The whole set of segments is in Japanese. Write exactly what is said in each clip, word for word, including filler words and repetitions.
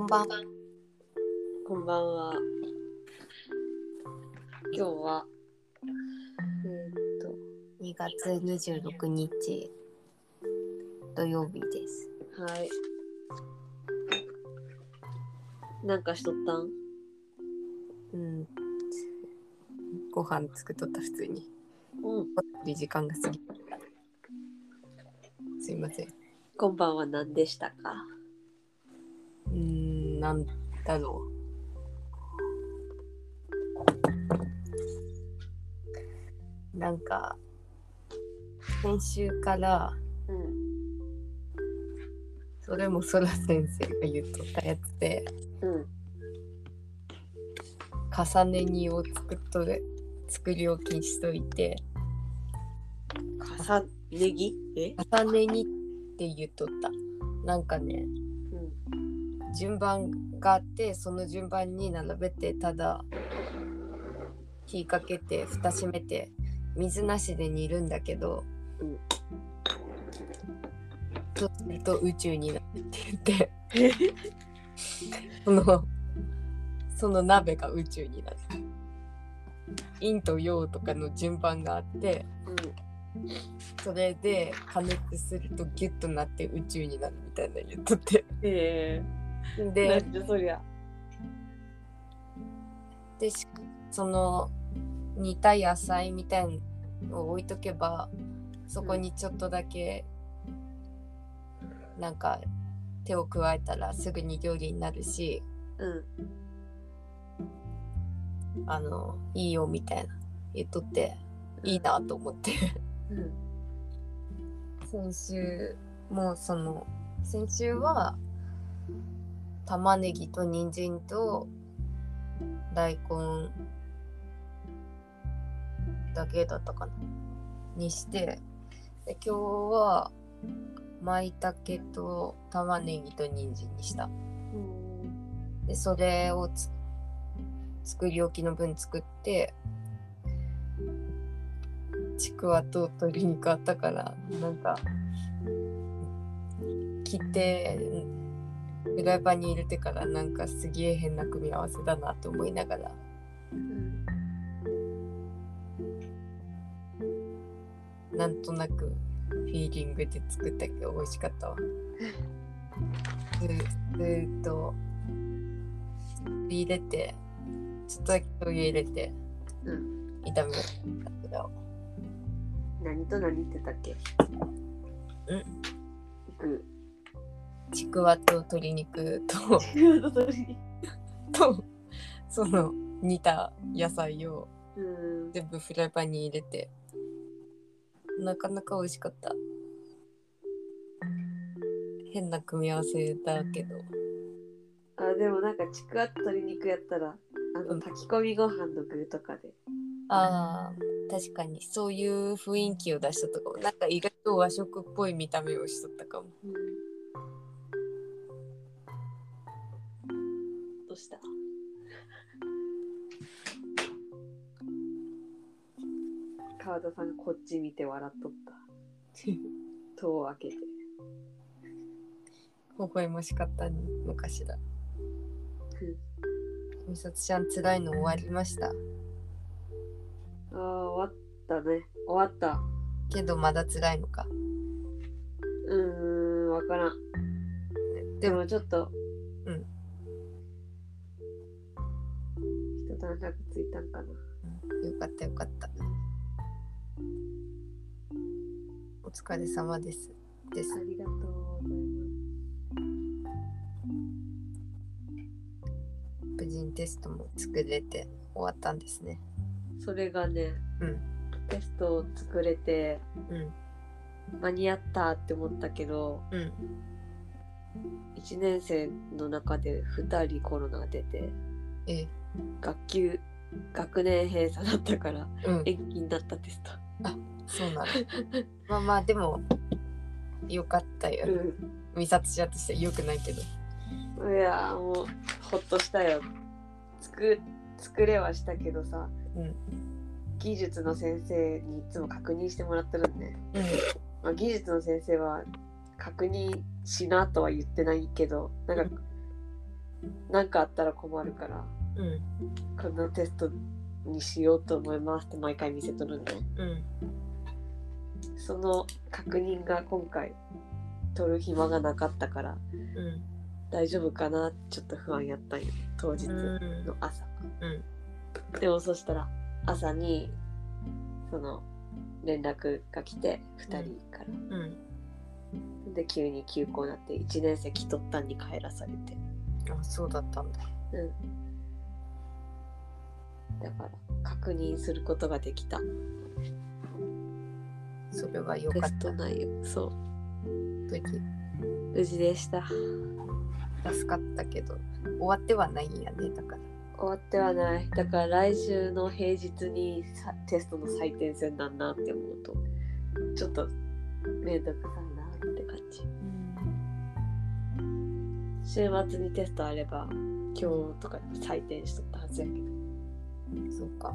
んばん。 こんばんは。今日はえー、っとにがつにじゅうろくにち土曜日です。 はい。なんかしとったん？ うん。ご飯作っとった普通に。 うん。 時間が過ぎ。すいません。 こんばんは。何でしたか？ うーん、なんだろう。なんか先週からうん。 それもそら先生が言っとったやつで、 うん。 重ね煮を作っとる作り置きしといて。 重ねぎ？え？ 重ね煮って言っとった。なんかね、 うん、 順番があってその順番に並べて、ただ火かけて蓋閉めて水なしで煮るんだけど、 うん、 そうすると宇宙になるって言ってそのその鍋が宇宙になる。陰と陽とかの順番があって、 うん、 それで加熱するとギュッとなって宇宙になるみたいな言っとって、 えー、 でなんじゃそりゃ。 でその煮た野菜みたいのを置いとけば、そこにちょっとだけなんか手を加えたらすぐに料理になるし、 うん、 あのいいよみたいな言っとって、いいなと思って、 うん、 先週もうその先週は玉ねぎと人参と大根だけだったかなにして、で今日は舞茸と玉ねぎと人参にした。 うん、 でそれをつ作り置きの分作って、ちくわと鶏肉あったから、なんか切ってフライパンに入れてから、なんかすげえ変な組み合わせだなと思いながら、 うん、 なんとなくフィーリングで作ったけど美味しかったわ。ずーっと入れて、ちょっとだけ醤油入れて、 うん、 炒めたけど。 何と何って言ったっけ？ うんくちくわと鶏肉とちくわと鶏肉とその煮た野菜をうん全部フライパンに入れて、なかなか美味しかった。変な組み合わせだけど。 あ、でもなんかちくわと鶏肉やったらあの、うん、炊き込みご飯の具とかで、 あー確かにそういう雰囲気を出したとかも、なんか意外と和食っぽい見た目をしとったかも。 うん、どうした川田さんこっち見て笑っとった戸を開けて。 微笑ましかったのかしら。みさつちゃん辛いの終わりました？ ああ、終わったね。終わった。 けどまだ辛いのか。 うーん、わからん。でもちょっと、 うん。 一段落ついたんかな。 うん、よかったよかった。お疲れ様です。です。 ありがとうございます。 無事にテストも作れて終わったんですね。 それがね、 うん、 テストを作れて、 うん、 間に合ったって思ったけど、 うん、 いちねん生の中でふたりコロナが出て、 え学級学年閉鎖だったから、 うん、 延期になったテスト。 あ、そうなの。まあまあでもよかったよ。 うん、 みさつちゃんとしてはよくないけど。 いやもうほっとしたよ。作作れはしたけどさ、 うん、 技術の先生にいつも確認してもらってるんで、 うん、 まあ、技術の先生は確認しなとは言ってないけど、なんかなんかあったら困るから、 うんこのテストにしようと思いますって毎回見せとるんで、 うんその確認が今回取る暇がなかったからうん大丈夫かなってちょっと不安やったんよ、当日の朝。 うんでもそしたら朝にその連絡が来てふたりから、 うんで急に休校になっていちねん生来とったんに帰らされて、 あ、そうだったんだ。 うんだから確認することができた。 それはよテかった。 スト内容、そう無事無事でした。 助かったけど終わってはないんやね。だから終わってはない。だから来週の平日にさテストの採点戦なんなって思うとちょっとめんどくさいなって感じ。週末にテストあれば今日とかで採点しとったはずやけど。 そうか。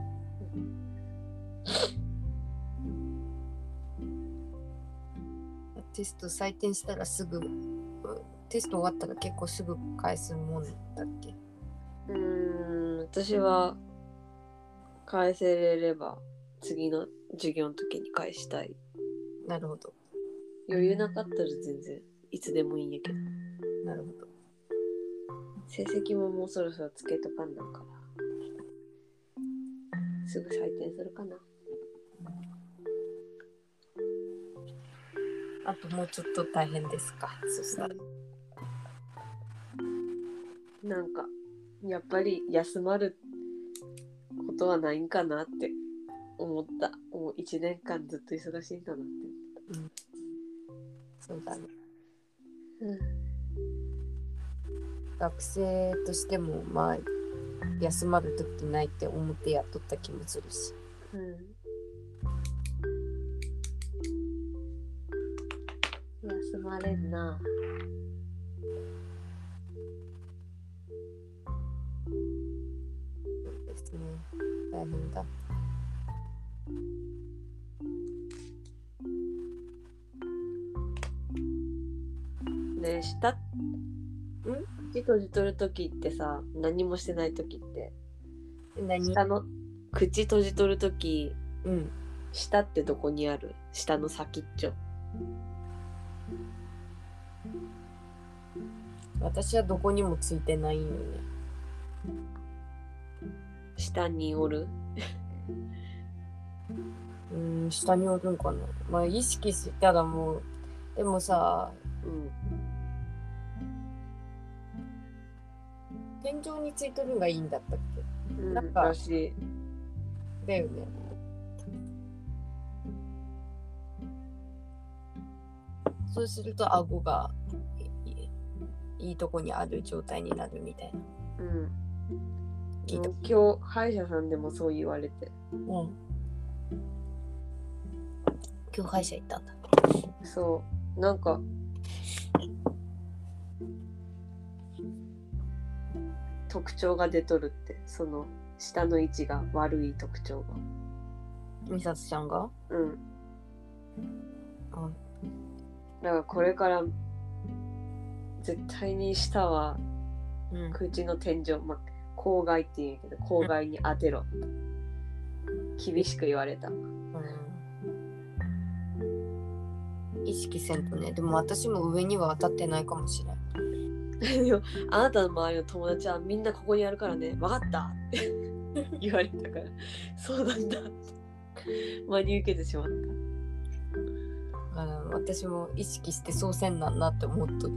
テスト採点したらすぐ、テスト終わったら結構すぐ返すもんだっけ？ うーん、私は返せれれば次の授業の時に返したい。 なるほど。 余裕なかったら全然いつでもいいんやけど。 なるほど。 成績ももうそろそろつけとかんなんからすぐ採点するかな。 あともうちょっと大変ですか。そしたらなんかやっぱり休まることはないんかなって思った。もういちねんかんずっと忙しいんだなって思った。 うん、そうだね。 うん、 学生としてもまあ休まる時ないって思ってやっとった気もするし。 うん、休まれんな。 そうですね。大変だ。 ねえ、下ん口閉じとる時ってさ、何もしてない時って何？ 下の口閉じとる時、 うん。 下ってどこにある？下の先っちょ。 私はどこにもついてないんよね。 下におる？ うん、下におるんかな。まあ意識したらもう、でもさ、 うん。 天井についてるのがいいんだったっけ？ うん、 なんからしい。 だよね。そうすると顎がいい、いいとこにある状態になるみたいな。 うん。 聞いた。 今日歯医者さんでもそう言われて。 うん。今日歯医者行ったんだ。 そうなんか特徴が出とるって、その下の位置が悪い特徴が。 みさつちゃんが？ うん。 うん。 だからこれから絶対に下は口の天井、まあ口外って言うけど口外に当てろ、うん、厳しく言われた。うん、 意識せんとね。でも私も上には当たってないかもしれない。 でもあなたの周りの友達はみんなここにあるからね、分かったって言われたからそうなんだって真に受けてしまった。 あ、私も意識してそうせんなんなって思っとる。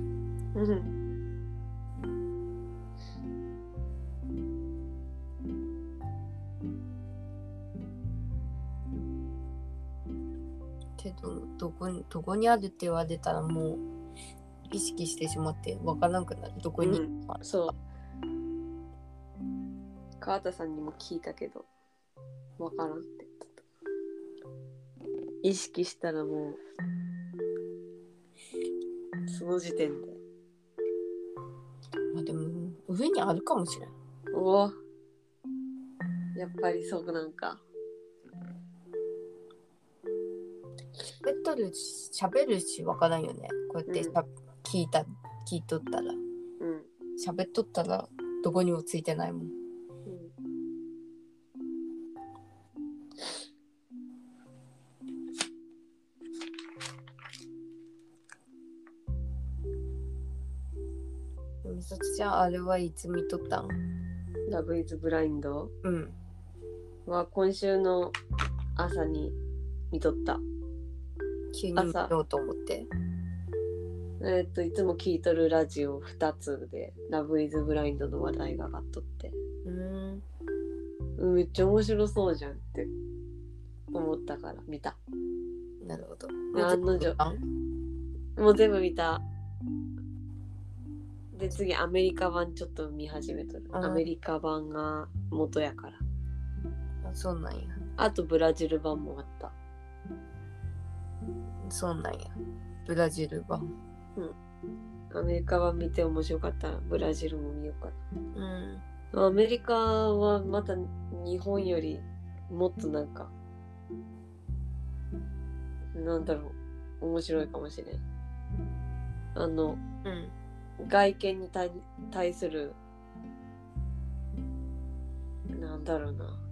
けどどこにどこにあるって言われたらもう意識してしまってわからなくなる。どこに、うん、 そう川田さんにも聞いたけどわからんって。意識したらもうその時点で。 まあでも上にあるかもしれん。 おお、やっぱりそうなんか。 喋っとるし、喋るしわからんよね。こうやって、うん、聞いた聞いとったら、 うん、 喋っとったらどこにもついてないもん。みさとちゃんあれはいつ見とったん？ ラブイズブラインドうんは今週の朝に見とった。 急に見ようと思って。 えー、っといつも聞いとるラジオふたつでラブイズブラインドの話題が上がっとって、 うーんめっちゃ面白そうじゃんって思ったから見た。 なるほど。 案の定もう全部見た。で次アメリカ版ちょっと見始めとる。アメリカ版が元やから。 あ、そうなんや。 あとブラジル版もあった。 そうなんや。ブラジル版。 うん。アメリカ版見て面白かったらブラジルも見ようかな。 うん。アメリカはまた日本よりもっとなんかなんだろう面白いかもしれん。あの、 うん、 外見に対対するなんだろうな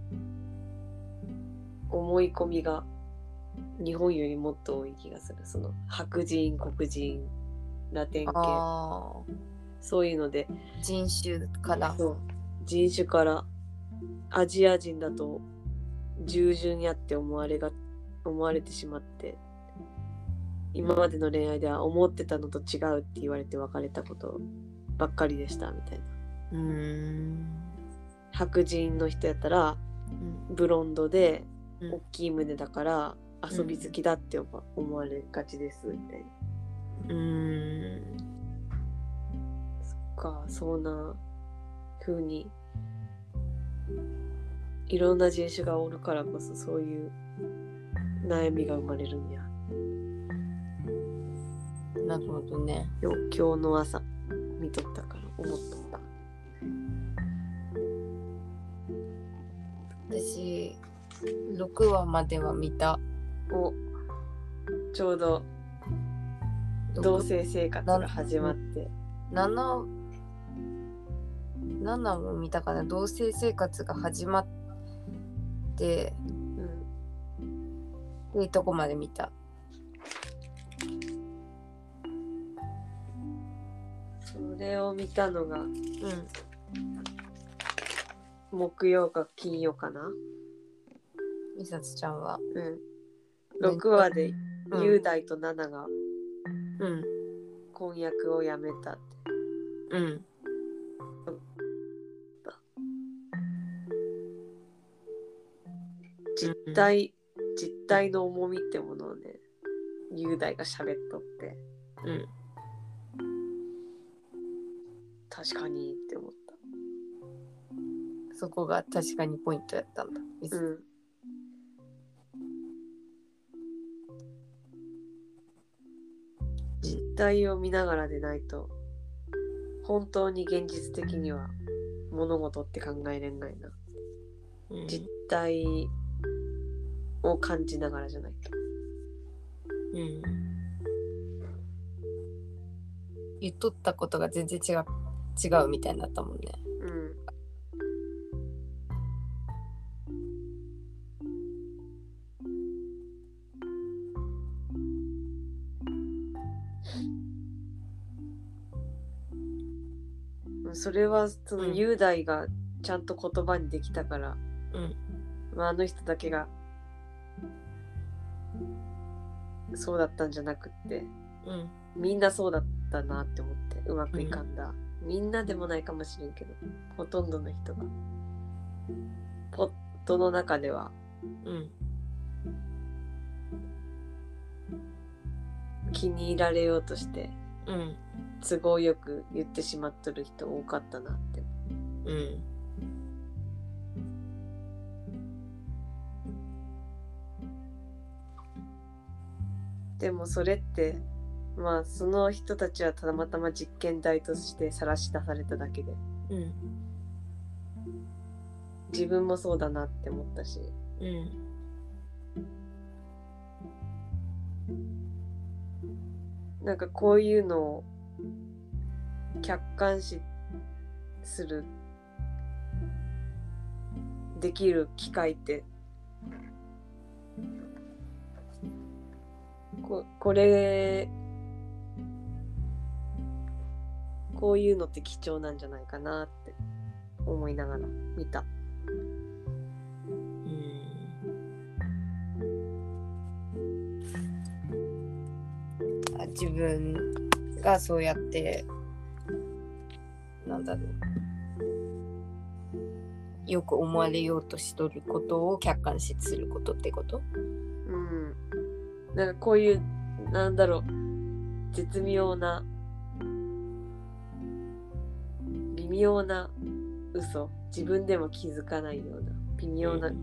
思い込みが日本よりもっと多い気がする。その白人、黒人、ラテン系、 あそういうので人種から、 そう人種からアジア人だと従順やって思われが思われてしまって、今までの恋愛では思ってたのと違うって言われて別れたことばっかりでしたみたいな。 うーん白人の人やったら、うん、ブロンドで大きい胸だから遊び好きだって思われがちですみたいな。 うーんそっか、そんな風にいろんな人種がおるからこそそういう悩みが生まれるんや。 なるほどね。 今日の朝見とったから思っとった。 私ろくわまでは見た。 お、ちょうど同棲生活が始まってなな、ななも見たかな。同棲生活が始まってうん、いいとこまで見た。 それを見たのが、うん、木曜か金曜かな。 みさつちゃんは、 うん、ろくわで雄大とナナが、 うん、 婚約をやめたって。 うん。 実体、うん、実体の重みってものをね、雄大が喋っとって、うん、確かにって思った。 そこが確かにポイントやったんだ。うん。 実態を見ながらでないと本当に現実的には物事って考えれんないな、うん、実態を感じながらじゃないと、 うん、言っとったことが全然違う違うみたいになったもんね。 うん、それはその雄大がちゃんと言葉にできたから、うんまあ、あの人だけがそうだったんじゃなくって、うん、みんなそうだったなって思ってうまくいかんだ、うん、みんなでもないかもしれんけどほとんどの人がポットの中では、うん、気に入られようとして、うん、都合よく言ってしまっとる人多かったなって、うん、でもそれってまあその人たちはたまたま実験台として晒し出されただけで、うん、自分もそうだなって思ったし、うん、なんかこういうのを客観視するできる機会ってここれこういうのって貴重なんじゃないかなって思いながら見た。 自分がそうやってなんだろうよく思われようとしとることを客観視することってこと？ うん。なんかこういうなんだろう絶妙な微妙な嘘、自分でも気づかないような微妙な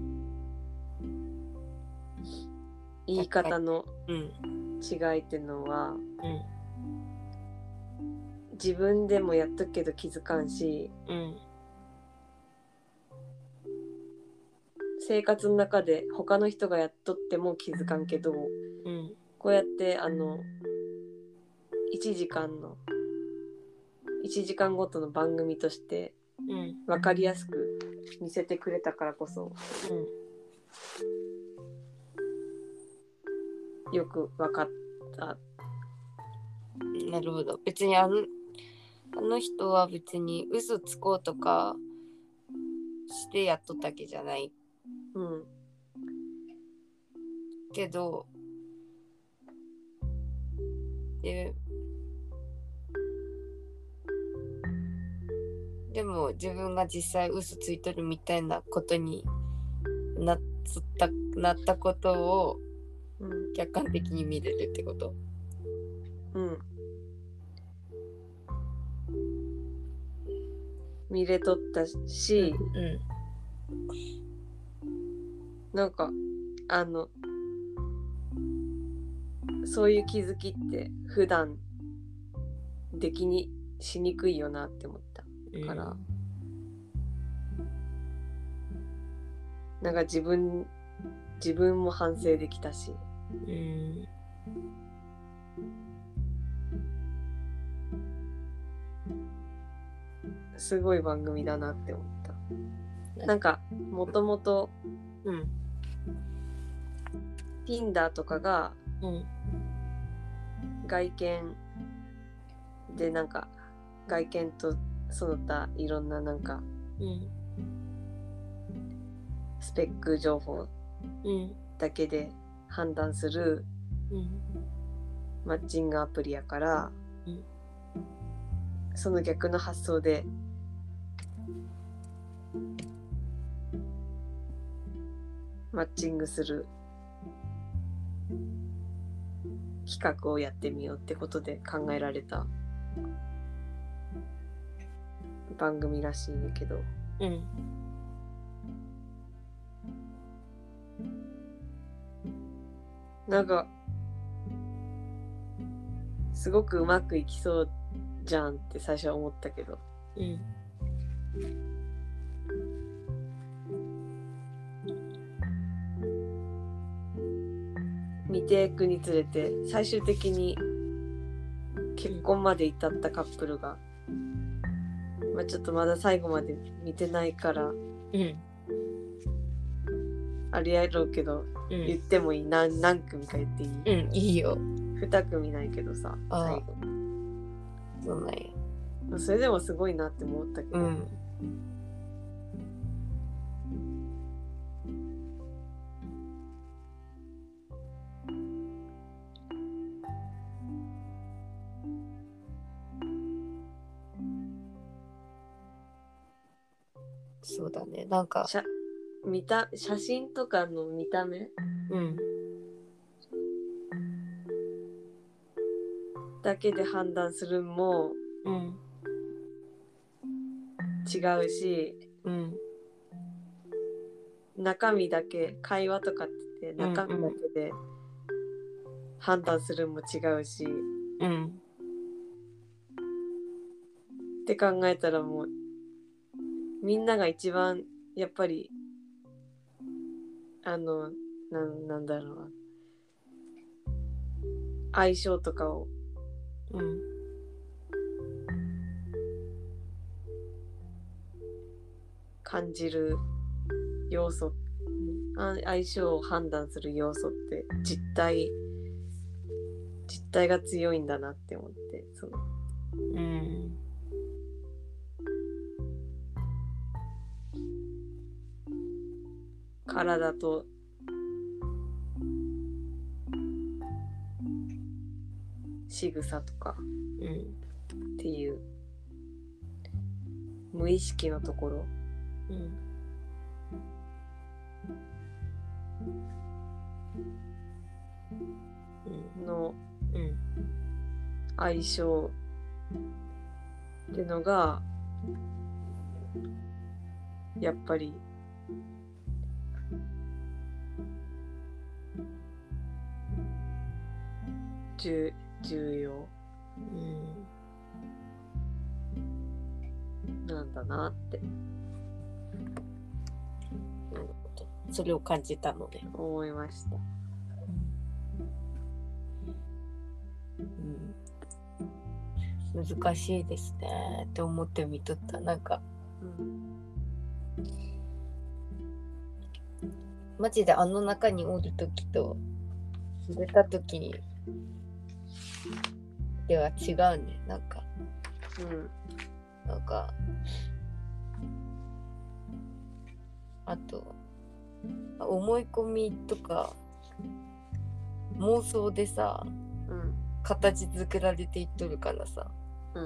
言い方の違いってのは、うん、自分でもやっとくけど気づかんし、うん、生活の中で他の人がやっとっても気づかんけど、うん、こうやってあのいちじかんのいちじかんごとの番組として分かりやすく見せてくれたからこそ、うん、よく分かった。 なるほど。別にあのあの人は別に嘘つこうとかしてやっとったわけじゃない。うん。けどででも自分が実際嘘ついとるみたいなことになったなったことを客観的に見れるってこと？うん。 見れとったし、うんうん、なんかあのそういう気づきって普段できにしにくいよなって思ったから、うん、なんか自分自分も反省できたし、うん、すごい番組だなって思った。なんかもともと Tinder とかが外見でなんか外見とその他いろんななんか、うん、スペック情報だけで判断するマッチングアプリやから、うん、その逆の発想でマッチングする企画をやってみようってことで考えられた番組らしいんだけど、うん、なんかすごくうまくいきそうじゃんって最初は思ったけど、うん、見ていくにつれて最終的に結婚まで至ったカップルが、まあ、ちょっとまだ最後まで見てないから、うん、ありやろうけど、うん、言ってもいい？ 何, 何組か言っていい？ うん、いいよ。 に組ないけどさ、最後そうなんや。 それでもすごいなって思ったけど、うん、 そうだね。なんか写見た写真とかの見た目、うん、だけで判断するも、うん、違うし、うん、中身だけ会話とかって中身だけで判断するも違うし、うん、って考えたらもうみんなが一番やっぱりあの な, なんだろうな相性とかを、うん、 感じる要素、相性を判断する要素って実体実体が強いんだなって思って、そのうん体と仕草とかっていう無意識のところ、 うんのうん相性ってのがやっぱり重重要なんだなって、 それを感じたので思いました。 うん、難しいですねって思って見とった。なんか、うん、マジであの中におるときと出たときにでは違うね。なんか、うん、なんかあと思い込みとか妄想でさ、うん、形作られていっとるからさ、うん、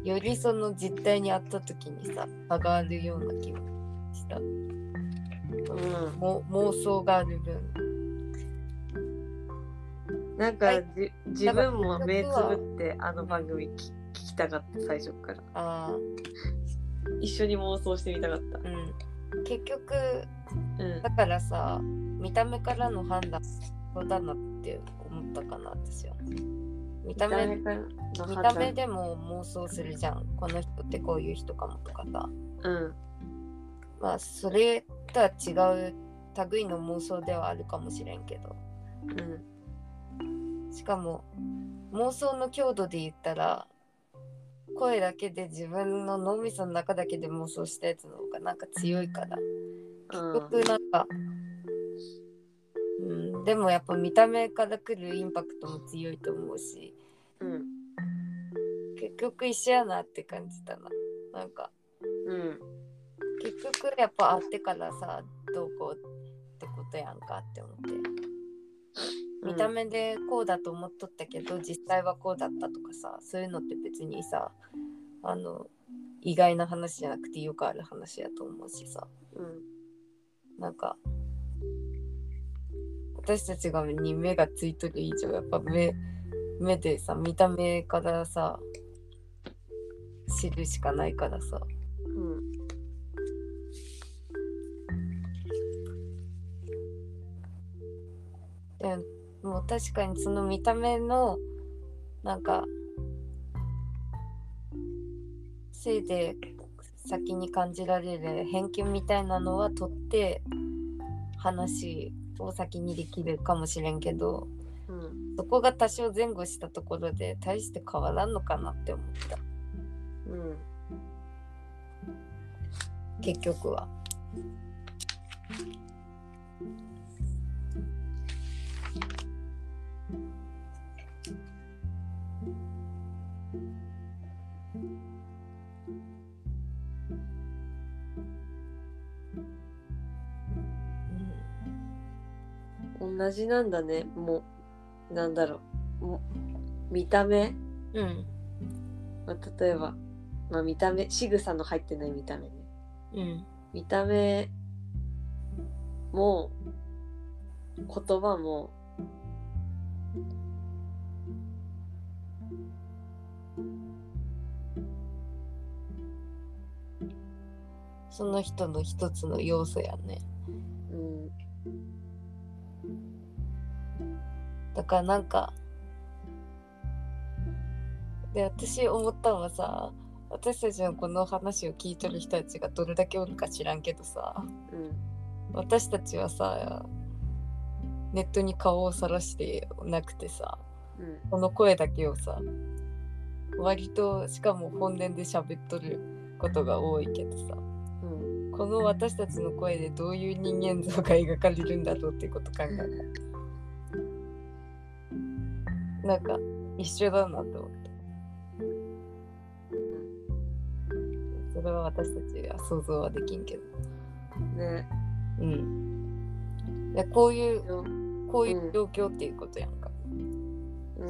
よりその実態にあった時にさ上がるような気がした、うん、も妄想がある分なんか、はい、じ自分も目つぶってあの番組き聞きたかった最初から。あ一緒に妄想してみたかった、 うん、結局、うん、だからさ見た目からの判断そうだなって思ったかな私は。見た目見た 目, 見た目でも妄想するじゃん。この人ってこういう人かもとかさ、うん、まあそれとは違う類の妄想ではあるかもしれんけど、うん、しかも妄想の強度で言ったら声だけで自分の脳みその中だけで妄想したやつの方がなんか強いから結局なんか、うん、でもやっぱ見た目から来るインパクトも強いと思うし、うん、結局一緒やなって感じたな。なんか、うん、結局やっぱ会ってからさどうこうってことやんかって思って、見た目でこうだと思っとったけど、うん、実際はこうだったとかさ、そういうのって別にさあの意外な話じゃなくてよくある話やと思うしさ、うん、なんか私たちがに目がついとる以上やっぱ 目, 目でさ見た目からさ知るしかないからさ、うん、でもう確かにその見た目のなんかせいで先に感じられる偏見みたいなのは取って話を先にできるかもしれんけど、うん、そこが多少前後したところで大して変わらんのかなって思った、うん、結局は。 同じなんだね。もうなんだろう、も見た目、うん、まあ、例えば、まあ、見た目仕草の入ってない見た目ね、うん、見た目も言葉もその人の一つの要素やね、うん、だからなんかで私思ったのはさ、私たちのこの話を聞いてる人たちがどれだけおるか知らんけどさ、うん、私たちはさネットに顔をさらしてなくてさ、うん、この声だけをさ割としかも本音で喋っとることが多いけどさ、うん、この私たちの声でどういう人間像が描かれるんだろうっていうこと考えた。なんか一緒だなと思って。それは私たちは想像はできんけどね。 うん。でこういうこういう状況っていうことやんか。うん。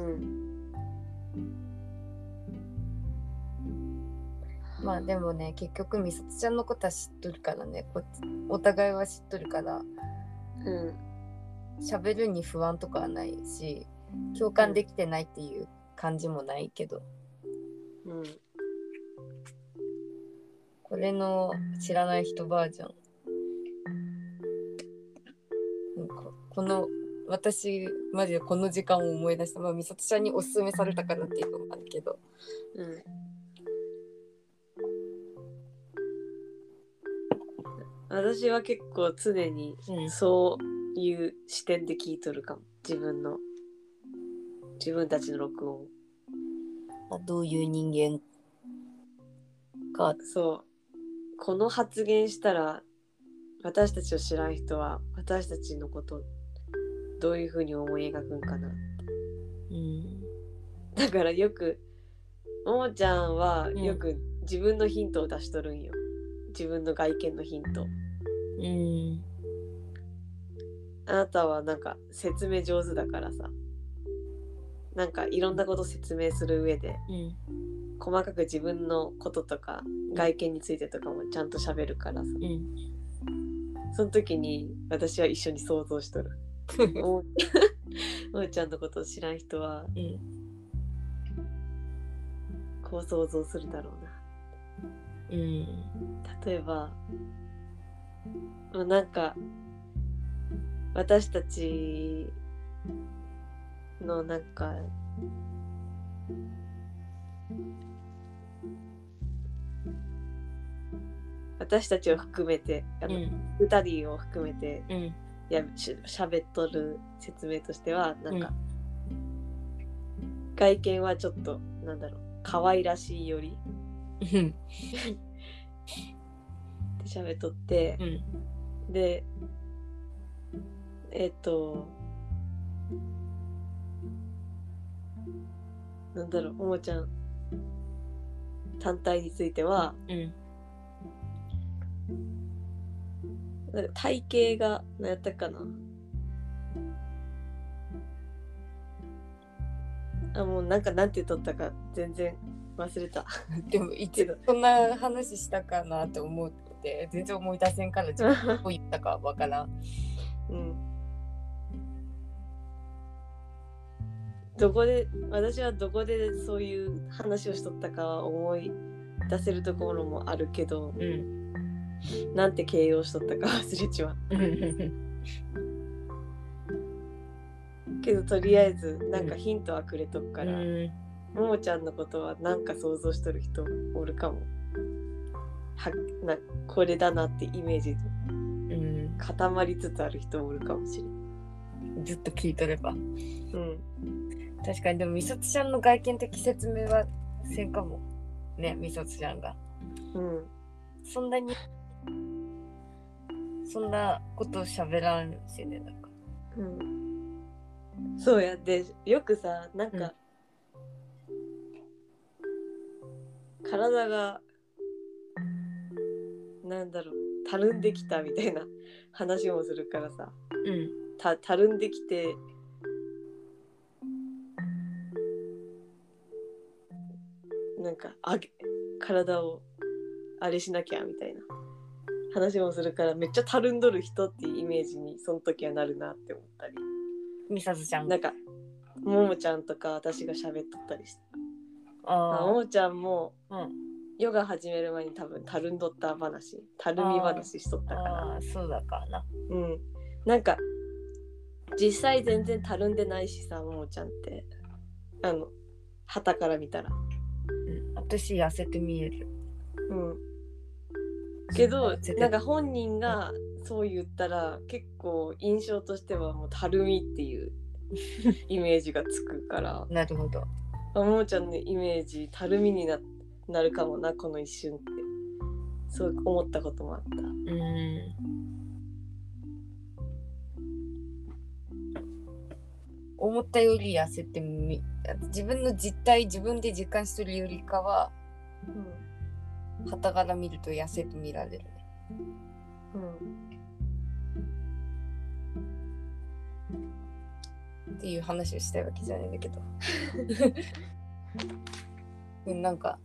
まあでもね、結局みさとちゃんのことは知っとるからね、こお互いは知っとるから、うん。喋るに不安とかはないし、共感できてないっていう感じもないけど。うん。これの知らない人バージョン。なんかこの私マジでこの時間を思い出した。まあみさとちゃんにおすすめされたからっていうのもあるけど。うん。 私は結構常にそういう視点で聞いとるかも、自分の自分たちの録音。 あ、どういう人間か。 そう、この発言したら私たちを知らん人は私たちのことどういう風に思い描くんかなって、うん、だからよくももちゃんはよく自分のヒントを出しとるんよ、うん、自分の外見のヒント。うん、あなたはなんか説明上手だからさ、なんかいろんなこと説明する上で、うん、細かく自分のこととか外見についてとかもちゃんと喋るからさ、うん、その時に私は一緒に想像しとるももちゃんのことを知らん人は、うん、こう想像するだろうな、うん、例えばなんか私たちのなんか私たちを含めてあの、うん、ふたりを含めて、うん、やしゃべっとる説明としてはなんか、うん、外見はちょっとなんだろう可愛らしいよりって喋っとって、うん、でえっとなんだろうももちゃん単体については、うん、なんか体型が何やったかなあもうなんかなんて言っとったか全然忘れたでも一度そんな話したかなって思って全然思い出せんから自分どう言ったかわからんうんどこで私はどこでそういう話をしとったかは思い出せるところもあるけど、うん、なんて形容しとったか忘れちまったけどとりあえずなんかヒントはくれとくから、うん、ももちゃんのことはなんか想像しとる人おるかもはなこれだなってイメージ、うん、固まりつつある人おるかもしれん。 ずっと聞いとれば、うん、確かに。でもみさとちゃんの外見的説明はせんかもね、みさとちゃんが、うん、そんなにそんなこと喋らんしね、なんか、うん、 そうやでよくさなんか、うん、体がなんだろうたるんできたみたいな話もするからさ、うん、た, たるんできてなんかあげ体をあれしなきゃみたいな話もするからめっちゃたるんどる人っていうイメージにその時はなるなって思ったり、 みさとちゃんなんかももちゃんとか私が喋っとったりして、ああももちゃんも、うん、ヨガ始める前に多分たるんどった話たるみ話しとったから、 ああそうだからな、 うんなんか実際全然たるんでないしさももちゃんってあの旗から見たら、 うん、私痩せて見える、うんけどなんか本人がそう言ったら結構印象としてはもうたるみっていうイメージがつくからなるほど、 ももちゃんのイメージたるみに な, なるかもなこの一瞬ってそう思ったこともあった。 うん思ったより痩せてみ自分の実態自分で実感するよりかは傍から見ると痩せて見られるね。うん、っていう話をしたいわけじゃないんだけどでなんか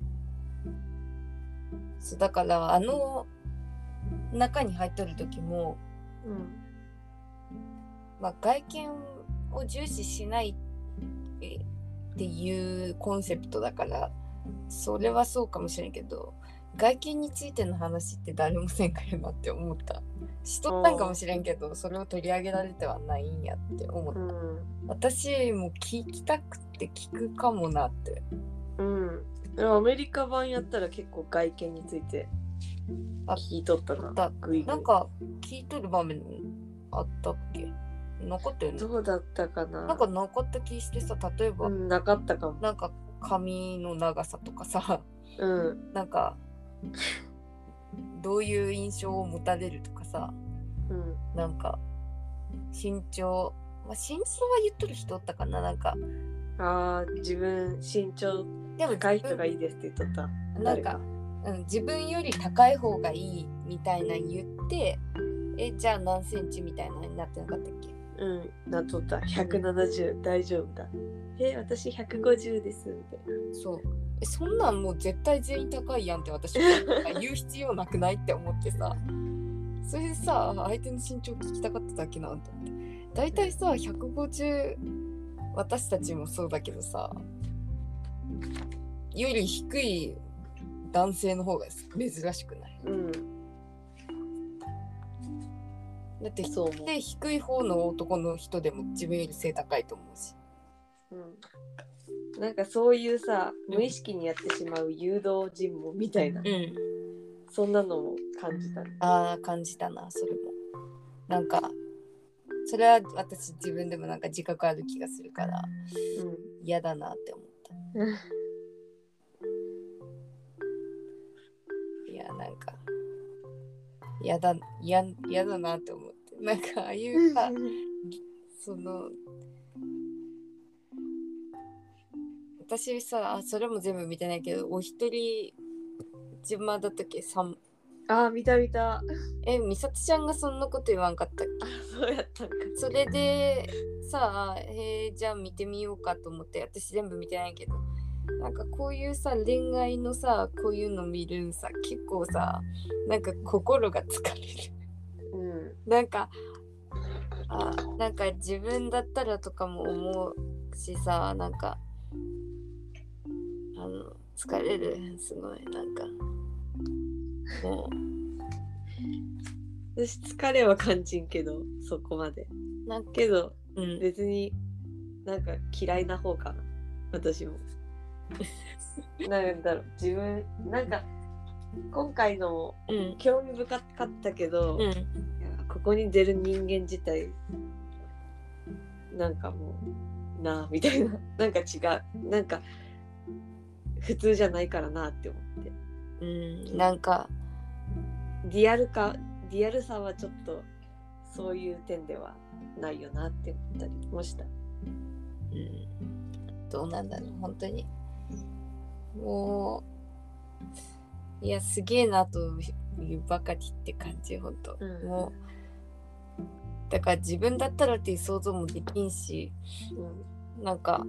そうだからあの中に入っとる時も、うんまあ、外見を重視しないっていうコンセプトだからそれはそうかもしれんけど外見についての話って誰もせんかよなって思った。しとったんかもしれんけどそれを取り上げられてはないんやって思った、うん、私も聞きたくて聞くかもなって。 うんアメリカ版やったら結構外見について聞いとったな。 だグイグイなんか聞いとる場面あったっけ。残ってるのどうだったかな。 なんかなかった気してさ例えば、 うん、なかったかも。 なんか髪の長さとかさ、 うん、 なんかどういう印象を持たれるとかさ、うん、なんか身長、まあ、身長は言っとる人おったかな。なんかあー自分身長高い人がいいですって言っとった。 なんか、うん、自分より高い方がいいみたいな言ってえじゃあ何センチみたいなのになってなかったっけ。 うんなっとった。ひゃくななじゅう、うん、大丈夫だ。え私ひゃくごじゅうですみたいな。 そうえそんなんもう絶対全員高いやんって私は言う必要なくないって思ってさそれでさ相手の身長聞きたかっただけなんて思ってだいたいさひゃくごじゅう私たちもそうだけどさより低い男性の方が珍しくない、うん、だってそうで低い方の男の人でも自分より背高いと思うし、 うん、なんかそういうさ無意識にやってしまう誘導尋問みたいな、うん、そんなのも感じた、ね、 ああ感じたな。それもなんかそれは私自分でもなんか自覚ある気がするから、うん、嫌だなって思ったいやなんか嫌だ嫌嫌だなって思ってなんかああいうかその私さそれも全部見てないけどお一人島だったっけさんあー見た見た。 え美里ちゃんがそんなこと言わんかったっけ。 あそうやったんか。 それでさあ、えー、じゃあ見てみようかと思って私全部見てないけどなんかこういうさ恋愛のさこういうの見るんさ結構さなんか心が疲れる、うん、なんかあなんか自分だったらとかも思うしさなんかあの疲れるすごいなんかもう私疲れは感じんけどそこまでなんけど、うん、別になんか嫌いな方かな私もなんだろう自分なんか今回の興味深かったけど、うん、いやここに出る人間自体なんかもうなあみたいななんか違うなんか普通じゃないからなって思ってうんなんかリアルかリアルさはちょっとそういう点ではないよなって思ったりもした。 うんどうなんだろう本当にもういやすげえなというばかりって感じ本当、うん、もうだから自分だったらっていう想像もできんし、うん、なんか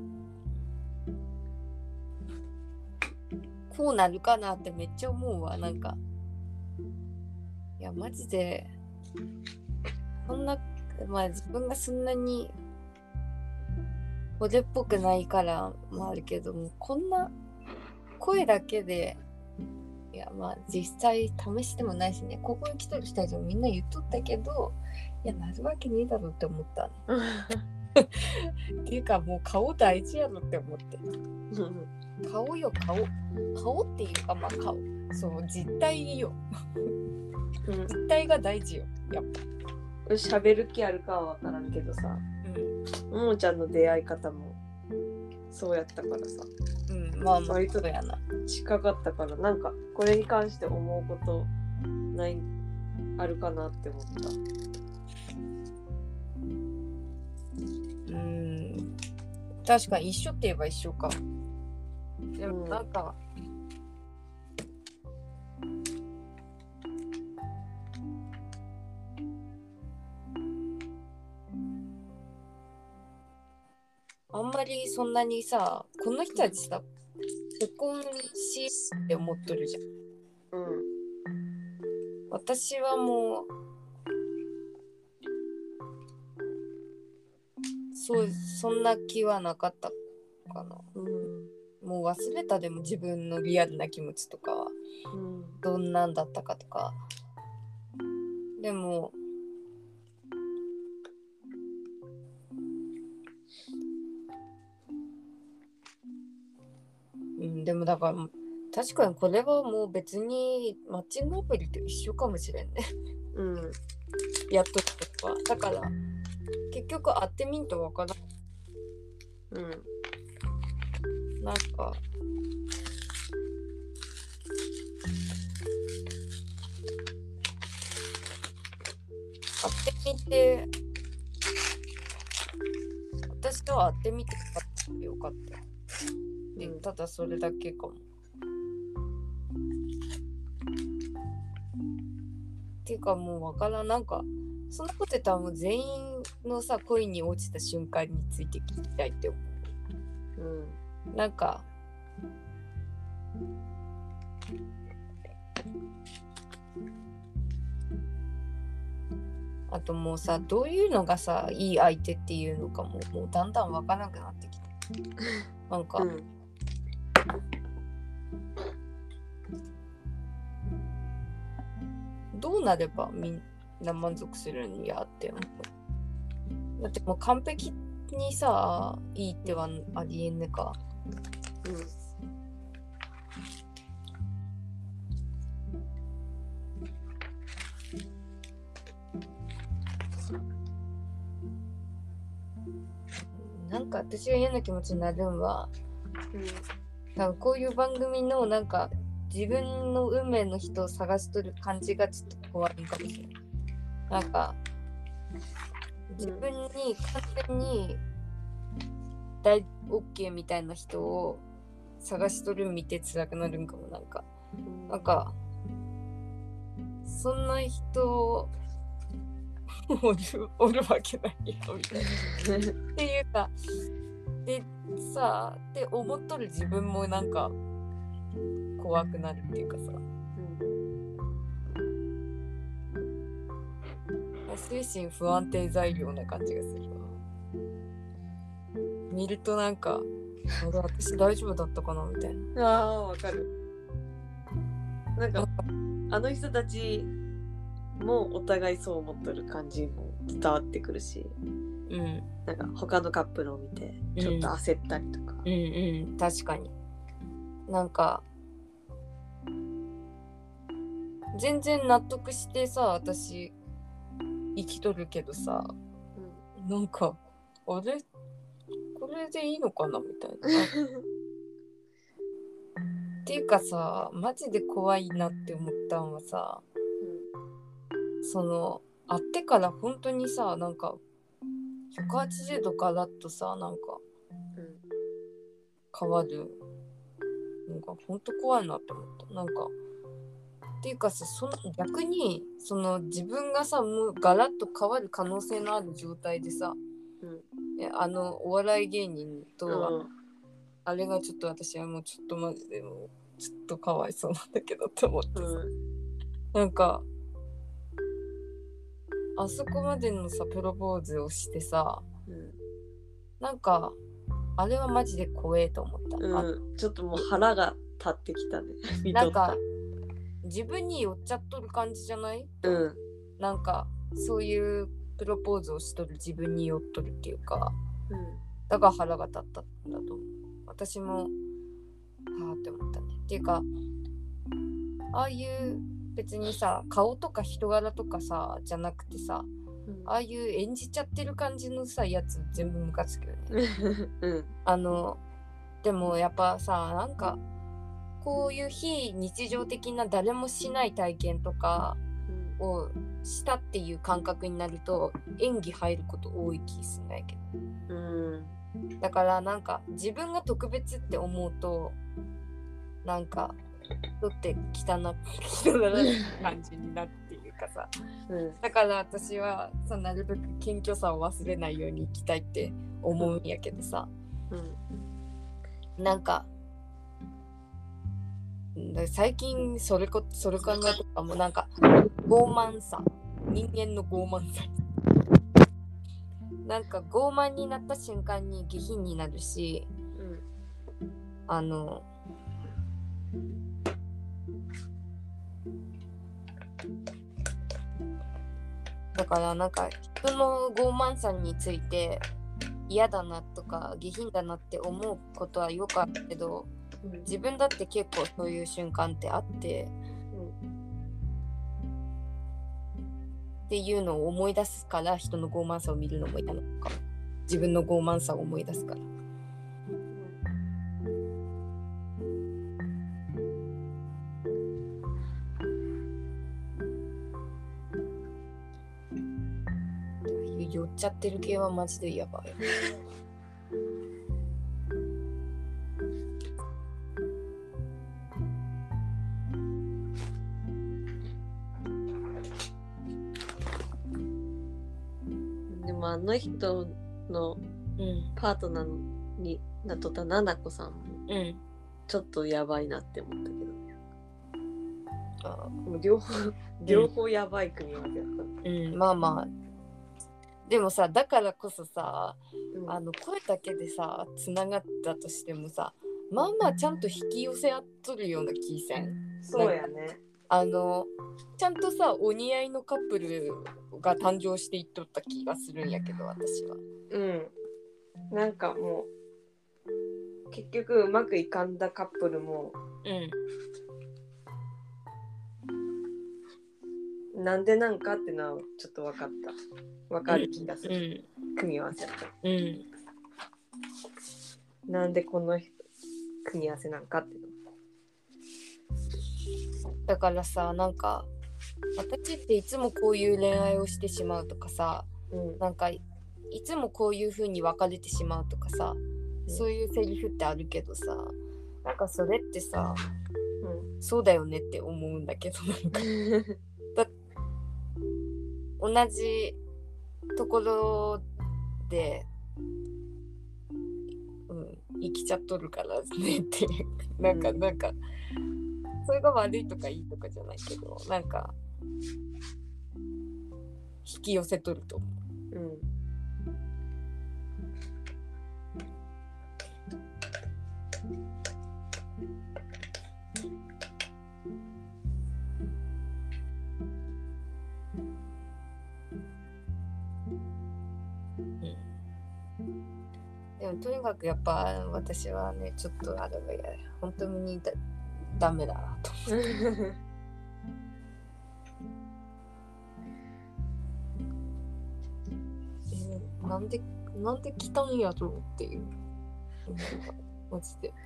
こうなるかなってめっちゃ思うわ。なんかいやマジでこんなまあ自分がそんなにこれっぽくないからもあるけどもこんな声だけでいやまあ実際試してもないしねここに来てる人たちもみんな言っとったけどいやなるわけねえだろって思ったねっていうかもう顔大事やろって思って顔よ顔顔っていうかまあ顔そう実体よ実体が大事よやっぱ喋る気あるかは分からんけどさ、うん、ももちゃんの出会い方もそうやったからさ、 うんまあまあ割とそうやな。 近かったから、なんかこれに関して思うことないあるかなって思った。 うん確かに一緒って言えば一緒か。でもなんか、あんまりそんなにさ、この人たちさ、結婚しって思っとるじゃん。 うん。 私はもう、そう、そんな気はなかったかな。 うん。 もう忘れたでも自分のリアルな気持ちとかは、 うん、 どんなんだったかとか。でも、うん、でもだから確かにこれはもう別にマッチングアプリと一緒かもしれんね。 うん。 やっとくとか。だから結局会ってみんとわからん。 うん。 なんか会ってみて、私と会ってみてよかった。で、 うん、 ただそれだけかも。っていうかもうわからん。なんかそんなこと言ったらもう全員のさ恋に落ちた瞬間について聞きたいって思う。うん。なんかあともうさ、どういうのがさいい相手っていうのかももうだんだんわからなくなってきて、なんか、うん、どうなればみんな満足するんやって思う。だってもう完璧にさいいってはありえんねか。うん。なんか私が嫌な気持ちになるんは、うん、なんかこういう番組のなんか自分の運命の人を探しとる感じがちょっと怖いかもしれない。なんか自分に完全に大 OK みたいな人を探しとるん見て辛くなるんかも。なんか、うん、なんかそんな人おる、おるわけないよみたいなっていうかでさって思っとる自分もなんか怖くなるっていうかさ、うん、精神不安定材料な感じがするわ。見るとなんかあれ私大丈夫だったかなみたいな。 ああわかる。なんかあの人たちもお互いそう思っとる感じも伝わってくるし、うん、なんか他のカップルを見てちょっと焦ったりとか、 うん、うんうん確かになんか全然納得してさ私生きとるけどさ、うん、なんかあれこれでいいのかなみたいなっていうかさマジで怖いなって思ったのはさ、うん、その会ってから本当にさなんかひゃくはちじゅうどガラッとさなんか、うん、変わるなんか本当怖いなって思った。なんかっていうかさその逆にその自分がさもうガラッと変わる可能性のある状態でさ、うん、あのお笑い芸人とは、うん、あれがちょっと私はもうちょっとマジでもうちょっとかわいそうなんだけどと思ってさ、うん、なんかあそこまでのさプロポーズをしてさ、うん、なんかあれはマジで怖えと思った、 うん、ちょっともう腹が立ってきたねなんか自分に寄っちゃっとる感じじゃない？うん、なんかそういうプロポーズをしとる自分に寄っとるっていうか、うん、だから腹が立ったんだと思う。私もはあって思ったね。っていうかああいう別にさ顔とか人柄とかさじゃなくてさ、うん、ああいう演じちゃってる感じのさやつ全部ムカつくよね、うん、あのでもやっぱさ、なんかこういう非日常的な誰もしない体験とかをしたっていう感覚になると演技入ること多い気すんないけど、うん、だからなんか自分が特別って思うとなんかちょっと汚な感じになるっていうかさ、うん、だから私はさなるべく謙虚さを忘れないように生きたいって思うんやけどさ、うん、なんか最近それこそれ考えとかもなんか傲慢さ、人間の傲慢さなんか傲慢になった瞬間に下品になるし、うん、あのだからなんか人の傲慢さについて嫌だなとか下品だなって思うことはよくあるけど、自分だって結構そういう瞬間ってあって、うん、っていうのを思い出すから人の傲慢さを見るのも嫌なのか、自分の傲慢さを思い出すから、うん、酔っちゃってる系はマジでやばいあの人のパートナーになっとったななこさんも、うん、ちょっとやばいなって思ったけど、あもう両方両方やばい組み合わせだった、 うん、うん、まあまあでもさだからこそさ、うん、あの声だけでさつながったとしてもさまあまあちゃんと引き寄せ合っとるような気せん。 そうやね。 あのちゃんとさお似合いのカップルが誕生していっとった気がするんやけど私は。 うんなんかもう結局うまくいかんだカップルも、うん、なんでなんかってのはちょっと分かった分かる気がする、うん、組み合わせだった、うん、なんでこの組み合わせなんかっていうのだからさなんか私っていつもこういう恋愛をしてしまうとかさ、うん、なんかいつもこういう風に別れてしまうとかさ、うん、そういうセリフってあるけどさなんかそれってさ、うん、そうだよねって思うんだけどなんかだ同じところで、うん、生きちゃっとるからねってなんか、うん、なんかそれが悪いとかいいとかじゃないけどなんか引き寄せとると思う、うんでもとにかくやっぱ私はねちょっとあれが本当にだダメだなと思ってえなんでなんで来たんやろうっていうマジで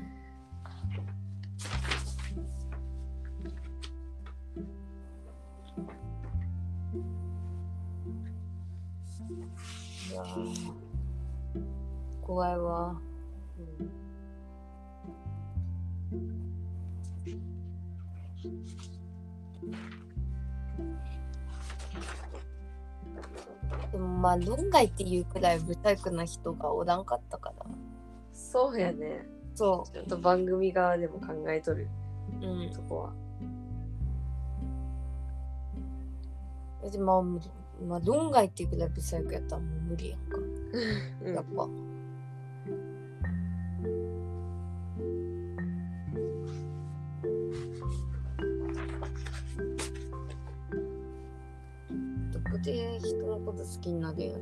いや怖いわ、うんでもまあ論外っていうくらい不細工な人がおらんかったからそうやねそうちょっと番組側でも考えとる、うん、そこはでまあ、まあ論外っていうくらい不細工やったらもう無理やんか、うん、やっぱどこで人のこと好きになるんやろ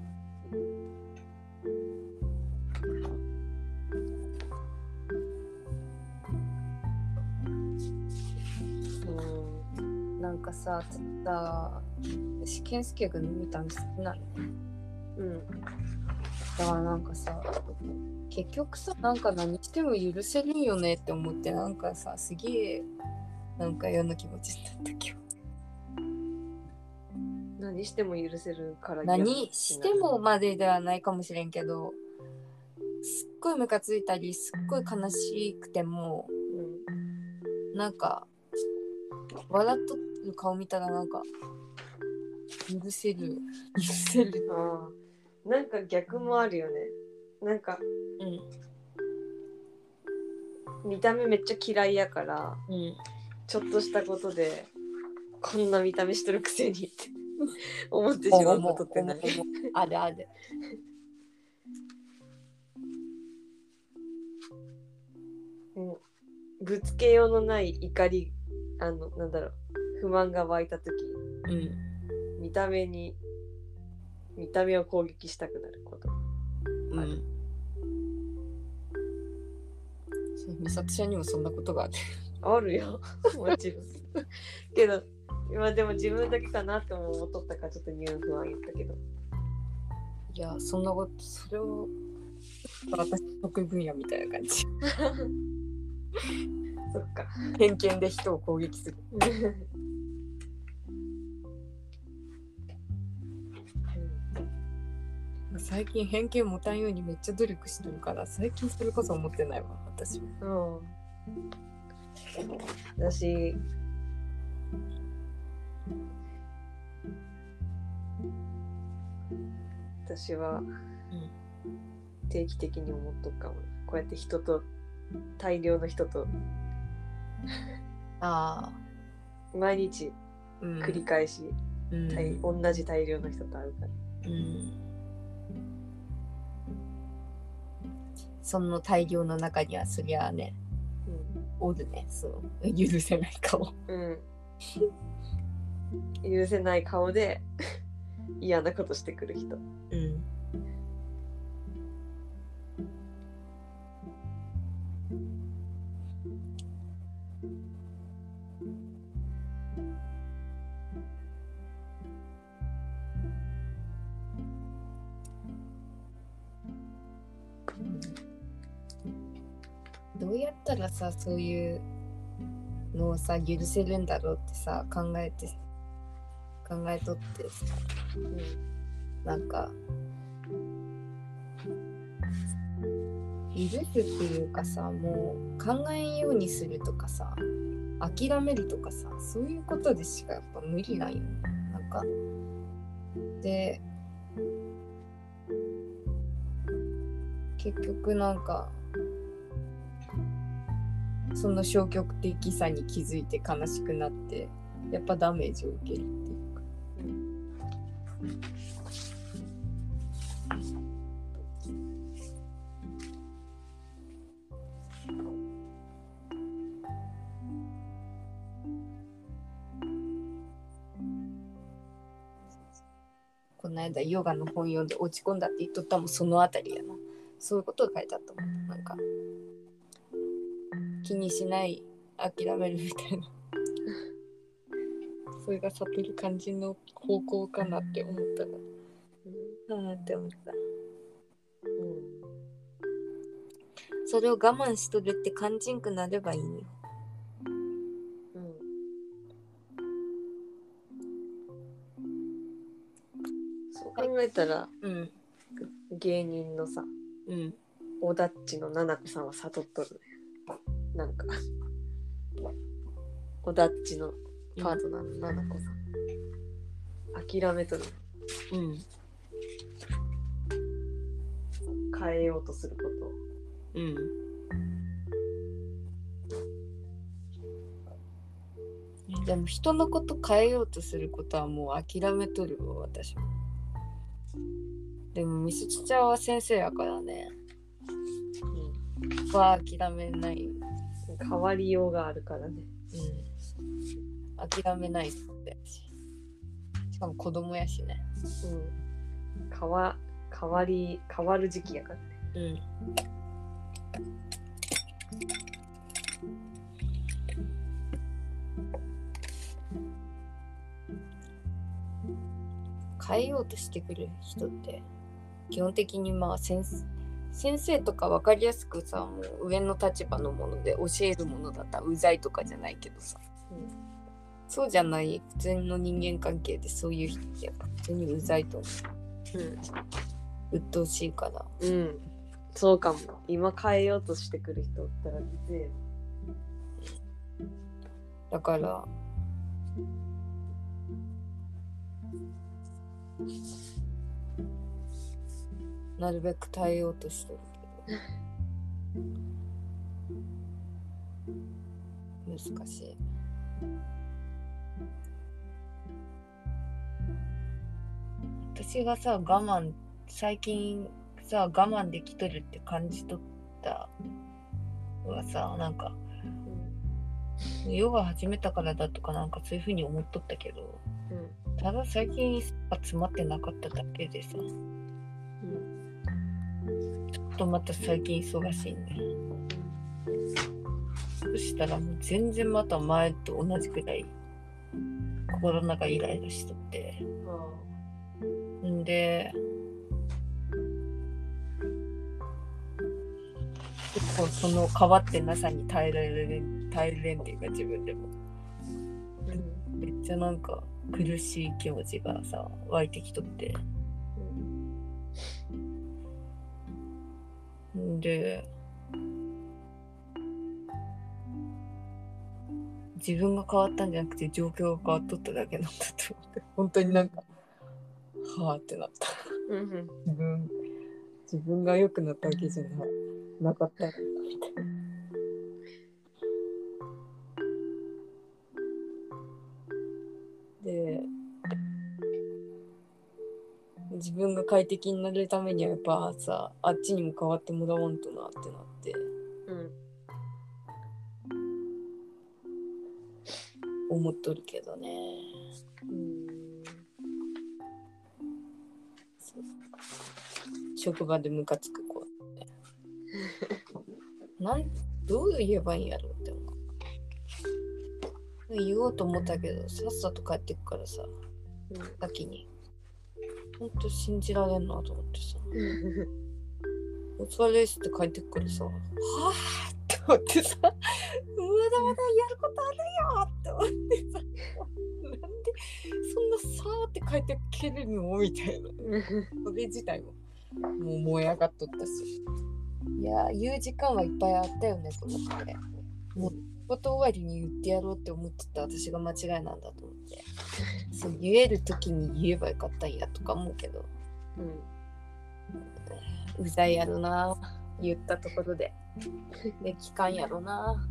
うんなんかさちょっと私健介君見たの好きなのうんだからなんかさ、結局さ、なんか何しても許せるんよねって思って、なんかさ、すげえなんか嫌な気持ちになった今日。 何しても許せるから嫌何してもまでではないかもしれんけど、すっごいムカついたりすっごい悲しくても、うん、なんか笑っとる顔見たらなんか許せる許せる。 ああ、なんか逆もあるよね。なんか、うん、見た目めっちゃ嫌いやから、うん、ちょっとしたことでこんな見た目しとるくせにって思ってしまうことってない？ あるある。 うん、ぶつけようのない怒り、あのなんだろう、不満が湧いた時、うん、見た目に見た目を攻撃したくなることある。 うん、美里ちゃんにもそんなことがある？ あるよもちろんけど今でも自分だけかなって思っとったからちょっと入不安言ったけど、 いやそんなことそれを私得意分野みたいな感じそっか、 偏見で人を攻撃する最近偏見持たんようにめっちゃ努力してるから最近それこそ思ってないわ私は。 うん、私私は定期的に思っとくかも。こうやって人と大量の人とあ毎日繰り返し、うん、同じ大量の人と会うから、うん、 その大量の中にはそりゃあね、うん、おるね、そう許せない顔、うん、 許せない顔で嫌なことしてくる人、うん、 どうやったらさそういうのをさ許せるんだろうってさ考えて考えとってさ、うん、なんか許すっていうかさもう考えんようにするとかさ諦めるとかさそういうことでしかやっぱ無理なんよね。なんかで結局なんかその消極的さに気づいて悲しくなってやっぱダメージを受けるっていうか、この間ヨガの本読んで落ち込んだって言っとったもんそのあたりやな。そういうことが書いてあったもん。なんか気にしない諦めるみたいなそれが悟る感じの方向かなって思ったら、うん、あーって思った、うん、それを我慢しとるって感じんくなればいいよ、うん、 そう考えたら、うん、芸人のさ、うん、オダッチのななこさんは悟っとるね。なんかオダッチのパートナーのななこさん、うん、諦めとる、うん、変えようとすること、うん、 でも人のこと変えようとすることはもう諦めとるわ私も。でもみすちちゃんは先生やからね、うん、は諦めないよ。 変わりようがあるからね、 うん、諦めないってししかも子供やしね、 うん、変わ変わり変わる時期やからね、うん、 変えようとしてくる人って基本的にまあ先生先生とか分かりやすくさ、もう上の立場のもので教えるものだったらうざいとかじゃないけどさ、うん、そうじゃない普通の人間関係でそういう人ってやっぱ普通にうざいと思う。うん。鬱陶しいから。 うん。そうかも。今変えようとしてくる人おったらきついよ。 だからなるべく耐えようとしてるけど難しい。私がさ我慢最近さ我慢できとるって感じ取ったのはさ、なんか、うん、ヨガ始めたからだとかなんかそういう風に思っとったけど、うん、ただ最近詰まってなかっただけでさ、うん、ちょっとまた最近忙しいんで、そしたらもう全然また前と同じくらい心の中イライラしとって、うん、んで結構その変わってなさに耐えられれん耐えれんっていうか自分でも、うん、めっちゃなんか苦しい気持ちがさ湧いてきとって、うん、で自分が変わったんじゃなくて状況が変わっとっただけなんだと思って本当になんかはぁってなった、うん、自分自分が良くなったわけじゃななかったみたいな。で自分が快適になるためにはやっぱさあっちにも変わってもらわんとなってなって、うん、思っとるけどね。うん、そう職場でムカつく子ってなんどう言えばいいんやろって思う。言おうと思ったけどさっさと帰ってくからさ、うん、先にほんと信じられんなと思ってさお疲れですって帰ってくからさはぁって思ってさまだまだやることあるよって思ってさなんでそんなさーって帰ってけるのみたいなそれ自体ももう燃え上がっとったし、いや言う時間はいっぱいあったよねと思って、もうこと終わりに言ってやろうって思ってた私が間違いなんだと思ってそう言える時に言えばよかったんやとか思うけど、うん、うざいやろな言ったところでで聞かんやろな。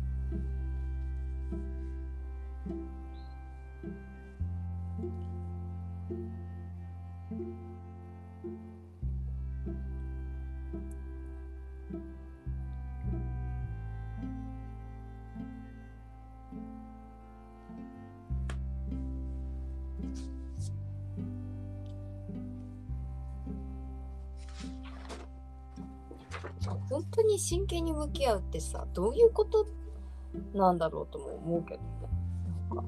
本当に真剣に向き合うってさどういうことなんだろうとも思うけどね。なんか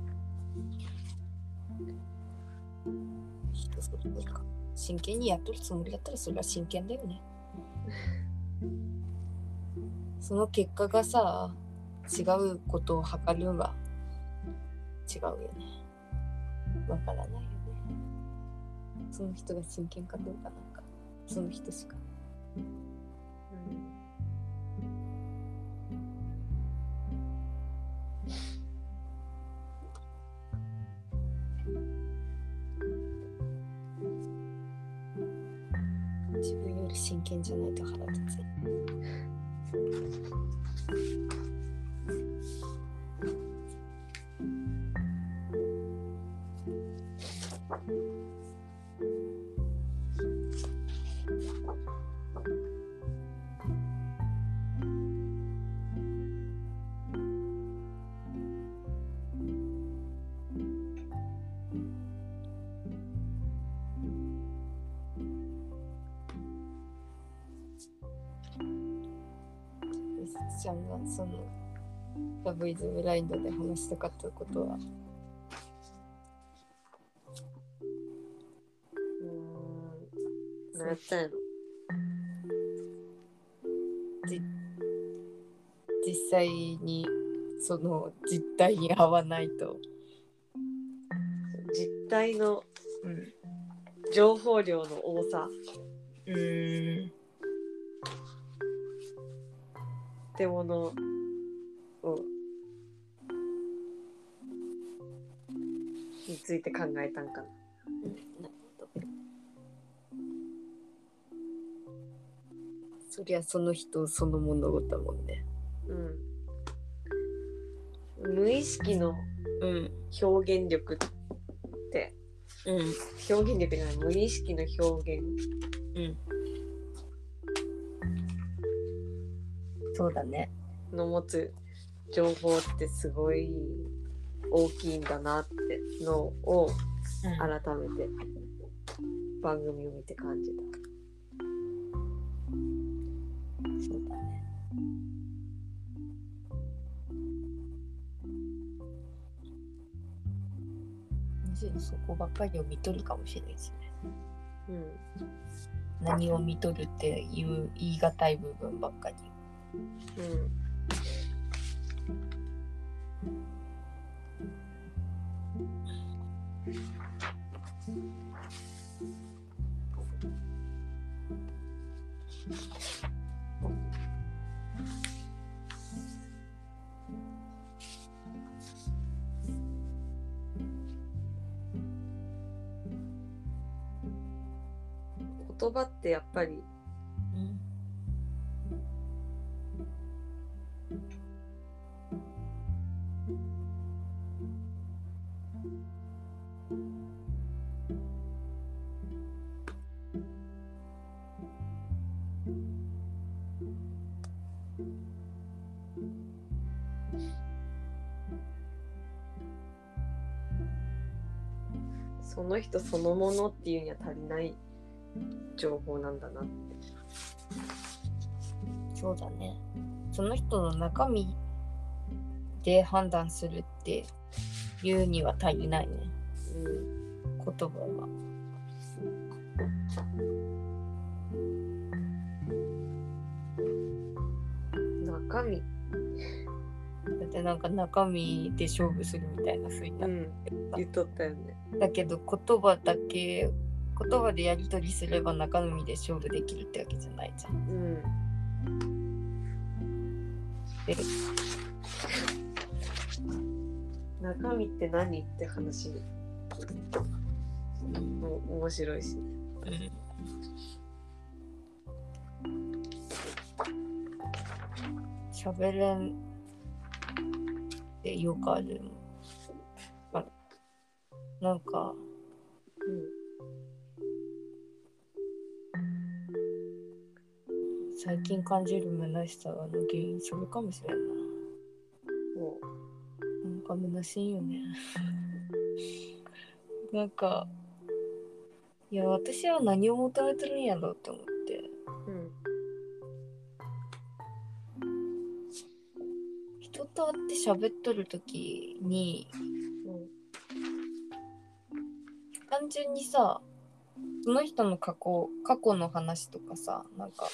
人それぞれか真剣にやっとるつもりだったらそれは真剣だよねその結果がさ違うことを測るのが違うよね。わからないよねその人が真剣かどうかなんかその人しか、自分より真剣じゃないと腹立つ。ちゃんがそのラブイズブラインドで話したかったことはうーんやったんやろ。 じ実際にその実態に合わないと、 実態のうん、 情報量の多さうーんってものをについて考えたんかな。 なるほど。そりゃその人そのものだもんね。 うん。無意識のうん表現力って、 うん表現力じゃない、無意識の表現。 うんそうだね。 の持つ情報ってすごい大きいんだなってのを改めて番組を見て感じた。 そうだね。むしろそこばっかりを見とるかもしれないですね。 うん。 何を見とるっていう言い難い部分ばっかり。 うん。言葉ってやっぱり、 うん、 その人そのものっていうには足りない情報なんだなって。 そうだね。その人の中身で判断するっていうには足りないね。うん、言葉は。 中身。 だってなんか中身で勝負するみたいな風になって、うん、 言っとったよね。 だけど言葉だけ言葉でやり取りすれば中身で勝負できるってわけじゃないじゃん。うん。で中身って何って話も面白いしね。 喋、うん、れんってよくあるの。あ、なんか、うん、最近感じる虚しさの原因それかもしれんな。なんか虚しいよね。なんかいや私は何を求めてるんやろうって思って、うん、人と会って喋っとる時に、うん、単純にさその人の過去過去の話とかさなんか、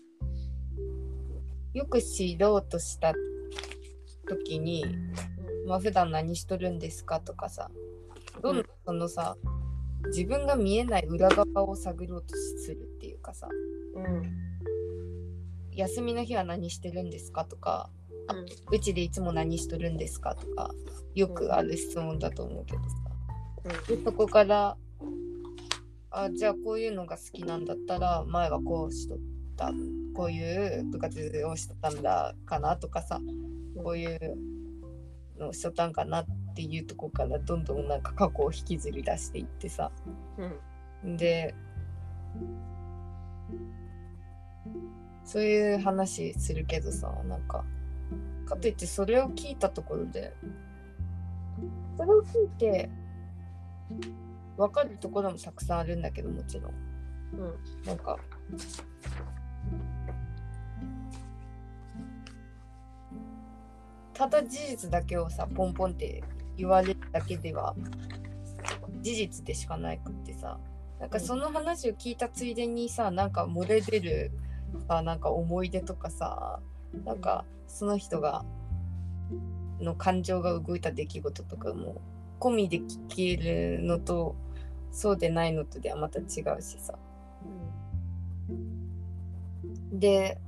うん、よく知ろうとした時に、まあ普段何しとるんですかとかさ、どんどんそのさ、うん、自分が見えない裏側を探ろうとするっていうかさ、うん、休みの日は何してるんですかとか、うん、うちでいつも何しとるんですかとかよくある質問だと思うけどさ、うん、でそこからあじゃあこういうのが好きなんだったら前はこうしとったこういう部活をしとったんだかなとかさ、こういうのしとったんかなっていうとこからどんどんなんか過去を引きずり出していってさ、うん、でそういう話するけどさなんかかといってそれを聞いたところでそれを聞いて分かるところもたくさんあるんだけどもちろん、うん、なんかただ事実だけをさポンポンって言われるだけでは事実でしかないくってさ、 なんかその話を聞いたついでにさ、なんか漏れ出るさ、なんか思い出とかさ、なんかその人がの感情が動いた出来事とかも込みで聞けるのとそうでないのとではまた違うしさ、うん、で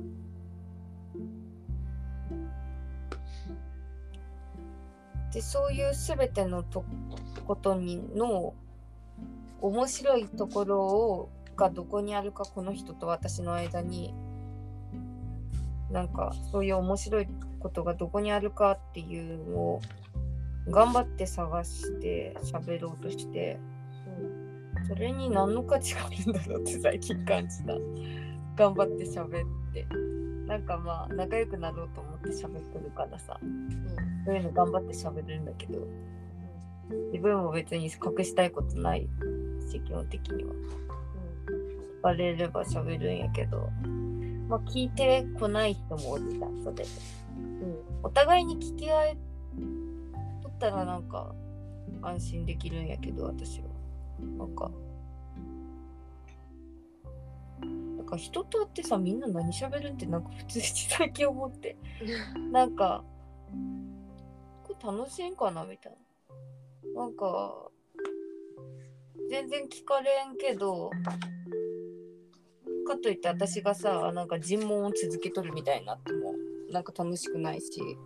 でそういう全てのとことにの面白いところをがどこにあるか、この人と私の間になんかそういう面白いことがどこにあるかっていうのを頑張って探して喋ろうとして、うん、それに何の価値があるんだろうって最近感じた。頑張って喋ってなんかまあ仲良くなろうと思って喋ってるからさ、うん、そういうの頑張って喋るんだけど、自分も別に隠したいことないし、基本的には、うん、バレれば喋るんやけど、まあ聞いてこない人もおるじゃん、それで、うん、お互いに聞き合えとったらなんか安心できるんやけど、私はなんかなんか人と会ってさ、みんな何喋るんってなんか普通に最近思ってなんかこれ楽しいんかなみたいな、なんか全然聞かれんけど、かといって私がさなんか尋問を続けとるみたいになってもなんか楽しくないし、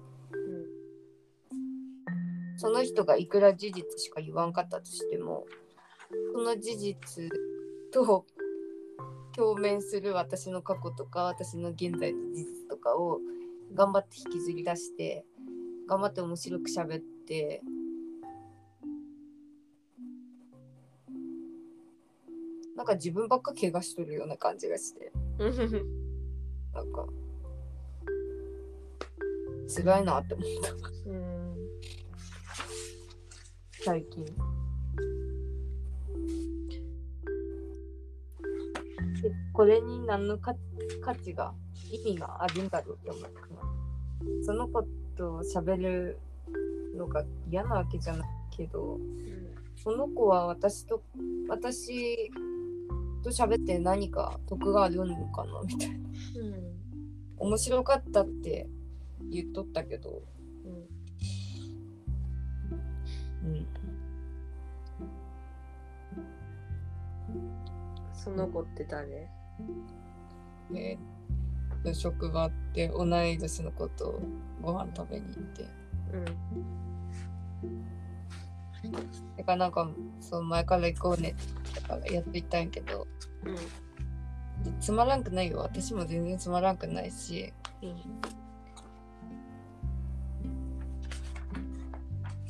うん、その人がいくら事実しか言わんかったとしても、その事実と共鳴する私の過去とか私の現在の事実とかを頑張って引きずり出して頑張って面白く喋って、なんか自分ばっか怪我しとるような感じがしてなんか辛いなって思ったうん最近でこれに何の価値が意味があるんだろうって思った。その子と喋るのが嫌なわけじゃないけど、うん、その子は私と私と喋って何か得があるのかなみたいな、うん、面白かったって言っとったけど、うん、うん、 その子って誰？ えー、職場って同い年の子とご飯食べに行って、うん、だからなんかそう前から行こうねってだからやっていったんやけど、うん、つまらんくないよ、私も全然つまらんくないし、うん、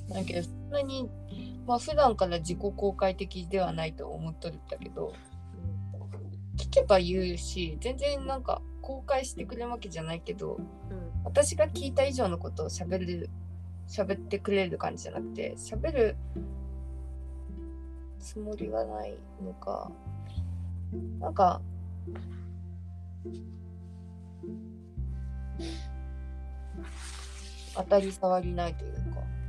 だけどそんなにまあ普段から自己公開的ではないと思っとるんだけど、聞けば言うし全然なんか公開してくれるわけじゃないけど、うん、私が聞いた以上のことを喋る喋ってくれる感じじゃなくて、喋るつもりがないのか、なんか当たり障りないというか、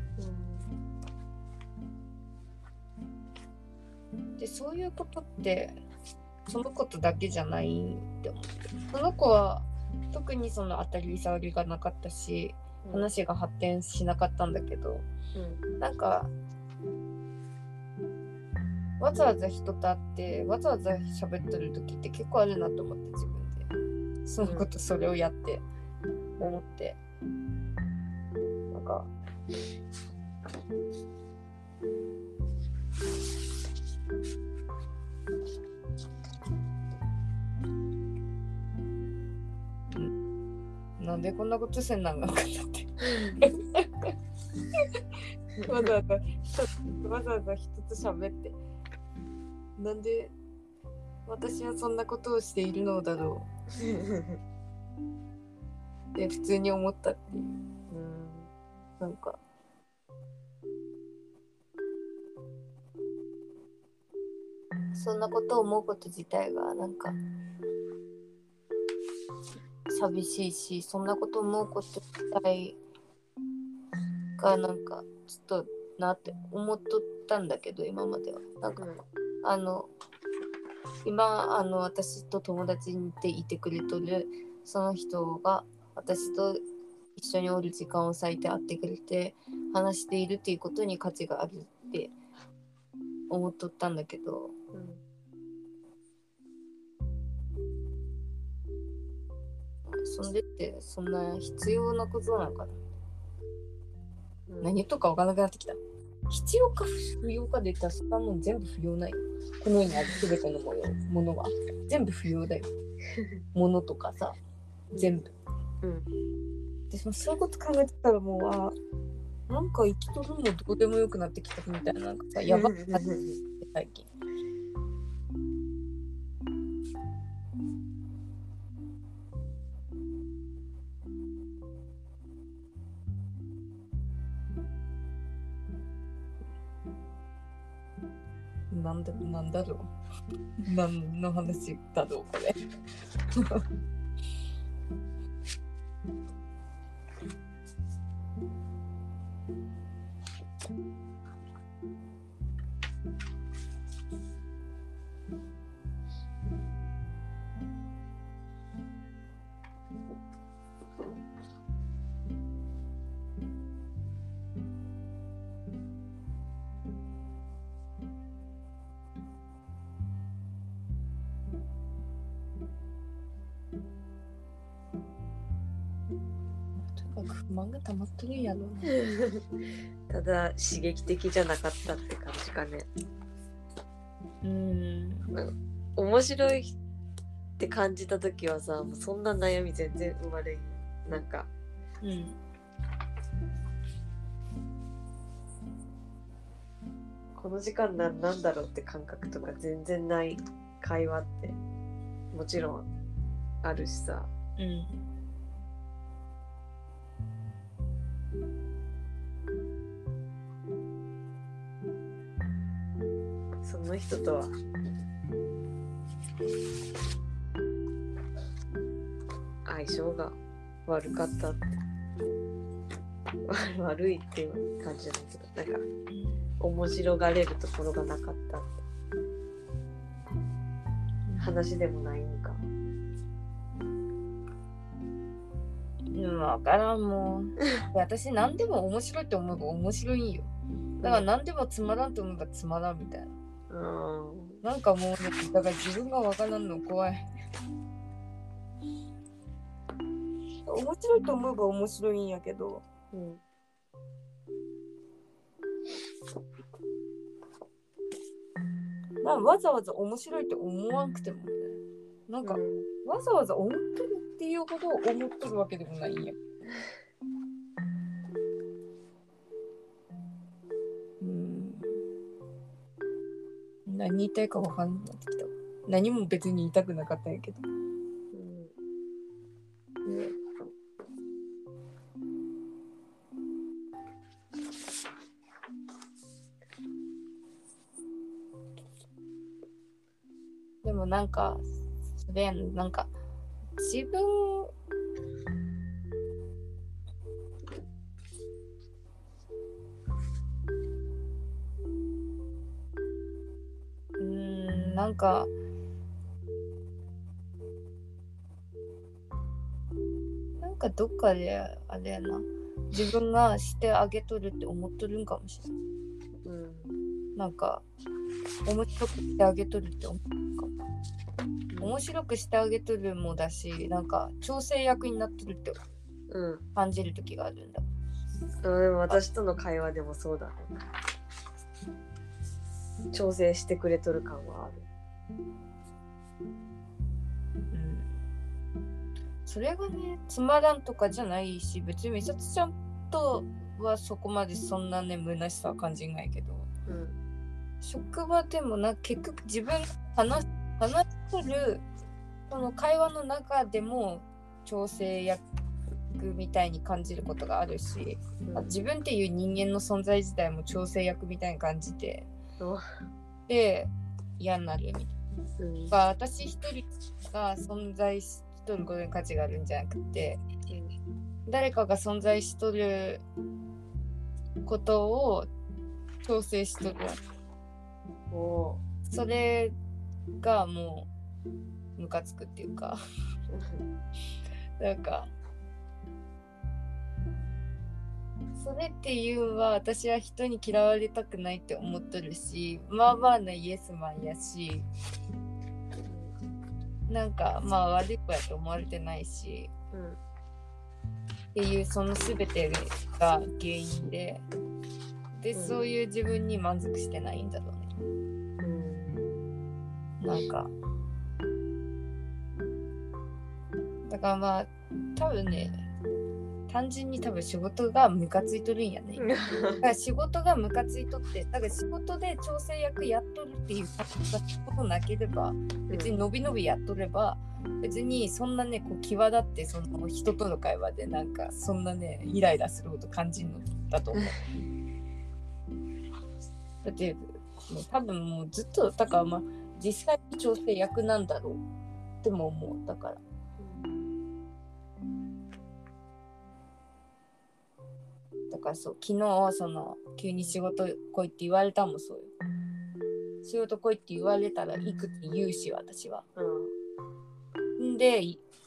うん、でそういうことってそのことだけじゃないって思って、その子は特にその当たり障りがなかったし、うん、話が発展しなかったんだけど、うん、なんかわざわざ人と会ってわざわざ喋ってる時って結構あるなと思って、自分でそのことそれをやって思って、うん、なんかなんでこんなことせんなんかなってわざわざわざわざ人と喋ってなんで私はそんなことをしているのだろうって普通に思ったっていう、うん、なんかそんなことを思うこと自体がなんか寂しいし、そんなこと思うこと自体がなんかちょっとなって思っとったんだけど、今まではなんか、うん、あの今あの私と友達でいてくれとるその人が私と一緒におる時間を割いて会ってくれて話しているっていうことに価値があるって思っとったんだけど、うん、そんでってそんな必要なことなのかな、うん、何言っとか分からなくなってきた。必要か不要かで言ったらそんなもん全部不要ない。この世にある全てのもの、ものは全部不要だよ。ものとかさ全部、うん、でもそういうこと考えてたらもうあなんか生きとるもどうでもよくなってきたみたいな、なんかさやばくなって最近。なんだなんだろう何の話だろうこれ。不満が溜まってるんやろただ刺激的じゃなかったって感じかね。うーん面白いって感じた時はさ、もうそんな悩み全然生まれん。なんか、うん、この時間ななんだろうって感覚とか全然ない会話ってもちろんあるしさ、うん、その人とは相性が悪かったって悪いっていう感じじゃないけど、なんか面白がれるところがなかったって話でもないんか。 分からんもん私何でも面白いって思えば面白いんよ。だから何でもつまらんと思えばつまらんみたいな、うん、なんかもう、ね、だから自分が分からんの怖い。面白いと思えば面白いんやけど、うん、まあわざわざ面白いって思わんくてもね、なんか、うん、わざわざ思ってるっていうほど思ってるわけでもないんや。うん、何言いたいか分かんなくなってきた。何も別に言いたくなかったんやけど、うんね、でもなんかそれやん、なんか自分うーんなんかなんかどっかであれやな、自分がしてあげとるって思っとるんかもしれない、うん、なんか面白くしてあげとるって思うかも、面白くしてあげとるもだし、なんか調整役になってるって感じる時があるんだ、 うん、でも私との会話でもそうだね、調整してくれとる感はある。 うん、それがねつまらんとかじゃないし、別に美里ちゃんとはそこまでそんなね虚しさは感じないけど、うん、職場でもな結局自分話話してるその会話の中でも調整役みたいに感じることがあるし、うん、自分っていう人間の存在自体も調整役みたいに感じて、うん、で嫌になるみたいな、うん、私一人が存在しとることに価値があるんじゃなくて、うん、誰かが存在しとることを調整しとる、おそれがもうムカつくっていうかなんかそれっていうのは私は人に嫌われたくないって思っとるし、まあまあなイエスマンやし、なんかまあ悪い子やと思われてないし、うん、っていうその全てが原因でで、うん、そういう自分に満足してないんだろうね、うん、なんかだからまあ多分ね単純に多分仕事がムカついとるんやね。だから仕事がムカついとって、だから仕事で調整役やっとるっていうことなければ、別に伸び伸びやっとれば、別にそんなねこう際立ってその人との会話でなんかそんなねイライラすること感じるのだと思う。だってもう多分もうずっとだからまあ実際調整役なんだろうっても思う。だから。だからそう昨日その急に仕事来いって言われたもそうよ。仕事来いって言われたら行くって言うし私は。うん、で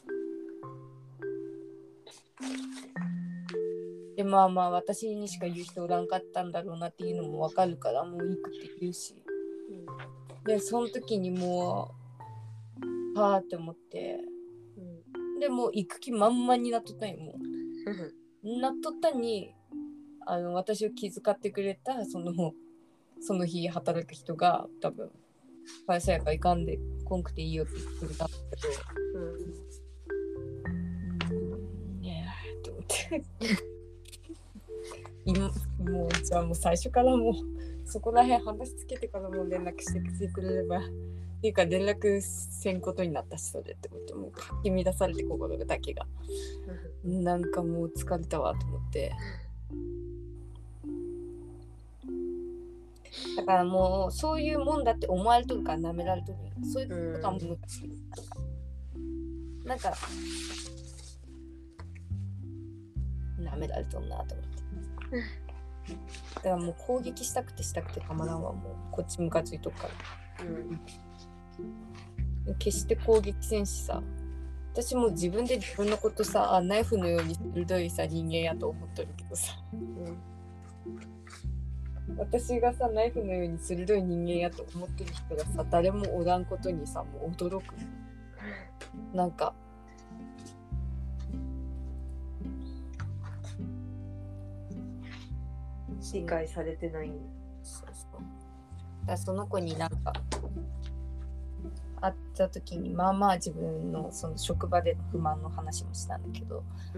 でまあまあ私にしか言う人おらんかったんだろうなっていうのも分かるからもう行くって言うし。うん、でその時にもうはーって思って、うん、でもう行く気満々になっとったんよもう。なっとったに。あの私を気遣ってくれたそのその日働く人が多分会社やから行かんで来んくていいよって言ってくれたんだけど、うん、ねえと思って今もうじゃあもう最初からもうそこら辺話つけてからも連絡してきてくれればっていうか連絡せんことになったしそれって思ってもうかき乱されて心だけがなんかもう疲れたわと思って。だからもうそういうもんだって思われとるから舐められとるよ。そういうことはもう昔なんか舐められとんなと思ってだからもう攻撃したくてしたくてたまらんわ。もうこっちムカついとくから、うん、決して攻撃せんしさ私も自分で自分のことさナイフのように鋭いさ人間やと思っとるけどさ、うん私がさナイフのように鋭い人間やと思ってる人がさ誰もおらんことにさもう驚く。なんか理解されてない。 そうそう。だその子になんか会った時にまあまあ自分のその職場での不満の話もしたんだけど、うん、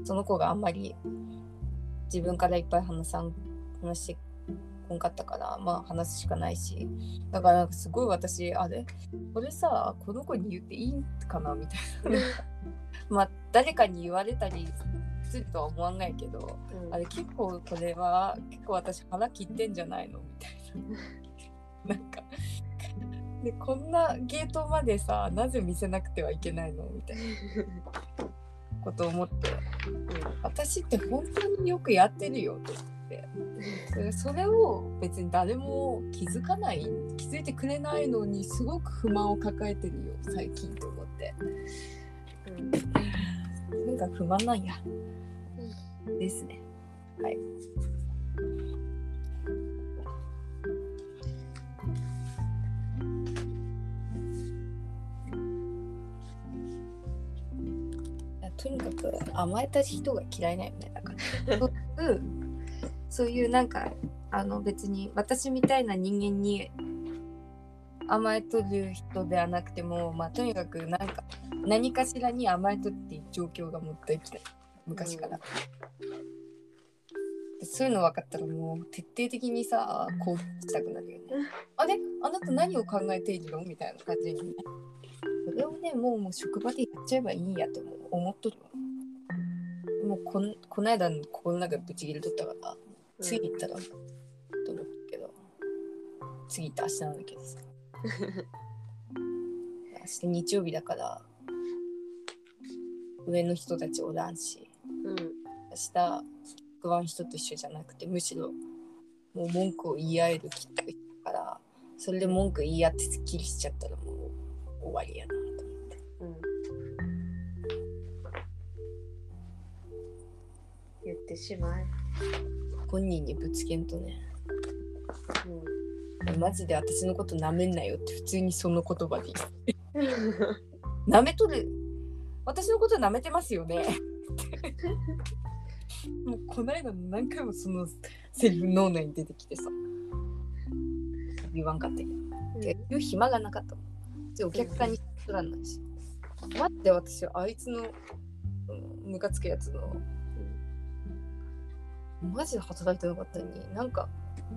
その子があんまり自分からいっぱい話さん話してこんかったからまあ話すしかないしだからなんかすごい私あれこれさこの子に言っていいんかなみたいなまあ誰かに言われたりするとは思わないけど、うん、あれ結構これは結構私腹切ってんじゃないのみたいななんかでこんなゲートまでさなぜ見せなくてはいけないのみたいなことを思って、うん、私って本当によくやってるよと思ってそれを別に誰も気づかない気づいてくれないのにすごく不満を抱えてるよ最近と思って、うん、なんか不満なんや、うん、ですねはいとにかく甘えた人が嫌いなよねだからそういうそういうなんかあの別に私みたいな人間に甘えとる人ではなくてもまあとにかくなんか何かしらに甘えとっていう状況がもったいきたい昔から、うん、そういうの分かったらもう徹底的にさ攻撃したくなるよねあれあなた何を考えているのみたいな感じにねそれをねもうもう職場でやっちゃえばいいんやと思っとるわもうこんこの間ここの中でぶち切れとったから次行ったら、うん、と思ったけど次行って明日なんだけどさ明日日曜日だから上の人たちおらんし、うん、明日不安人と一緒じゃなくてむしろもう文句を言い合えるきっとからそれで文句言い合ってスッキリしちゃったらもう終わりやなと思って、 うん、言ってしまえ。 本人にぶつけんとね、 うん、 マジで私のこと舐めんなよって普通にその言葉で言う舐めとる、私のこと舐めてますよねもうこの間も何回もそのセリフ脳内に出てきてさ、言わんかったけど、うん、言う暇がなかったもん。お客さんにしとらんないし、うん、待って私あいつのムカつくやつの、うん、マジで働いてなかったのに、なんか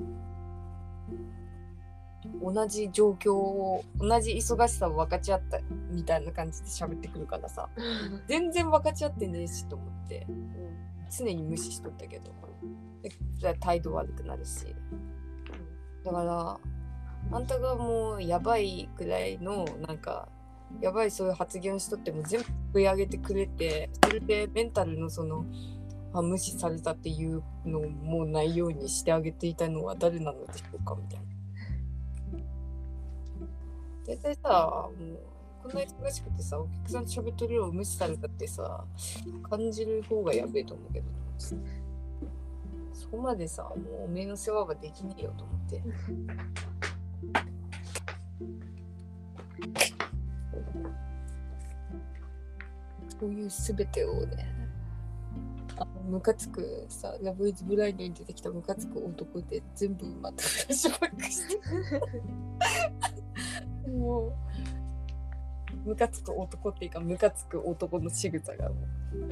同じ状況を同じ忙しさを分かち合ったみたいな感じで喋ってくるからさ全然分かち合ってねえしと思って、うん、常に無視しとったけど態度悪くなるし、だからあんたがもうやばいくらいのなんかやばいそういう発言しとっても全部食い上げてくれて、それでメンタルのそのあ無視されたっていうのもないようにしてあげていたのは誰なのでしょうかみたいな。絶対さ、もうこんな忙しくてさ、お客さんと喋っとるよう無視されたってさ、感じる方がやべえと思うけど、そこまでさ、もうおめえの世話はできねえよと思って。そういうすべてをね、あのムカつくさ、ラブイズブラインドに出てきたムカつく男で全部またフラッシュバックしてもうムカつく男っていうかムカつく男の仕草がもう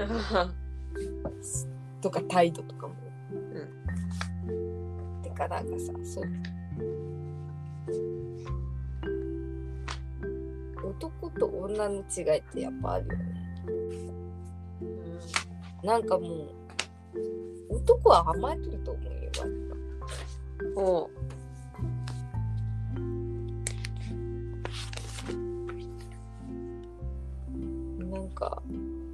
とか態度とかも、うん、てかなんかさ、そう男と女の違いってやっぱあるよね、うん、なんかもう男は甘えとると思うよ。おうなんか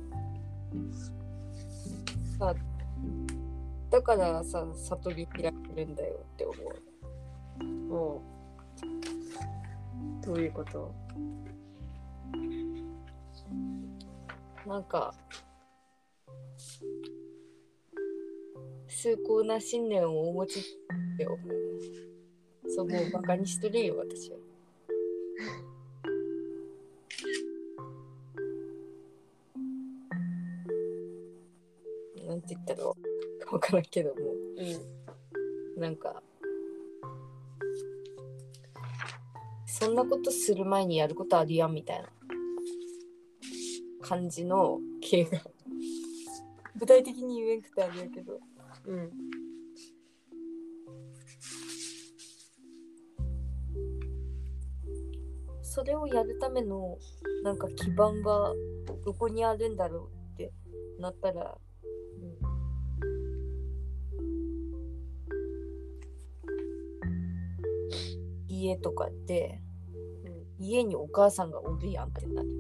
さ、だからさ悟り開けるんだよって思う。おうどういうこと？なんか崇高な信念をお持ちって思う。そう、もうバカにしとるよ私は。なんて言ったら分からんけども、うん、なんかそんなことする前にやることあるやんみたいな感じの系が具体的に言えんくてあれやけど、うん、それをやるためのなんか基盤はどこにあるんだろうってなったら、うん、家とかで、うん、家にお母さんがおるやんってなる。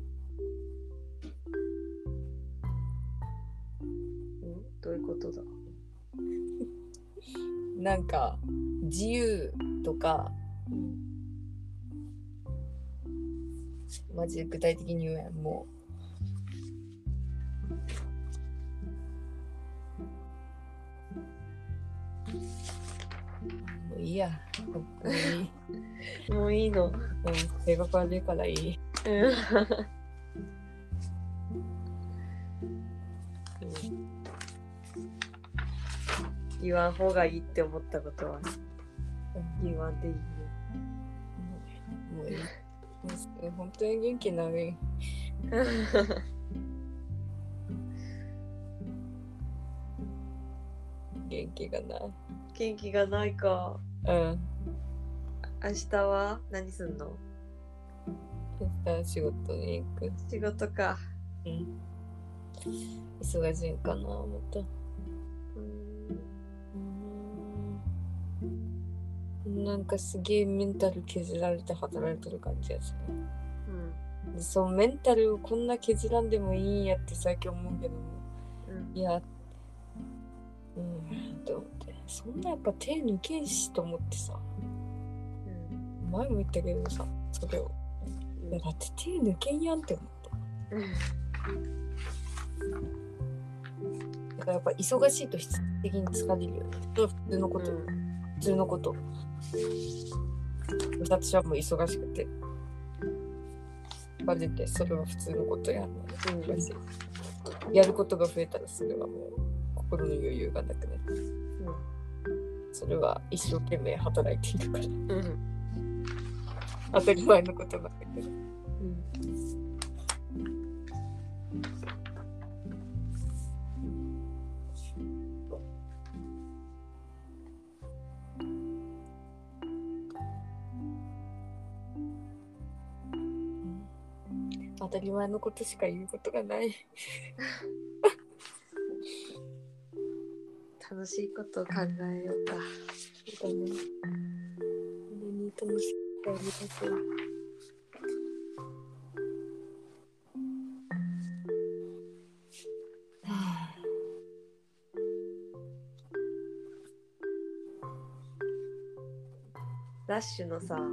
どういうことだなんか自由とかマジで具体的に言うやん、もうもういいや、もういいもういいの、うん、性格悪いからいい言わん方がいいって思ったことは言わんでいいよ。もういい。もう本当に元気なのに。元気がない。元気がないか。うん。明日は何すんの？明日は仕事に行く。仕事か。うん。忙しいかな、また。なんかすげえメンタル削られて働いてる感じがする、うん、でそうメンタルをこんな削らんでもいいんやって最近思うけども、うん、いやうんと思ってそんなやっぱ手抜けんしと思ってさ、うん、 前も言ったけどさ、それを。いやだって手抜けんやんって思った。だからやっぱ忙しいと質的に疲れるよね。それは普通のこと、うん、普通のこと。私はもう忙しくて疲れて、それは普通のことやるので、うん、やることが増えたらそれはもう心の余裕がなくなる、うん、それは一生懸命働いているから、うん、当たり前のことなんだけど、うん当たり前のことしか言うことがない楽しいことを考えようか。 そうだね。何楽しいことありましょう。 ラッシュのさ、うん、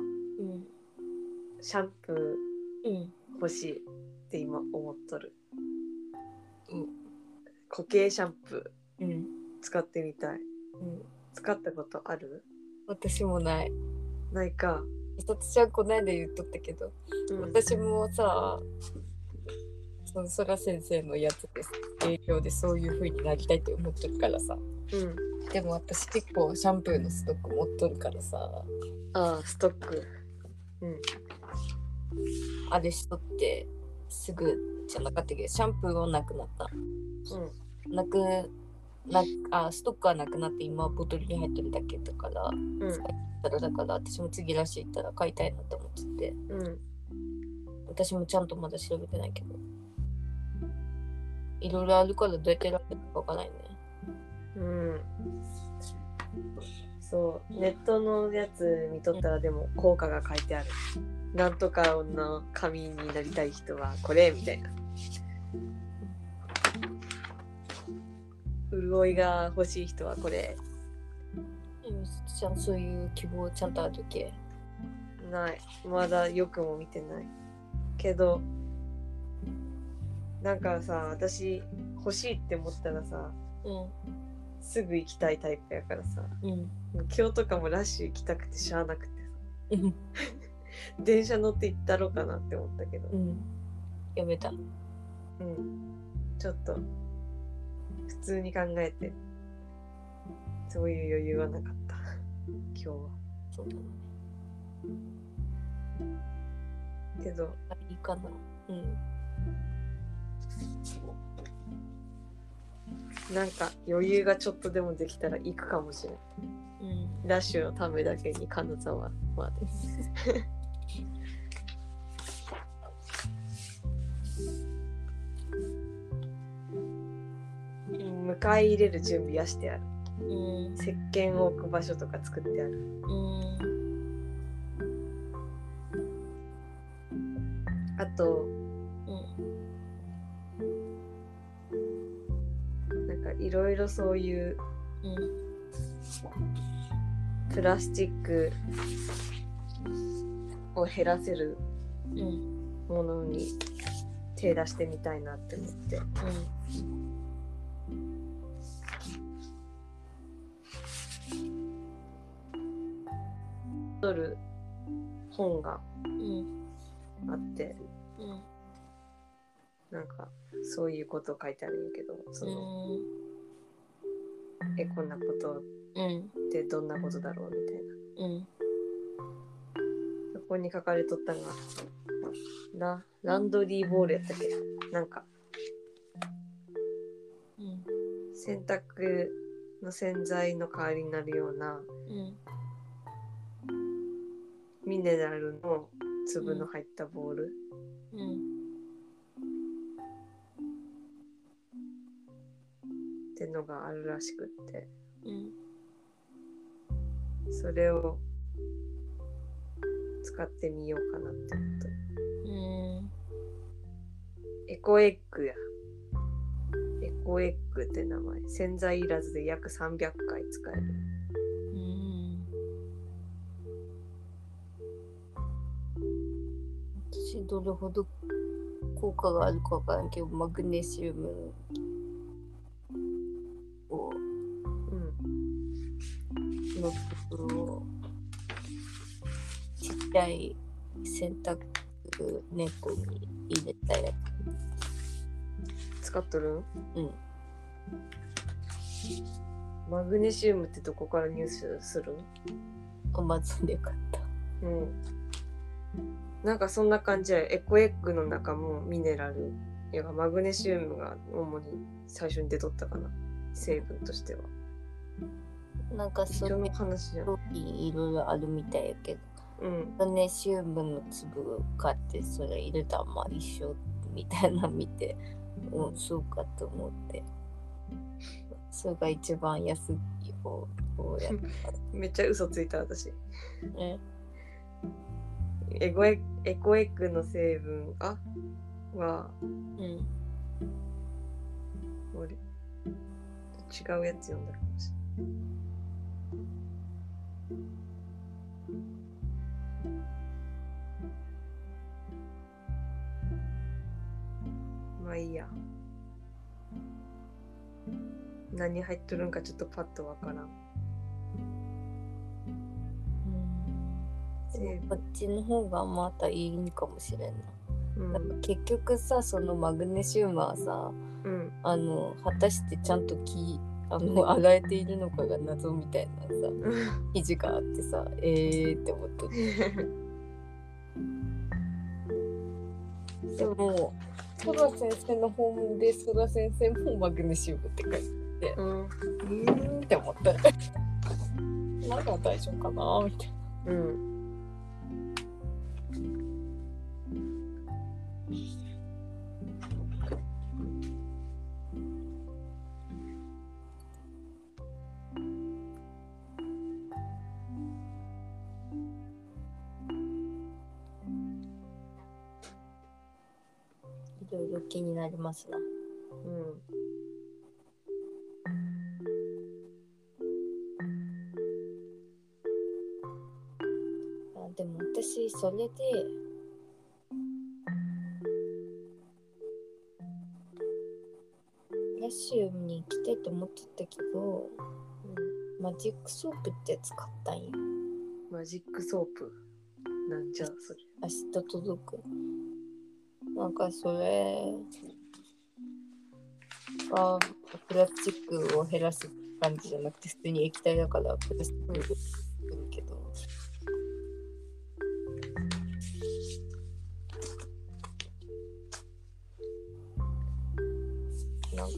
シャンプー欲しいって今思っとる、うん、固形シャンプー、うん、使ってみたい、うん、使ったことある？ 私もないないか。 ひとつちゃんこないで言っとったけど、うん、私もさそのそら先生のやつです影響でそういう風になりたいって思ってるからさ、うん、でも私結構シャンプーのストック持っとるからさ。 ああストック、うん、 あれしとってすぐじゃなかったけどシャンプーはなくなった、うん、なくなあストックはなくなって今ボトルに入ってるだけだから、うん、使ったらだから私も次らしい行ったら買いたいなって思ってて、うん、私もちゃんとまだ調べてないけどいろいろあるからどうやって選べるかわからないね。 うんそうネットのやつ見とったらでも効果が書いてある、うん、なんとかの髪になりたい人はこれみたいな、潤いが欲しい人はこれ。 ちゃんそういう希望ちゃんとあるけ？ ない、まだよくも見てないけどなんかさ私欲しいって思ったらさ、うんすぐ行きたいタイプやからさ、うん、今日とかもラッシュ行きたくてしゃあなくてさ電車乗って行ったろうかなって思ったけど、うん、 やめた。うんちょっと普通に考えてそういう余裕はなかった今日は。そうだねけどいいかな。うんなんか余裕がちょっとでもできたら行くかもしれない、うん、ラッシュのためだけに金沢まで迎え入れる準備はしてある、うん、石鹸を置く場所とか作ってある、うん、あと、いろいろそういう、うん、プラスチックを減らせるものに手出してみたいなって思って、うん、撮る本があって、うんうん、なんかそういうこと書いてあるんやけどその、うんえこんなことってどんなことだろうみたいな、うん、そこに書かれとったのがラランドリーボールやったっけなんか、うん、洗濯の洗剤の代わりになるような、うん、ミネラルの粒の入ったボール、うんうんってのがあるらしくって、うん、それを使ってみようかなって思った、うん、エコエッグやエコエッグって名前洗剤いらずで約さんびゃっかい使える、うん、 私どれほど効果があるかわからんけど、マグネシウムを、 うん、 の粒をちっちゃい洗濯猫に入れたやつ使っとるん？ つ。うん。 マグネシウムってどこから入手する？ アマゾンで買った。 うん。なんかそんな感じや。エコエッグの中もミネラルやマグネシウムが主に最初に出とったかな、成分としては。 なんかその話じゃん。 いろいろあるみたいやけど、 うん、 マグネシウムの粒買ってそれ入れたらまあ一緒みたいなの見て、うん、そうかと思って、それが一番安い方をやった。 めっちゃ嘘ついた私。 えエゴエエコエッグの成分あは、 うん、 俺違うやつ読んだかもしれない。まあいいや。何入っとるんかちょっとパッとわからん。 こっちの方がまたいいんかもしれんな。 うん、 なんか結局さ、そのマグネシウムはさ、 うん、 あの果たしてちゃんときあの洗えているのかが謎みたいなさ記事があってさ、えーって思った。でもソラ先生の本でソラ先生もマグネシウムって書いてて、うん、うーんって思った。なんか大丈夫かなみたいな。うん。いろいろ気になりますな。うん。あ、でも私それでラッシュに行きたいと思ってたけど、うん、マジックソープって使ったんよ。 マジックソープなんじゃそれ。 明日届く。なんかそれはプラスチックを減らす感じじゃなくて普通に液体だからプラスチックを減るけど、なんか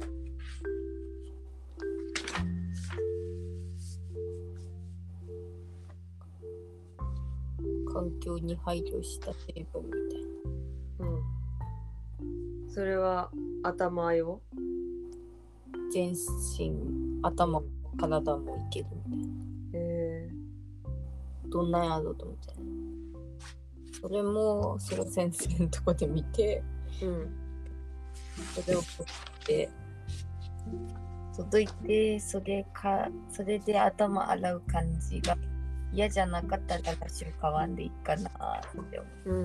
環境に配慮した成分みたいな。 うん。それは頭よ？ 全身、頭、体もいけるみたいな。 へえ。 どんなんやろうと思って。それもその先生のとこで見て、うん、それを取って届いて、それかそれで頭洗う感じが嫌じゃなかったらラッシュ買わんでいいかなって思う。うん。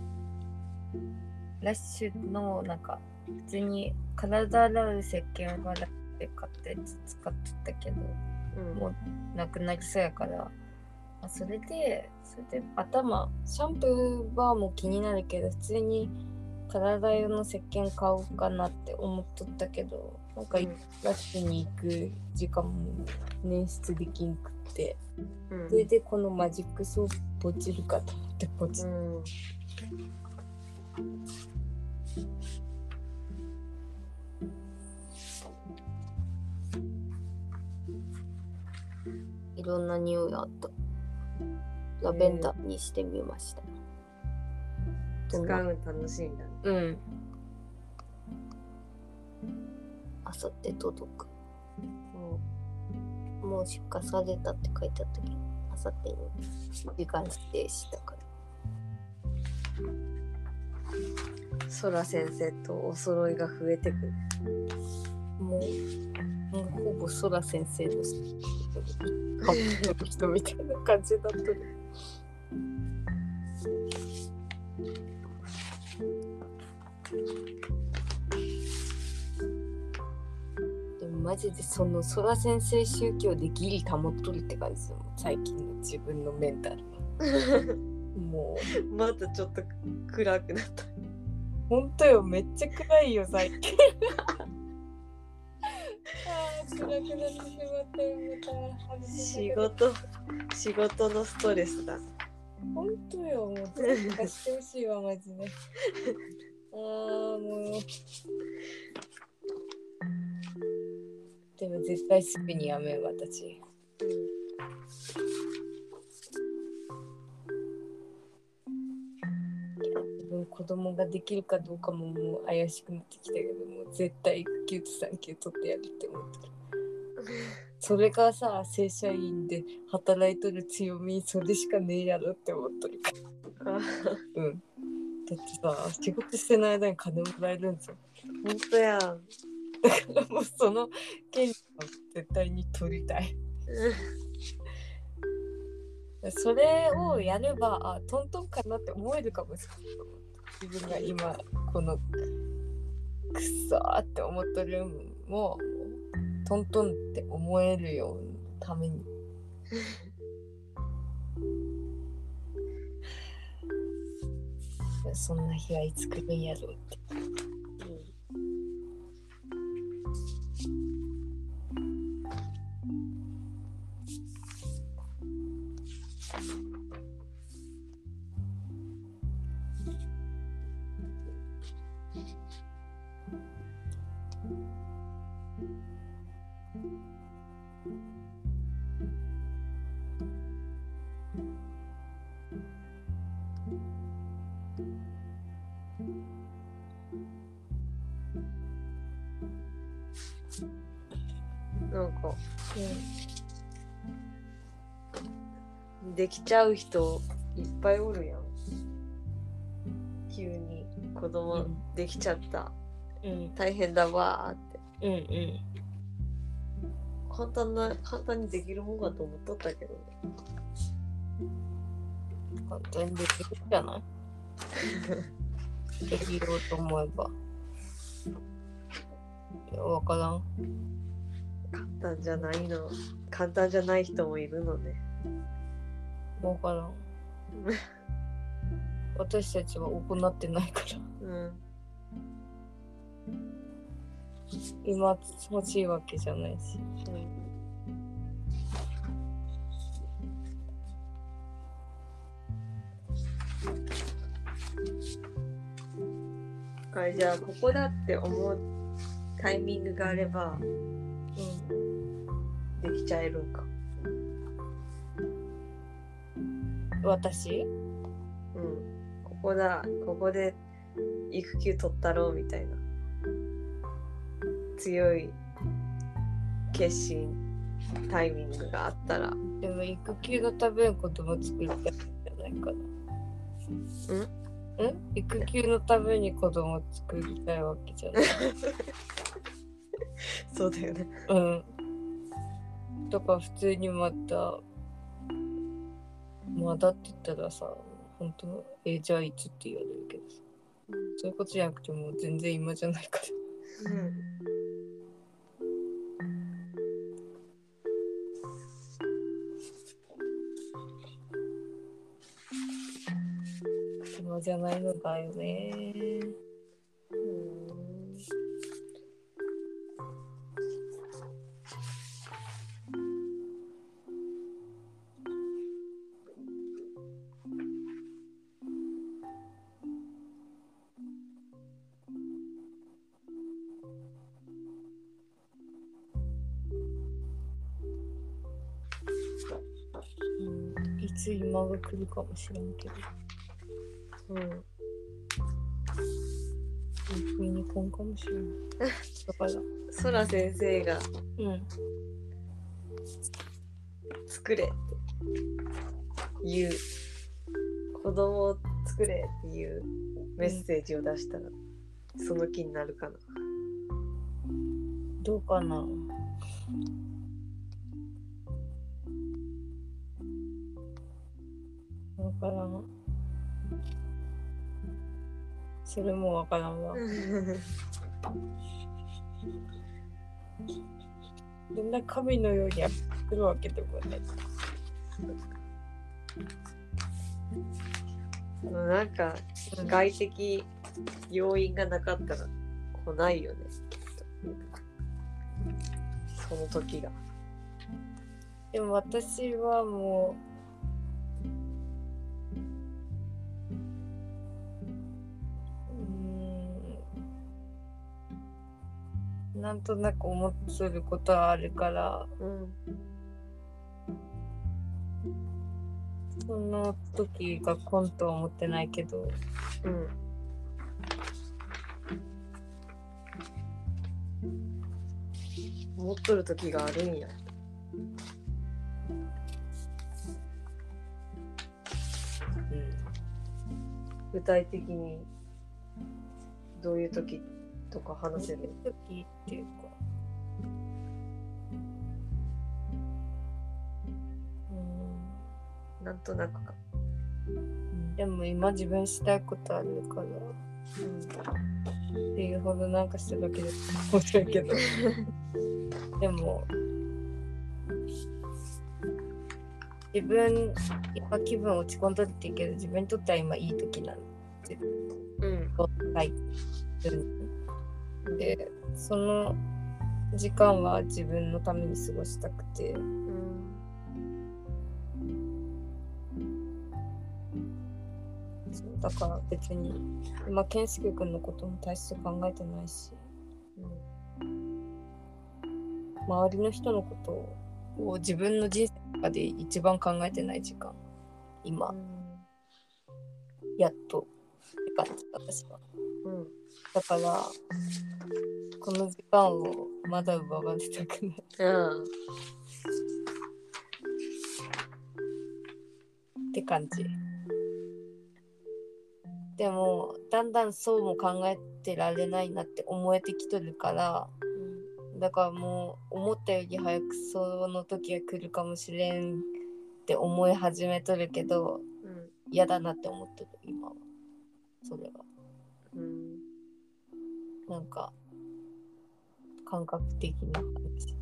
ラッシュのなんか普通に体洗う石鹸を洗って買ったやつ使ってたけど、うん、もうなくなりそうやから、あ、それでそれで頭シャンプーバーも気になるけど普通に体用の石鹸買おうかなって思っとったけど、なんか、うん、ラッシュに行く時間も捻出できんくって、うん、それでこのマジックソープポチるかと思ってポチる、うん、いろんな匂いあった。ラベンダーにしてみました。 使うの楽しいんだね。 うん。あさって届く。うん、もう出荷されたって書いてあったけど、あさってに時間指定したから。 ソラ先生とお揃いが増えてくる。 もう、もうほぼソラ先生の人みたいな感じだったね。 でもマジでその空先生宗教でギリ保っとるって感じですよ。最近の自分のメンタルは。もうまたちょっと暗くなった。 ほんとよ、めっちゃ暗いよ最近。あー、暗くなってしまったよ。また仕事仕事のストレスだ。 ほんとよ、もうどうにかしてほしいわマジで。あーもう。でも絶対すぐにやめよう私。自分子供ができるかどうかももう怪しくなってきたけど、もう絶対育休と産休取ってやるって思ってる。それがさ、正社員で働いとる強みそれしかねえやろって思っとるから。うん。だってさ、仕事してない間に金もらえるんですよ。 ほんとやん。 だからもうその権利は絶対に取りたい。それをやれば、あ、トントンかなって思えるかもしれない。自分が今このくそーって思っとるのもトントンって思えるようなために。そんな日はいつ来るんやろうって。 なんか、うん、できちゃう人いっぱいおるやん。急に子供できちゃった、うん、大変だわーって、うんうん、簡単な簡単にできるもんかと思っとったけどね。 簡単にできるじゃないできようと思えば。いや、わからん。 簡単じゃないの。簡単じゃない人もいるのね。 わからん。私たちは行ってないから。うん。今欲しいわけじゃないし。うん。 あれじゃあここだって思うタイミングがあれば、うん、できちゃえるんか。 私？ うん。ここだ、ここで育休取ったろうみたいな強い決心タイミングがあったら。 でも育休のために子供作りたいんじゃないかな。うん？ん？育休のために子供作りたいわけじゃない。 そうだよね。 うん。だから普通にまたまだって言ったらさ、本当えー、じゃあいつって言われるけどさ、うん、そういうことじゃなくても全然今じゃないから。うん。今じゃないのだよね。うん。いつ今が来るかもしれんけど。うん。不意に来んかもしれない。だから。 そら先生が、うん。作れって言う。子供を作れっていうメッセージを出したら、うん、その気になるかな。 どうかな。だからそれもわからんわ。そんな神のように作るわけでもない。 なんか外的要因がなかったら来ないよね、きっと。その時が。 でも私はもう、うーん、なんとなく思ってることはあるから、 うん、 その時が来んとは思ってないけど、 うん。持っとる時があるんや。 うん、 具体的にどういう時とか話せる？ 時っていうか、 うん、なんとなくか。 でも今自分したいことあるから、うん、っていうほどなんかしただけで面白いけどでも自分今気分落ち込んどっていいけど、自分にとっては今いい時なんで、 うん、 はい、でその時間は自分のために過ごしたくて、うん、そうだから別に今健介君のことも大して考えてないし、うん、周りの人のことを自分の人生の中で一番考えてない時間今、うん、やっとって感じ私は、うん、だからこの時間をまだ奪われたくない、うん、って感じ。でもだんだんそうも考えてられないなって思えてきとるから、うん、だからもう思ったより早くその時が来るかもしれんって思い始めとるけど、うん、嫌だなって思ってる今はそれは、うん、なんか感覚的な感じ、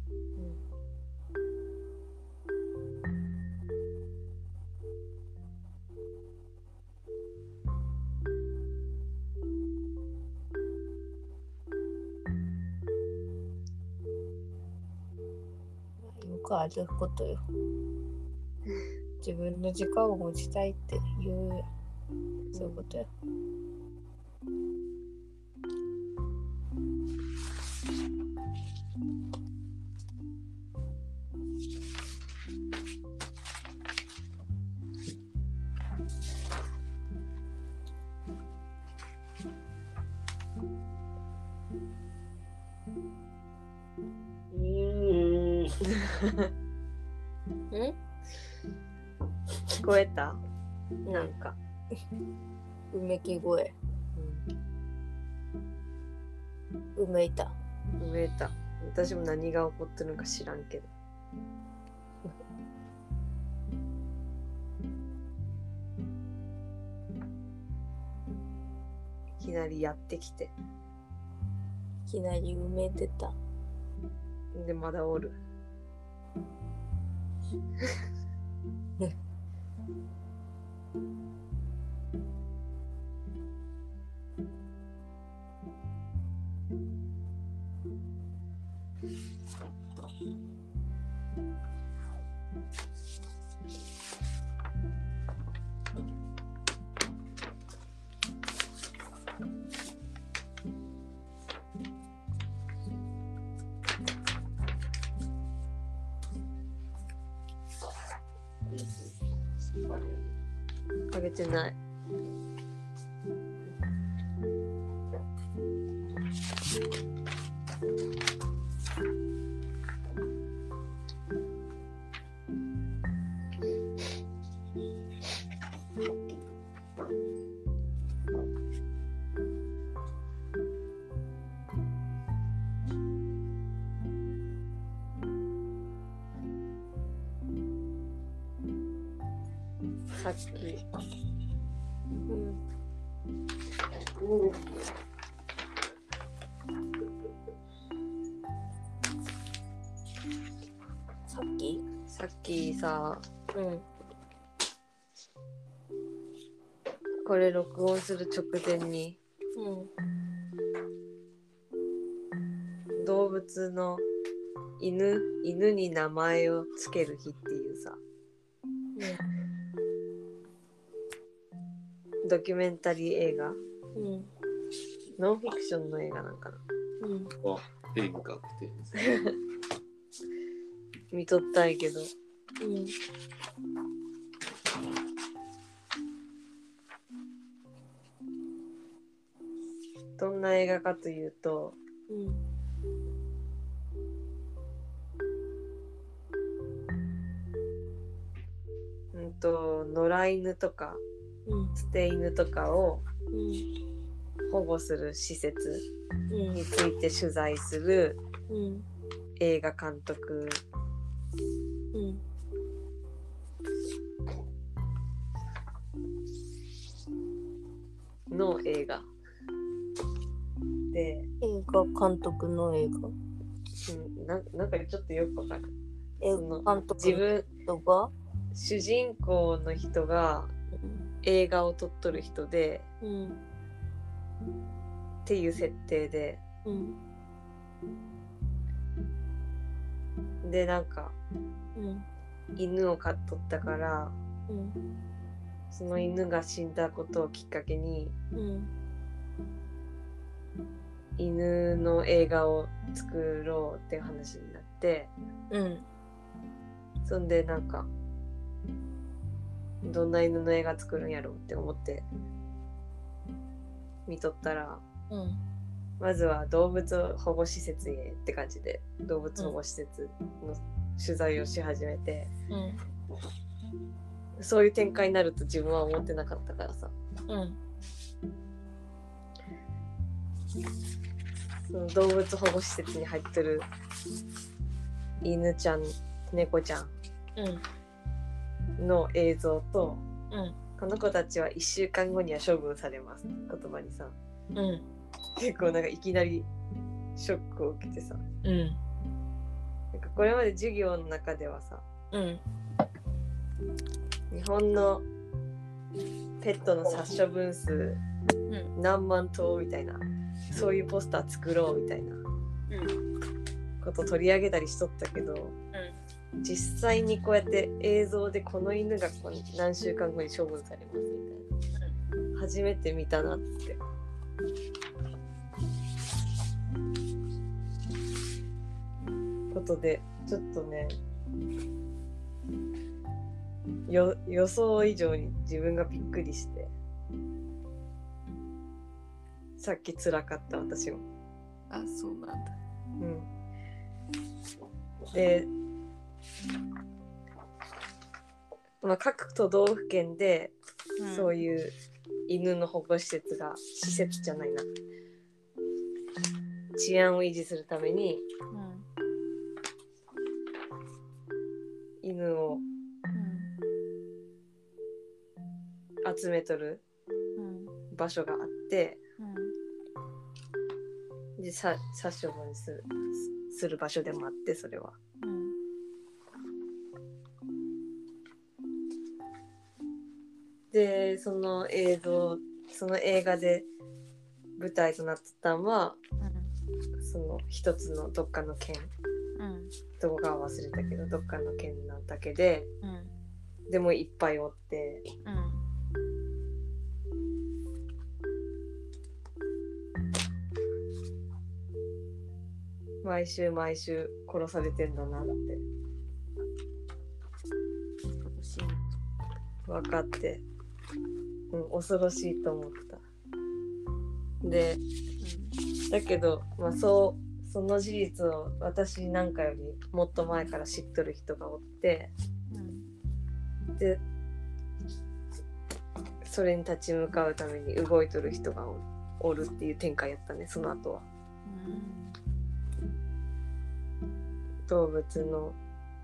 うん、よくあることよ自分の時間を持ちたいっていうそういうことよ。 ん？聞こえた？なんかうめき声、うん、うめいたうめいた。私も何が起こってるのか知らんけどいきなりやってきていきなりうめいてたでまだおるあげてない。さっき、うん、 さっきさっきさ、 うん。 これ録音する直前にうん。 動物の犬犬に名前をつける日っていうさ、ドキュメンタリー映画、 うん。 ノンフィクションの映画なんかな、 うん。 あ、変確定。 見とったんやけど、 うん。 どんな映画かというと、 うん。 うんと野良犬とかうん。 捨て犬とかをうん。 保護する施設うん。 について取材するうん。 映画監督うん。 の映画で、 映画監督の映画。 うん、な, なんかちょっとよくわかる。 映その画監督自分の人が、 主人公の人が映画を撮っとる人で、 うん。 っていう設定で、 うん。 でなんかうん。 犬を飼っとったから、 うん。 その犬が死んだことをきっかけに、 うん。 犬の映画を作ろうっていう話になって、 うん。 そんでなんかどんな犬の映画作るんやろうって思って見とったら、 うん。 まずは動物保護施設へって感じで動物保護施設の取材をし始めて、 うん。 そういう展開になると自分は思ってなかったからさ、 うん。 その動物保護施設に入ってる犬ちゃん猫ちゃんの映像と、 うん。 この子たちはいっしゅうかんごには処分されます言葉にさ、 うん。 結構なんかいきなりショックを受けてさ、 うん。 なんかこれまで授業の中ではさ、 うん。 日本のペットの殺処分数何万頭みたいな、そういうポスター作ろうみたいなこと取り上げたりしとったけど、うん、実際にこうやって映像でこの犬がこう何週間後に処分されますみたいな、うん、初めて見たなってことで、ちょっとねよ予想以上に自分がびっくりして、さっき辛かった私も。 あ、そうなんだ。 うん。で、まあ、各都道府県で、うん、そういう犬の保護施設が施設じゃないな、治安を維持するために、うん、犬を集めとる場所があって、うん、で殺処分する、する場所でもあって、それは、うん、でその映像その映画で舞台となってたのは、うん、その一つのどっかの県、うん、どこかは忘れたけどどっかの県なだけで、うん、でもいっぱいおって、うん毎週毎週殺されてんだなって分かって、うん、恐ろしいと思った。で、うん、だけど、まあ、そうその事実を私なんかよりもっと前から知っとる人がおって、うん、でそれに立ち向かうために動いとる人が お, おるっていう展開やったね、その後は。うん動物の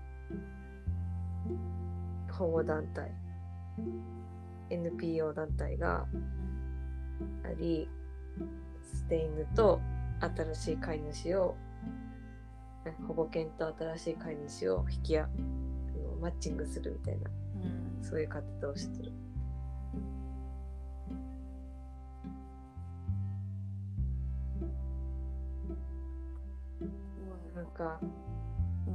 保護団体 エヌピーオー 団体があり、 捨て犬と新しい飼い主を保護犬と新しい飼い主を引きあのマッチングするみたいな、うん、そういう活動をしてる。なんか、うん、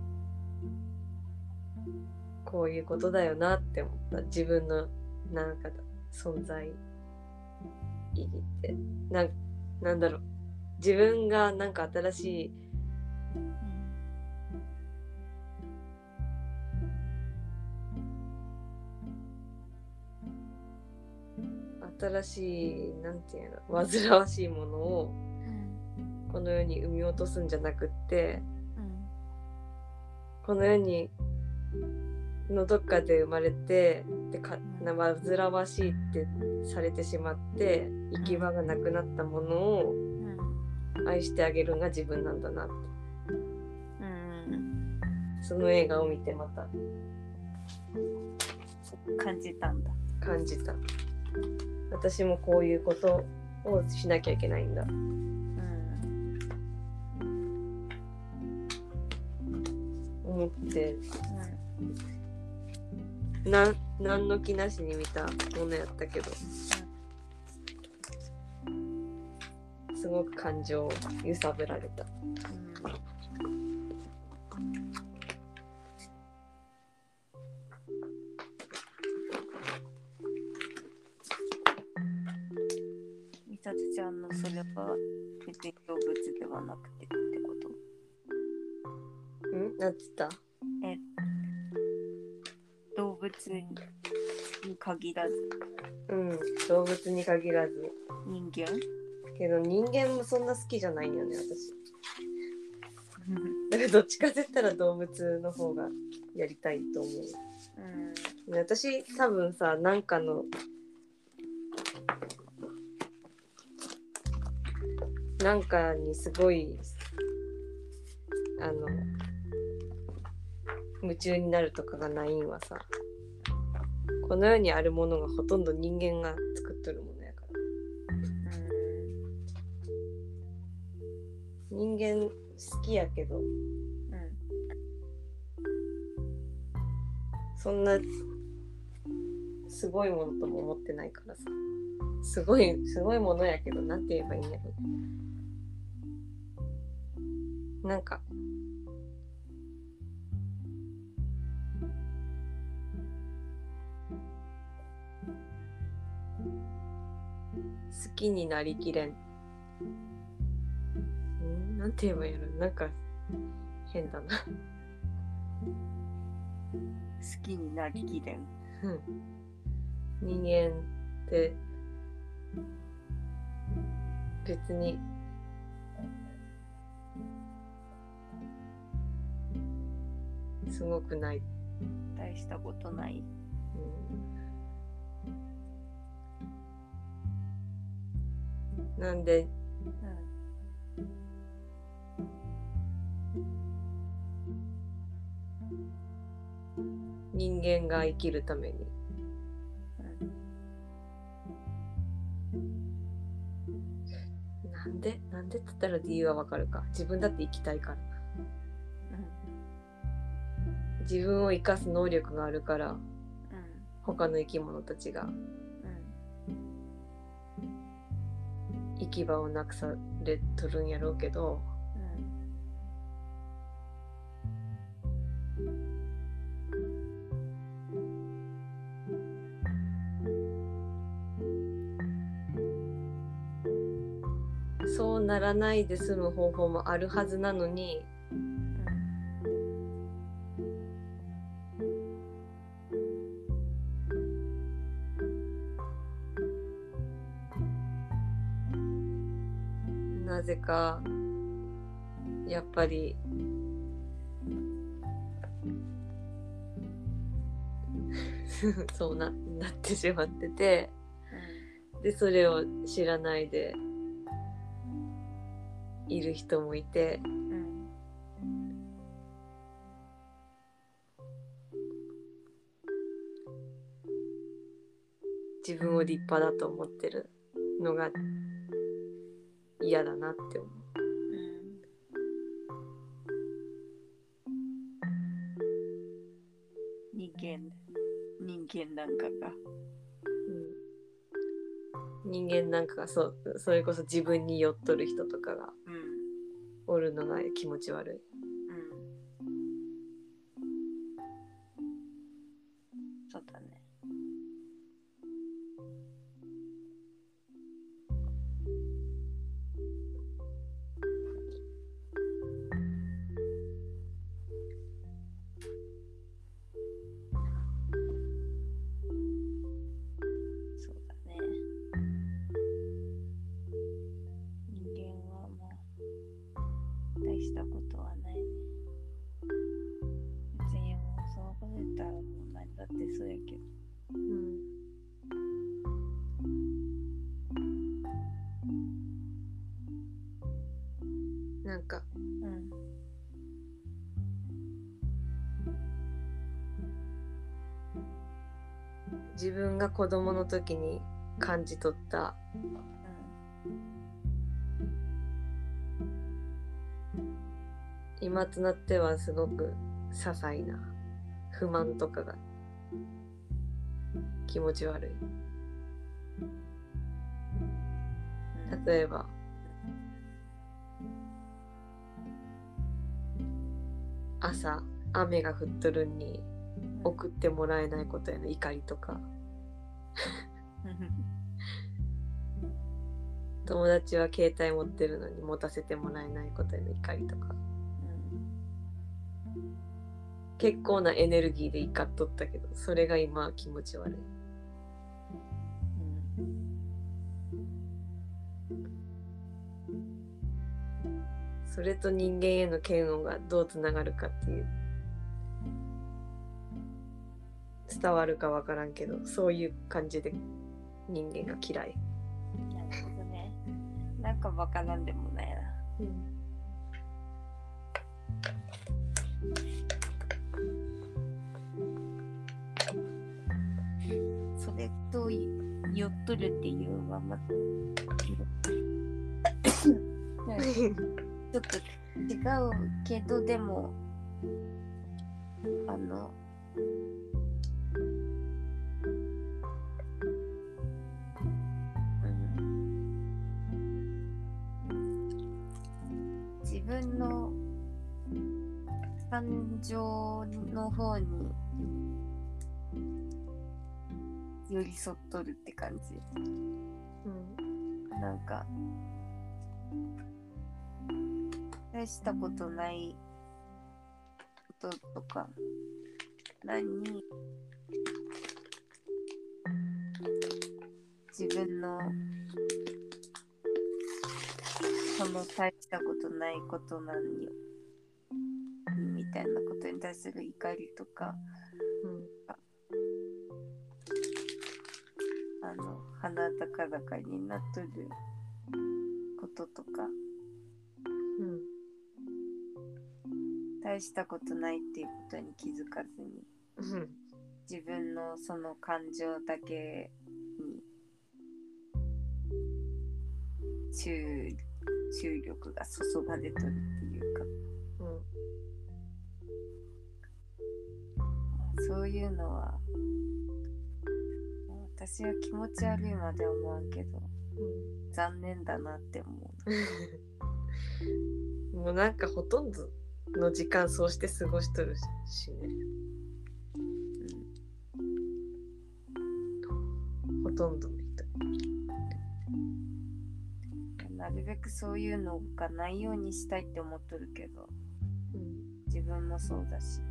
こういうことだよなって思った。自分のなんか存在意義ってな、なんだろう、自分がなんか新しい、新しいなんていうの、煩わしいものをこの世に生み落とすんじゃなくって、うん、この世にのどっかで生まれてでか煩わしいってされてしまって行き場がなくなったものを愛してあげるのが自分なんだなって、うん、その映画を見てまた感じたんだ。 感じた。私もこういうことをしなきゃいけないんだ、うん、思って、うん、な何の気なしに見たものやったけど、うん、すごく感情を揺さぶられた、うん、 みさとちゃんのそれは別に動物ではなくてってこと？ ん？なんつった？ え、動物に限らず。 うん、動物に限らず。 人間？ けど人間もそんな好きじゃないんよね、私。だからどっちかって言ったら動物の方がやりたいと思う。うん、私多分さ、なんかのなんかにすごいあの夢中になるとかがないんはさ、この世にあるものがほとんど人間が作っとるものやから、うん、人間好きやけど、うん、そんなすごいものとも思ってないからさ、すごいすごいものやけど、なんて言えばいいんやろ、なんか好きになりきれん、んなんて言えばいいの、なんか変だな好きになりきれん、 うん、人間って別にすごくない、 大したことない、 うん、なんで、うん、人間が生きるために、うん、なんでなんでって言ったら理由はわかるか、自分だって生きたいから、うん、自分を生かす能力があるから、うん、他の生き物たちが、うん、行き場をなくされとるんやろうけど、うん、そうならないで済む方法もあるはずなのに、なぜかやっぱりそう な, なってしまってて、うん、でそれを知らないでいる人もいて、うん、自分を立派だと思ってるのが嫌だなって思う。 うん、人間人間なんかが、 うん、人間なんかがそうそれこそ自分に酔っとる人とかがおるのが気持ち悪い。 うん、そうだね。したことはないね。別にもうそのこと言ったらもう何だってそうやけど。 うん。なんか、 うん。 自分が子供の時に感じ取った、うん、今となってはすごく些細な不満とかが気持ち悪い。例えば朝雨が降っとるんに送ってもらえないことへの怒りとか友達は携帯持ってるのに持たせてもらえないことへの怒りとか、うん、結構なエネルギーで怒っとったけどそれが今は気持ち悪い、うん、それと人間への嫌悪がどうつながるかっていう伝わるかわからんけどそういう感じで人間が嫌い。 なるほどね。なんかわからんでもないな、うん、それと酔っとるっていうのはまたちょっと違うけどでもあの自分の感情の方に寄り添っとるって感じ、うん、なんか大したことないこととか何に自分のその大したことないこと何よみたいなことに対する怒りとか、うん、あの鼻高々になっとることとか、うん、大したことないっていうことに気づかずに、うん、自分のその感情だけに注注力が注がれとるっていうか、うん、そういうのは私は気持ち悪いまでは思わんけど、うん、残念だなって思うもうなんかほとんどの時間そうして過ごしとるしね、うん、ほとんどの人なるべくそういうのがないようにしたいって思っとるけど、うん、自分もそうだし、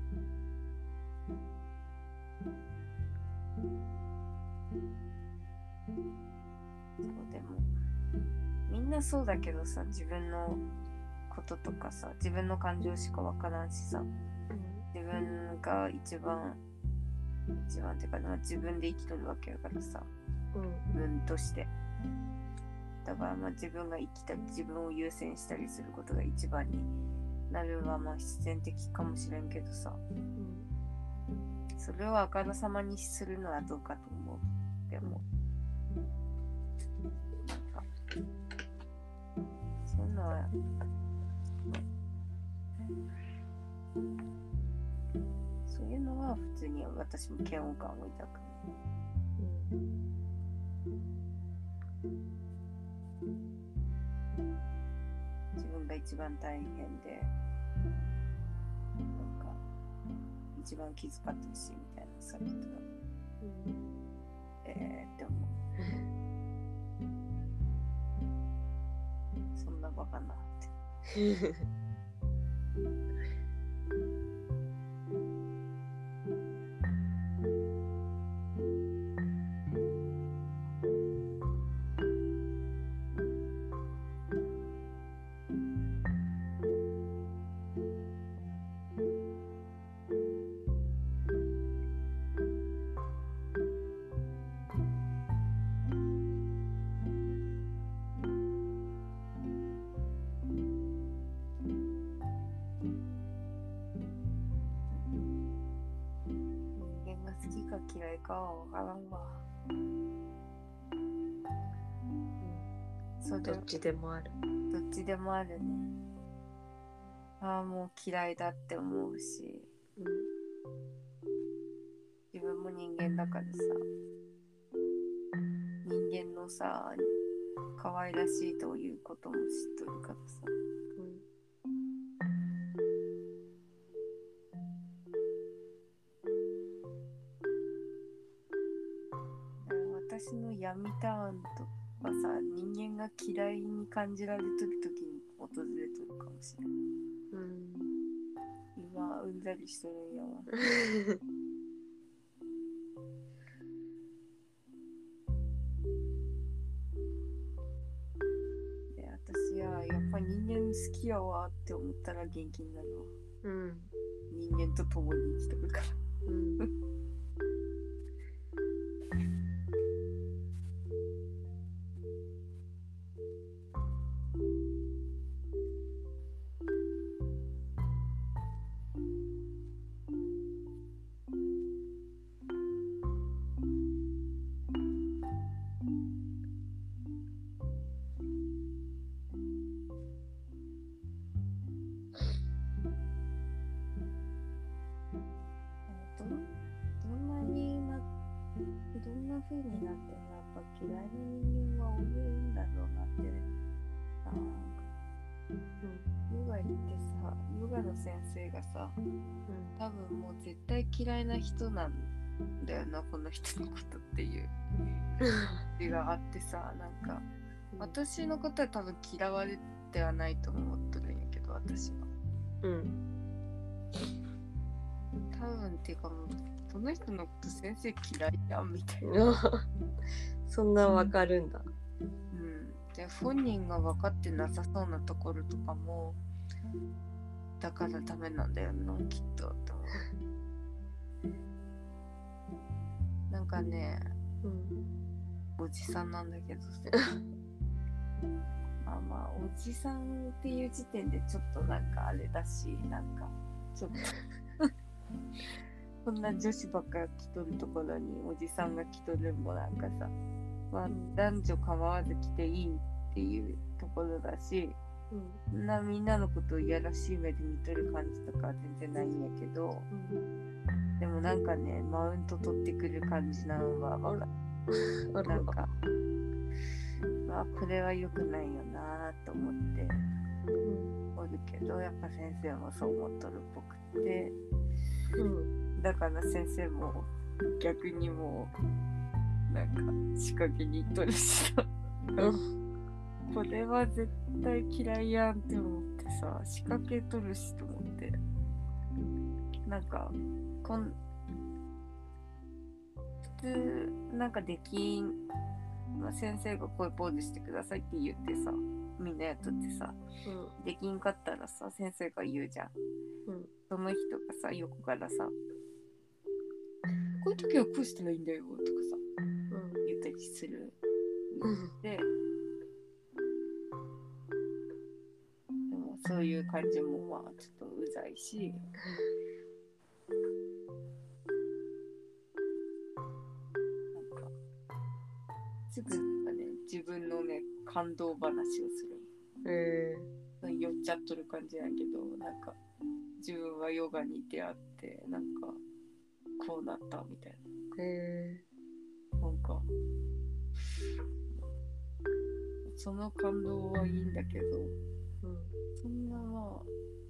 そうでもみんなそうだけどさ、自分のこととかさ、自分の感情しかわからんしさ、うん、自分が一番一番っていうかな、自分で生きとるわけやからさ、うん、自分としてだからまあ自分が生きたり自分を優先したりすることが一番になるのはまあ必然的かもしれんけどさ、うん、それをあからさまにするのはどうかと思う。でもなんかなそういうのは普通に私も嫌悪感を抱く。自分が一番大変でなんか一番気遣ってほしいみたいなされたら、うん、えーって思う。そんなバカなって嫌いかは分からんわ。 そう、どっちでもある。 どっちでもあるね。ああ、もう嫌いだって思うし、うん、自分も人間だからさ、人間のさ、可愛らしいということも知っとるからさ。私の闇ターンとかさ、人間が嫌いに感じられてる時に訪れとるかもしれない。うん、今うんざりしとるんやわ。で、私はやっぱ人間好きやわって思ったら元気になるわ。うん、人間と共に生きとるから。うん風になってもやっぱ嫌いな人間は多いんだろうなってあ、うん、ヨガ行ってさ、ヨガの先生がさ、うん、多分もう絶対嫌いな人なんだよなこの人のことっていう気があってさ、なんか私のことは多分嫌われてはないと思っとるんやけど、私はうん多分っていうかもうその人のこと先生嫌いやんみたいなそんなわかるんだ。 うん。で本人が分かってなさそうなところとかもだからダメなんだよなきっとと思う。なんかね、うん、おじさんなんだけどまあまあおじさんっていう時点でちょっとなんかあれだし、なんかちょっとこんな女子ばっか来とるところにおじさんが来とるもなんかさ、まあ、男女構わず来ていいっていうところだし、うん、なみんなのことをいやらしい目で見とる感じとかは全然ないんやけど、うん、でもなんかねマウント取ってくる感じなのは分かる。なんかまあこれは良くないよなと思っておるけど、やっぱ先生もそう思っとるっぽくて、うん、だから先生も逆にもうなんか仕掛けに行っとるしこれは絶対嫌いやんって思ってさ、仕掛けとるしと思って、なんかこん普通なんかできん、まあ、先生がこういうポーズしてくださいって言ってさみんなやっとってさ、うん、できんかったらさ先生が言うじゃん、うん、その人がさ横からさこういう時はこうしたらいいんだよとかさ、うん、言ったりする、うん、ででもそういう感じもまあちょっとうざいし、なんかすぐね自分のね感動話をする。 えーっちゃっとる感じやけど、なんか自分はヨガに出会ってなんかこうなったみたいな。 へなんかその感動はいいんだけど、 うん、 そんなま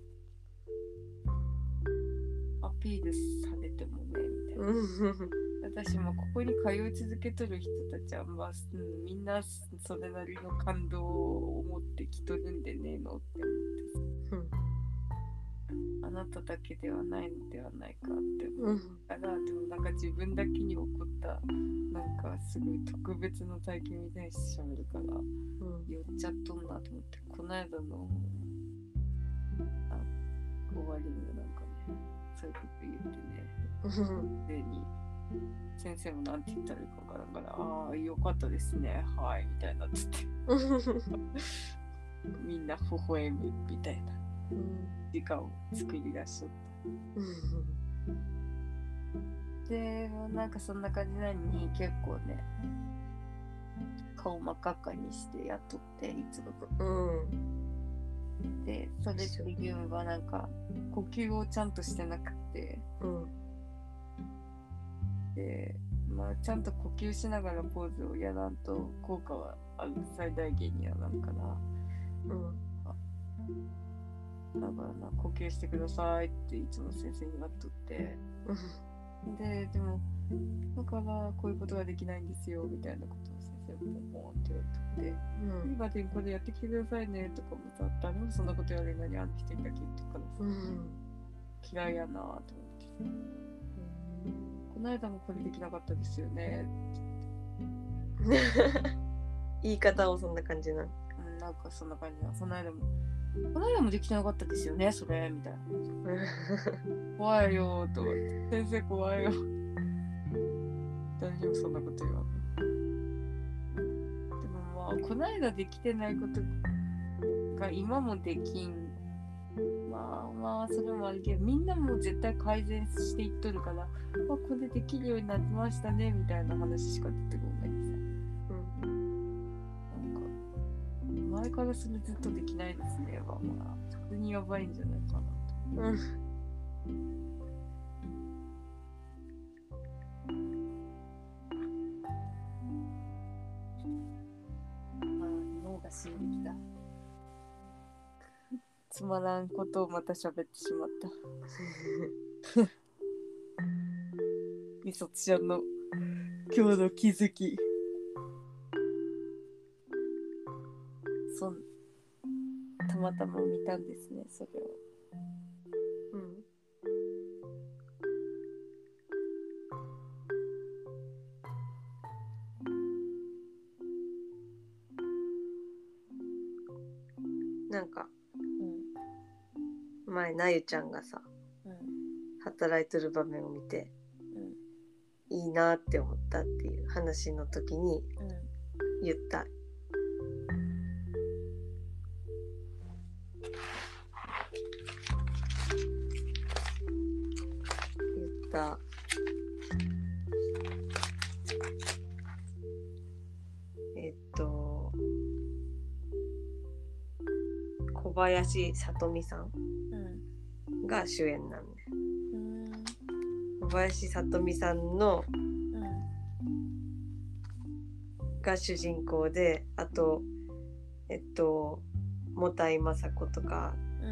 あアピールされてもねみたいな。私もここに通い続けとる人たちは、まあ、みんなそれなりの感動を持ってきとるんでねえのって思ってさ、うん、あなただけではないのではないかって思うから、うん、でもなんか自分だけに起こったなんかすごい特別な体験みたいにしゃべるから、うん、酔っちゃっとんなと思って、この間のあ終わりになんかねそういうこと言ってねでに先生もなんて言ったらいいかわからんから、ああよかったですねはいみたいなっつってみんな微笑むみたいな時間を作り出しとったでなんかそんな感じなのに結構ね顔真っ赤っかにしてやっとっていつもと、うん、でそれっていうのはなんか呼吸をちゃんとしてなくて、うんでまあ、ちゃんと呼吸しながらポーズをやらんと効果はある最大限にはなるから、うん、だからな呼吸してくださいっていつも先生に言わっとって、ででもだからこういうことができないんですよみたいなことを先生もポンって言われとって、うん、今でこれやってきてくださいねとかもさ、誰もそんなことやるのにあの人だけとかさ、うん、嫌いやなと思って。この間もこれできなかったですよね言い方もそんな感じな、 うん、なんかそんな感じな。この間もこの間もできてなかったですよねそれみたいな怖いよーと思って、先生怖いよ大丈夫そんなこと言わんでもまあこの間できてないことが今もできん、まあまあそれもあるけど、みんなも絶対改善していっとるから、あこれできるようになってましたねみたいな話しか出てこないでさ、うん、なんか前からそれずっとできないですねはまあ普通にやばいんじゃないかなと、うん脳が死んできた。つまらんことをまた喋ってしまったみそつちゃんの今日の気づき、そんたまたま見たんですねそれを、 うん、なんか前なゆちゃんがさ、うん、働いてる場面を見て、うん、いいなって思ったっていう話の時に言った、うん、言ったえっと小林さとみさんが主演なんで、うん、小林さとみさんの、うん、が主人公で、あとえっと茂田井雅子とか、うん、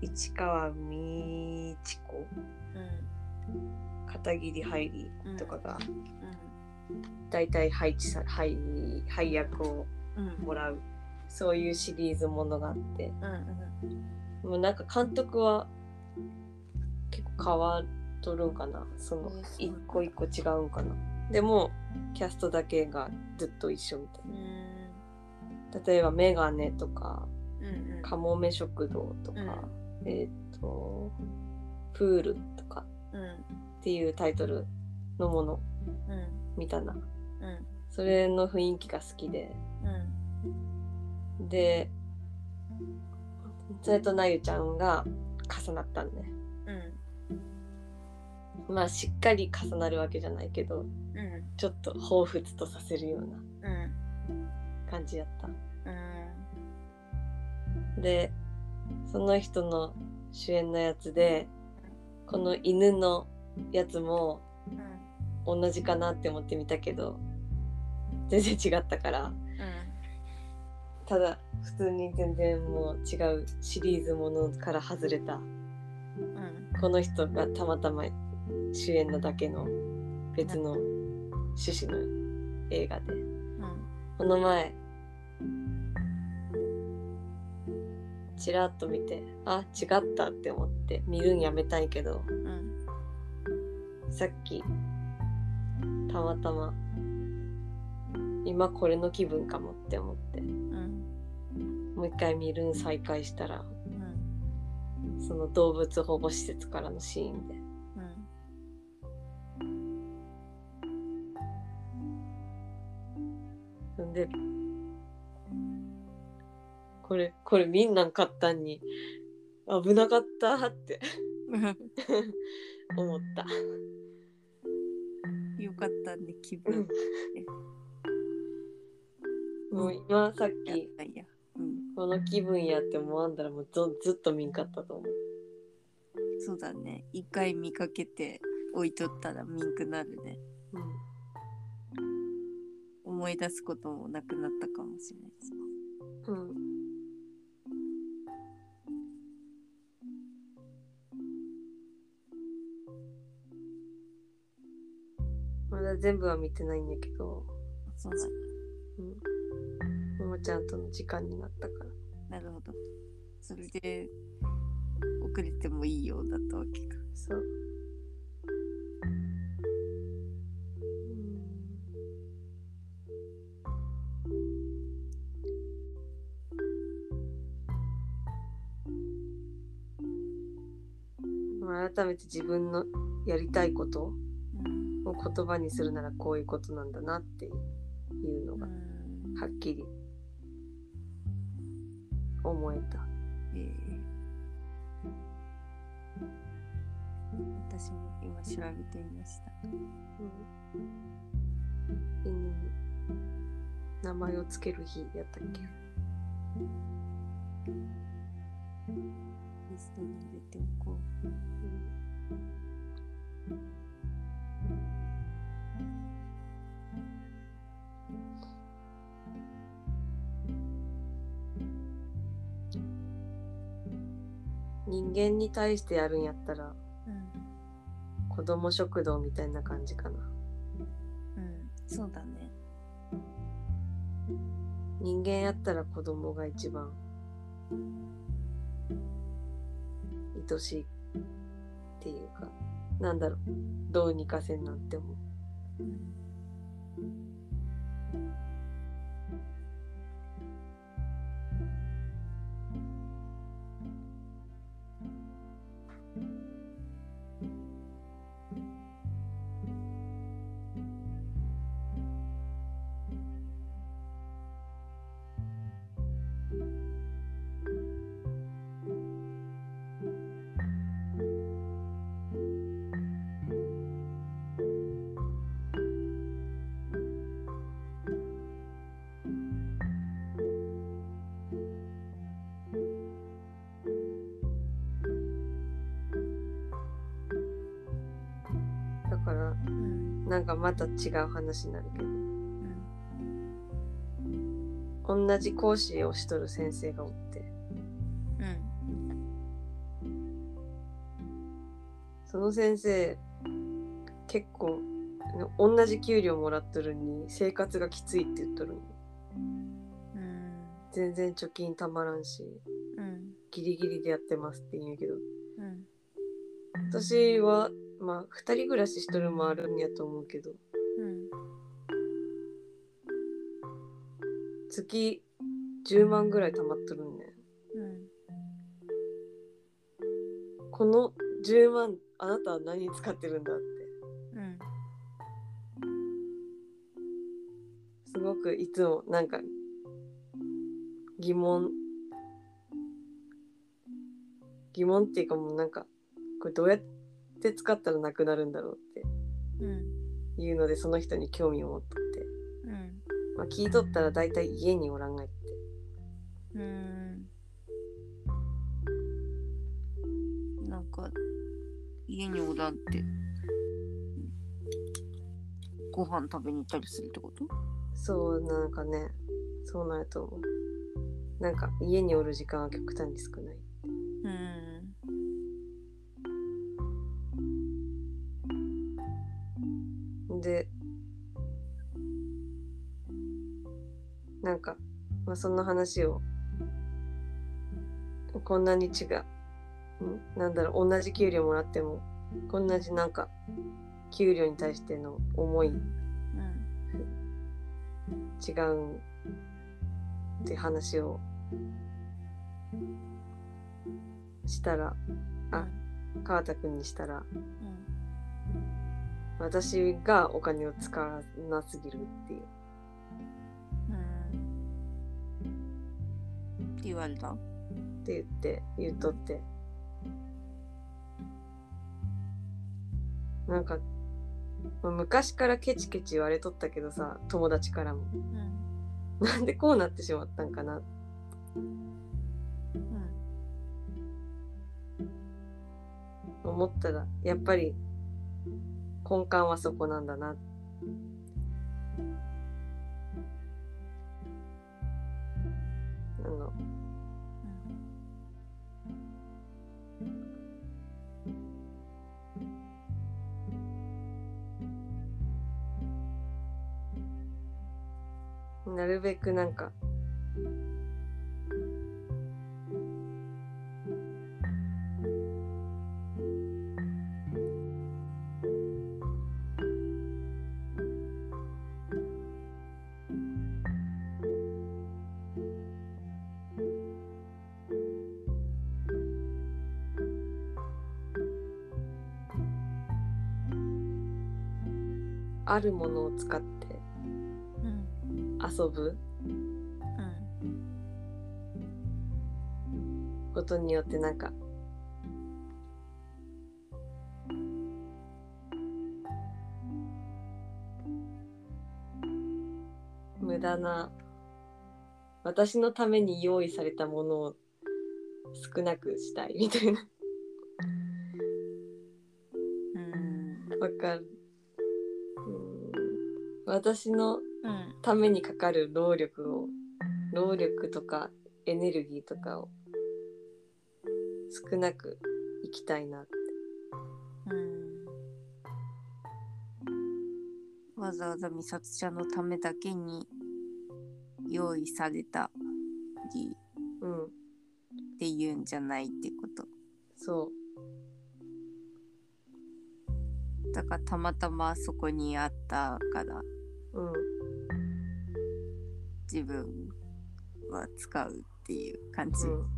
市川美智子、うん、片桐はいりとかが、うんうん、大体配置さ配配役をもらう、うん、そういうシリーズものがあって、うんうん、もうなんか監督は結構変わっとるんかな、その一個一個違うんかな、でもキャストだけがずっと一緒みたいな、例えばメガネとか、うんうん、カモメ食堂とか、うん、えっとプールとか、うん、っていうタイトルのもの、うん、見たな、うん、それの雰囲気が好きで、うん、でそれとなゆちゃんが重なったんね、うん、まあしっかり重なるわけじゃないけど、うん、ちょっと彷彿とさせるような感じやった、うん、でその人の主演のやつでこの犬のやつも同じかなって思ってみたけど全然違ったから、うん、ただ普通に全然もう違うシリーズものから外れた、うん、この人がたまたま主演なだけの別の趣旨の映画で、うん、この前チラッと見てあ違ったって思って見るんやめたいけど、うん、さっきたまたま今これの気分かもって思って、うん、もう一回見るん再開したら、うん、その動物保護施設からのシーンで、うん、でこれこれみんな簡単に危なかったって思った。 よかったね気分、 うん、もう今さっき、うん、この気分やって思わんだらもう ず, ずっと見んかったと思う。 そうだね一回見かけて置いとったら見んくなるね、うん、思い出すこともなくなったかもしれないです。うんまだ全部は見てないんだけど、 そうだね。 うん。ももちゃんとの時間になったから。 なるほど。それで遅れてもいいようだったわけか。 そう。うん、改めて自分のやりたいことを言葉にするならこういうことなんだなっていうのがはっきり思えた。えー、 私も今調べてみました。うん、 犬に名前をつける日やったっけ？ リストに入れておこう。うん人間に対してやるんやったら、うん、子供食堂みたいな感じかな。 うん、そうだね。 人間やったら子供が一番愛しいっていうか、なんだろう、どうにかせんなんて思う。うんから、うん、なんかまた違う話になるけど、うん、同じ講師をしとる先生がおって、うん、その先生結構同じ給料もらっとるに生活がきついって言っとるんよ、うん、全然貯金たまらんし、うん、ギリギリでやってますって言うけど、うん、私はまあふたり暮らししとるのもあるんやと思うけど、うん、月じゅうまんぐらい貯まっとるんね、うん、このじゅうまんあなたは何に使ってるんだって、うん、すごくいつもなんか疑問疑問っていうかもうなんかこれどうやってで使ったらなくなるんだろうっていうので、その人に興味を持っとって、うんまあ、聞いとったらだいたい家におらんがいって、うんか家におらんってご飯食べに行ったりするってこと？ そうなんかね、そうなると思う。なんか家におる時間は極端に少ない。 うんでなんか、まあ、その話をこんなに違う、んなんだろう、同じ給料もらっても同じなんか給料に対しての思い、うん、違うって話をしたら、あ、川田くんにしたら、うん、私がお金を使わなすぎるっていう、 うん、って言われたって言って言うとって、なんか昔からケチケチ言われとったけどさ、友達からも、うん、なんでこうなってしまったんかな、うん、思ったらやっぱり根幹はそこなんだな。あのなるべくなんかあるものを使って遊ぶことによってなんか無駄な、私のために用意されたものを少なくしたいみたいな。わかる。うん、私のためにかかる労力を、労力とかエネルギーとかを少なくいきたいなって。 うん、わざわざ美里ちゃんのためだけに用意されたり、うん、っていうんじゃないってこと。 そう。 だからたまたまそこにあったから、うん、自分は使うっていう感じ。うん、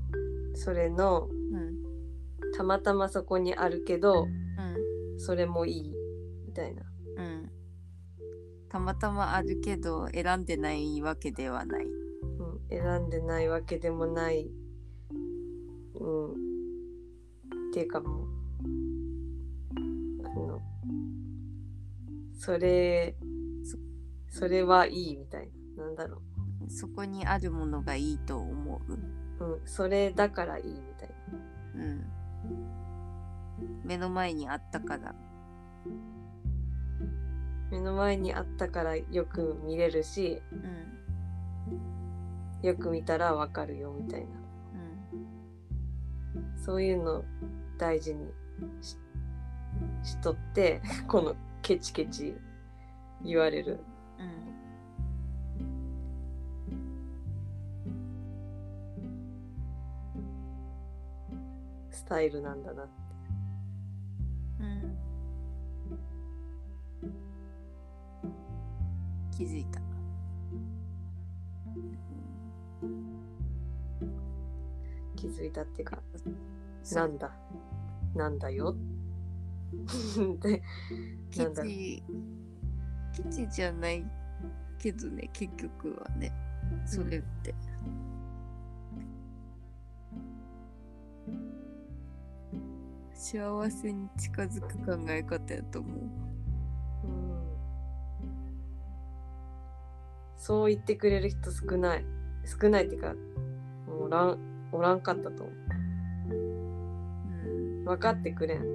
それの、うん、たまたまそこにあるけど、うん、それもいいみたいな。 うん。たまたまあるけど選んでないわけではない。 うん、選んでないわけでもない。うん。っていうかもう、あの、それ、そ、それはいいみたいな。なんだろう。そこにあるものがいいと思う。 うん、それだからいいみたいな。うん。 目の前にあったから。 目の前にあったからよく見れるし、うん、よく見たらわかるよみたいな、うん、そういうの大事に し, しとってこのケチケチ言われる、うん、スタイルなんだなって。 気づいた。 気づいたっていうか、なんだなんだよで、 なんだろう、ケチじゃないけどね、結局はね、それって、うん、幸せに近づく考え方やと思う。 そう言ってくれる人少ない少ないっていうかもうおらんおらんかったと思う、うん、 分かってくれん。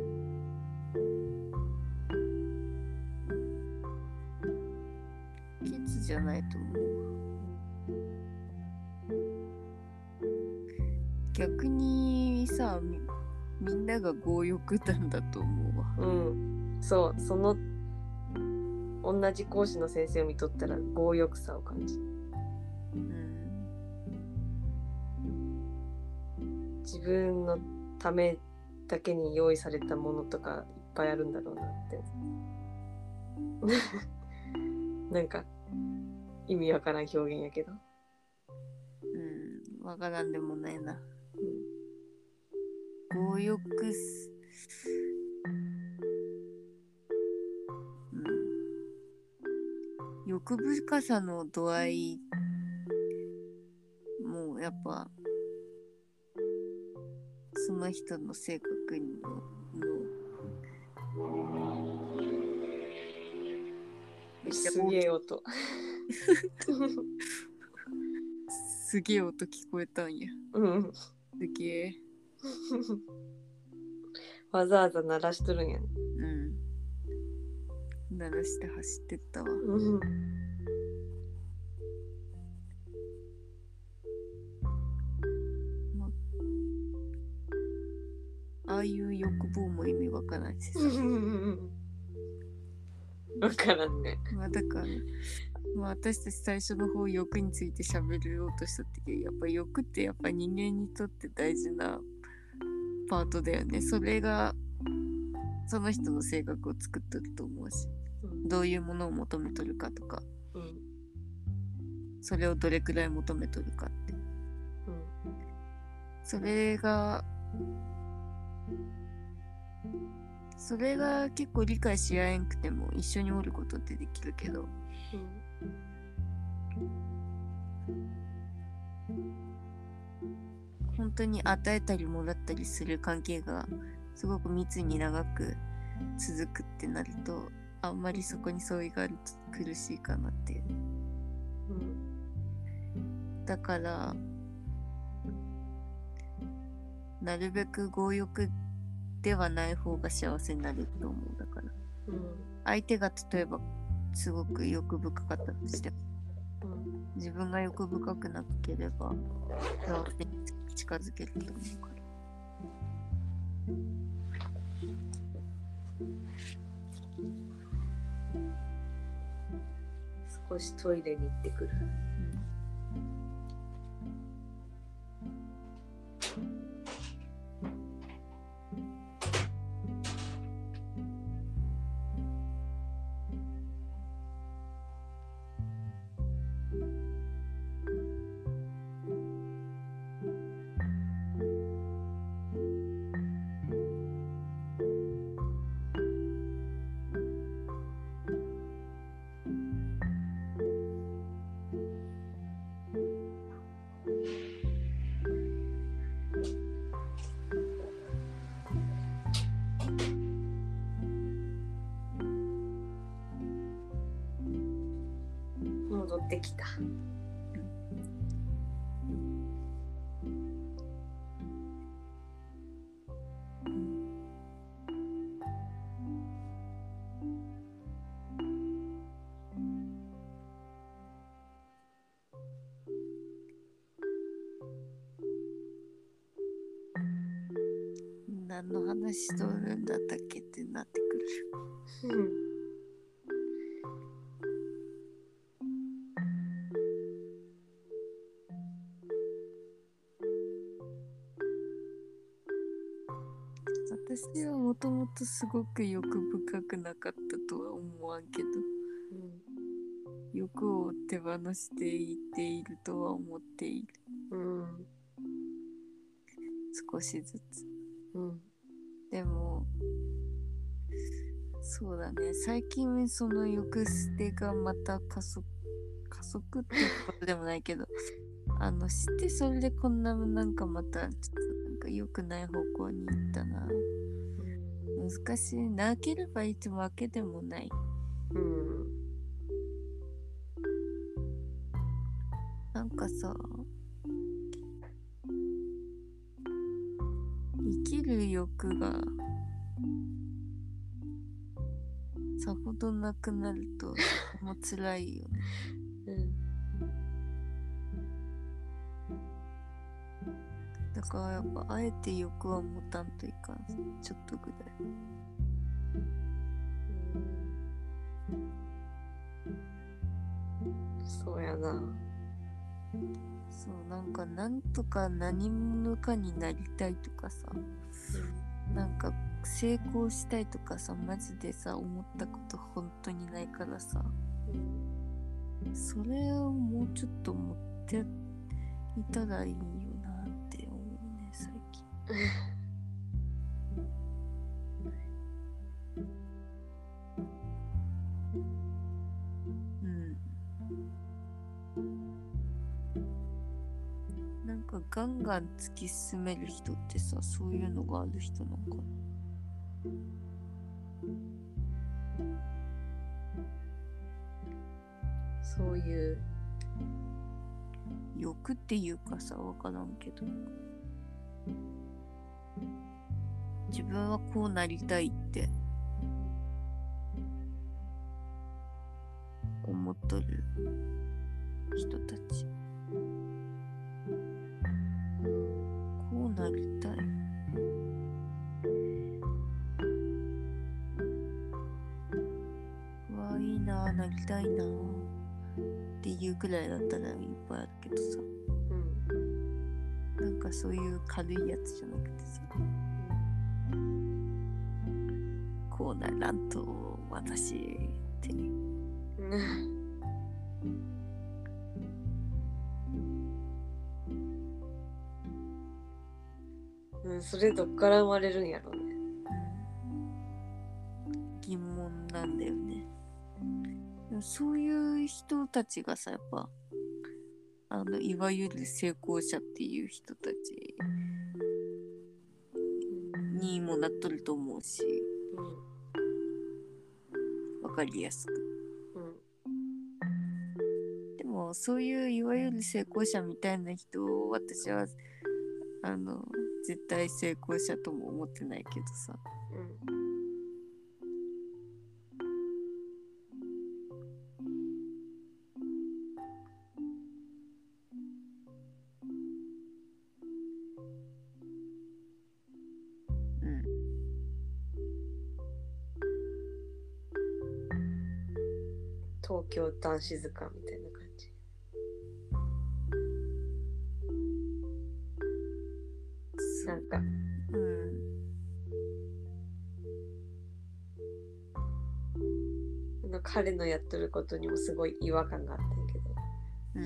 ケツじゃないと思う。逆にさ、み、みんなが強欲なんだと思うわ。 うん、そう、その同じ講師の先生を見とったら強欲さを感じる。 うん、 自分のためだけに用意されたものとかいっぱいあるんだろうなってなんか意味わからん表現やけど、 うん、わからんでもないな。強欲す、うん、欲深さの度合いもうやっぱその人の性格ののすげえ音すげえ音聞こえたんや。 うんすげえわざわざ鳴らしとるんやね。 うん、鳴らして走ってったわ。 うんああいう欲望も意味わからんしさ。 わからんね。 まあだから、まあ、私たち最初の方欲について喋ろうとした時、やっぱ欲ってやっぱ人間にとって大事なパートだよね。それがその人の性格を作ってると思うし、 うん、 どういうものを求めとるかとか、 うん、 それをどれくらい求めとるかって、 うん、 それがそれが結構理解し合えんくても一緒におることってできるけど、うん、本当に与えたりもらったりする関係がすごく密に長く続くってなると、あんまりそこに相違があると苦しいかなっていう、うん、だからなるべく強欲ではない方が幸せになれると思う。だから、うん、相手が例えばすごく欲深かったとしても、うん、自分が欲深くなければ幸せに近づけると思うから。 少しトイレに行ってくる。戻ってきた。 何の話しとるんだったっけってなってくる。うん私はもともとすごく欲深くなかったとは思わんけど、うん、欲を手放していっているとは思っている、うん、少しずつ、うん、でもそうだね、最近その欲捨てがまた加速加速っていうことでもないけどあの知ってそれでこんななんかまたちょっとなんか良くない方向に行ったな。難しい。なければいつもわけでもない。うん。なんかさ、生きるる欲がさほどなくなるともう辛いよね。 うん、 だからやっぱあえて欲は持たんといかん、ちょっとぐらい。 うん、そうやな。 そう、なんかなんとか何者かになりたいとかさ、うん、なんか成功したいとかさ、マジでさ思ったこと本当にないからさ、うん、それをもうちょっと持っていたらいいよなって思うね最近。うん。なんかガンガン突き進める人ってさ、そういうのがある人なのかな。 そういう欲っていうかさ、わからんけど、自分はこうなりたいって思っとる人たち、こうなりたい、うわいいな、なりたいなっていうくらいだったらいっぱいあるけどさ、うん、なんかそういう軽いやつじゃなくてさ、こうならんと私ってうん、それどっから生まれるんやろうね。 疑問なんだよね。でもそういう人たちがさ、やっぱあのいわゆる成功者っていう人たちにもなっとると思うし、わ、うん、かりやすく、うん、でもそういういわゆる成功者みたいな人を私はあの絶対成功者とも思ってないけどさ、うん、 東京男子図鑑みたいな感じ。なんか、うん、の彼のやってることにもすごい違和感があったんやけど、うん、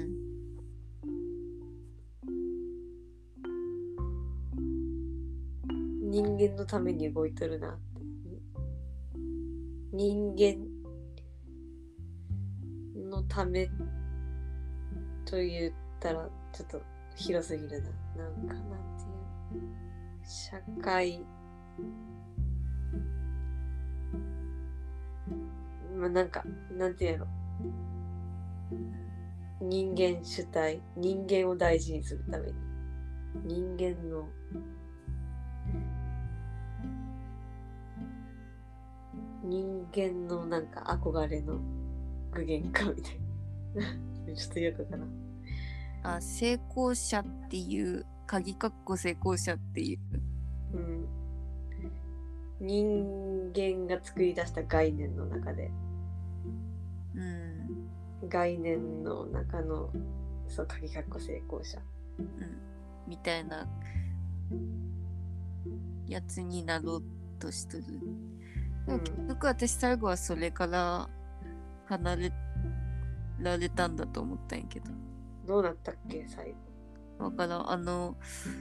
人間のために動いとるなって。人間のためと言ったらちょっと広すぎるな。なんかなんていう社会、まあ、なんかなんていうの、人間主体、人間を大事にするために人間の人間のなんか憧れの具現化みたいなちょっとよくかなあ、成功者っていう鍵括弧成功者っていう、 うん、人間が作り出した概念の中で、うん、概念の中のそう鍵括弧成功者、 うん、みたいなやつになろうとしてる。でも結局私最後はそれから離れられたんだと思ったんやけど。 どうなったっけ最後。わからん。あの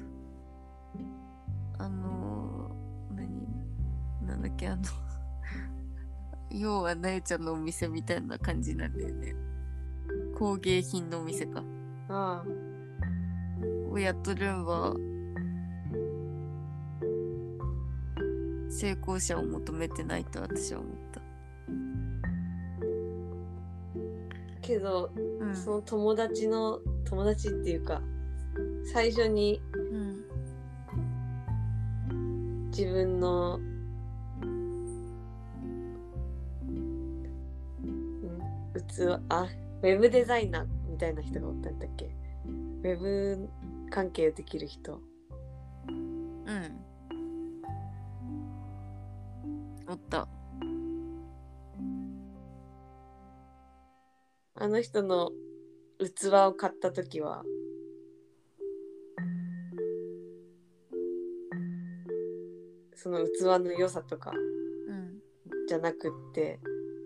あの何なんだっけあの要はなえちゃんのお店みたいな感じなんだよね。工芸品のお店か。ああ。をやっとるんは成功者を求めてないと私は思った。 けど、うん、その友達の友達っていうか最初に、 自分の、うん、器あウェブデザイナーみたいな人がおったんだっけ。ウェブ関係できる人。 うんおった。 あの人の器を買ったときはその器の良さとかうんじゃなくって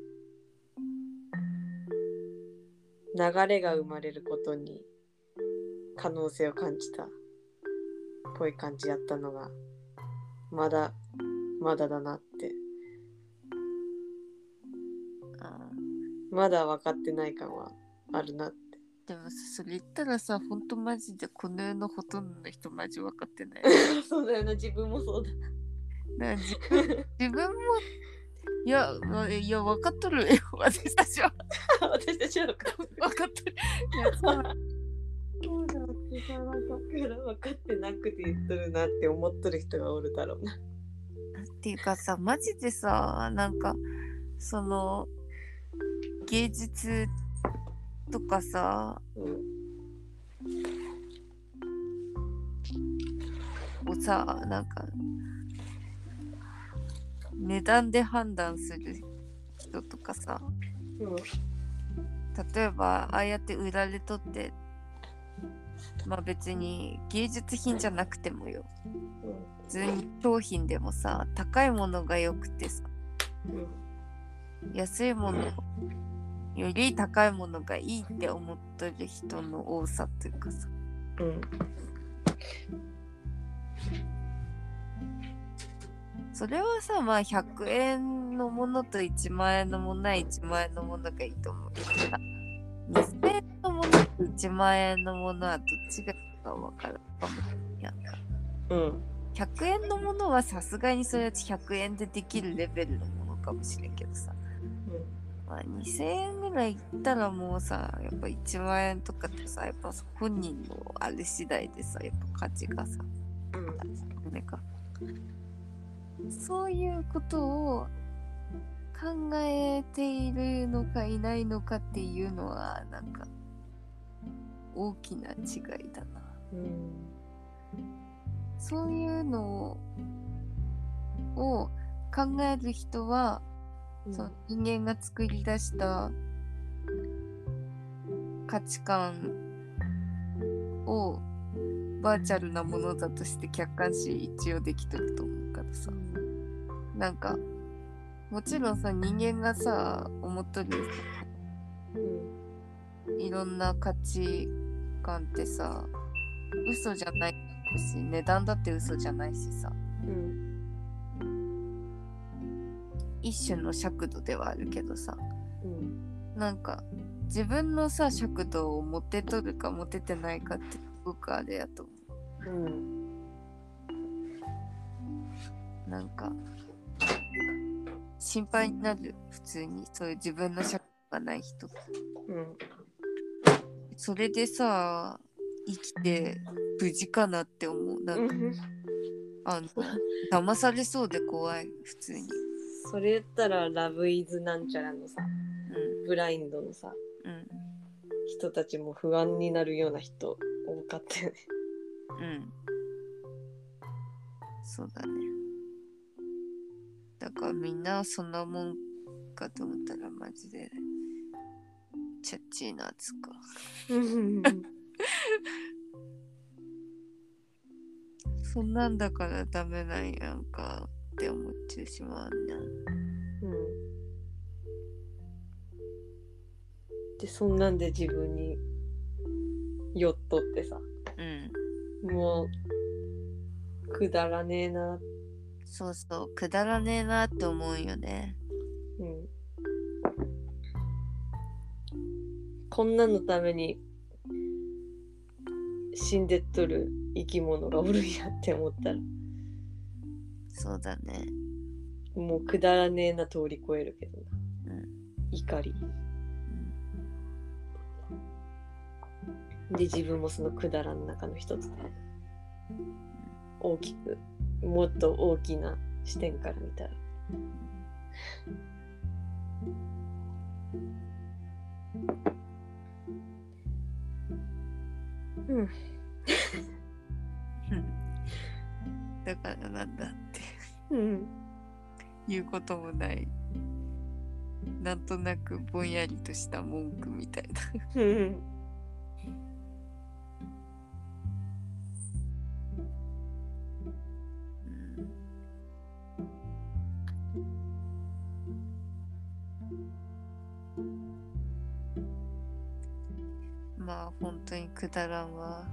流れが生まれることに可能性を感じたっぽい感じやったのがまだまだだなって。 あまだ分かってない感はあるなって。 でもさそれ言ったらさほんとマジでこの世のほとんどの人マジ分かってない。 そうだよな、自分もそうだ。 だから自分自分もいやいや分かっとるよ私たちは私たちは分かってる。 分かっとる。いやそうそうだ、私は分かってなくて言っとるなって思っとる人がおるだろうな。 っていうかさマジでさなんかその芸術とかさ、 うん、 をさなんか値段で判断する人とかさ、 うん、 例えばああやって売られとってまあ別に芸術品じゃなくてもよ、うん、普通に商品でもさ高いものがよくてさ、うん、安いものより高いものがいいって思っとる人の多さっていうかさ、うん、それはさまあひゃくえんのものといちまんえんのものはいちまんえんのものがいいと思うけどさにせんえんのものといちまんえんのものはどっちがいいか分かるかもしれない。うん、ひゃくえんのものはさすがにそれはひゃくえんでできるレベルのものかもしれんけどさ、まあ、にせんえんぐらいいったらもうさやっぱいちまんえんとかってさやっぱ本人のあれ次第でさやっぱ価値がさ、うん、なんかそういうことを考えているのかいないのかっていうのはなんか大きな違いだな、うん、そういうのを考える人はその人間が作り出した価値観をバーチャルなものだとして客観視一応できてると思うからさ、なんかもちろんさ人間がさ思っとる、うん、いろんな価値観ってさ嘘じゃないし値段だって嘘じゃないしさ、うん一種の尺度ではあるけどさ、うん、なんか自分のさ尺度を持てとるか持ててないかってすごくあれやと思う、うん、なんか心配になる普通にそういう自分の尺度がない人、うん、それでさ生きて無事かなって思う。なんか、うん、あの騙されそうで怖い普通に。 それ言ったらラブイズなんちゃらのさ、うん、ブラインドのさ、うん、人たちも不安になるような人多かったよね。うん。 そうだね。だからみんなそんなもんかと思ったらマジでチャッチーなやつか。そんなんだからダメなんやんかって思っちゃしまうな。うん。 でそんなんで自分に酔っとってさ、うん、もうくだらねえな。 そうそうくだらねえなって思うよね。うん。 こんなのために死んでっとる生き物がおるんやって思ったら、 そうだね。 もうくだらねえな通り越えるけどな、うん、怒り、うん、で自分もそのくだらん中の一つで大きくもっと大きな視点から見たら。うん。 だからなんだってうん。 言うこともない。なんとなくぼんやりとした文句みたいな。 うん。 まあ本当にくだらんわ。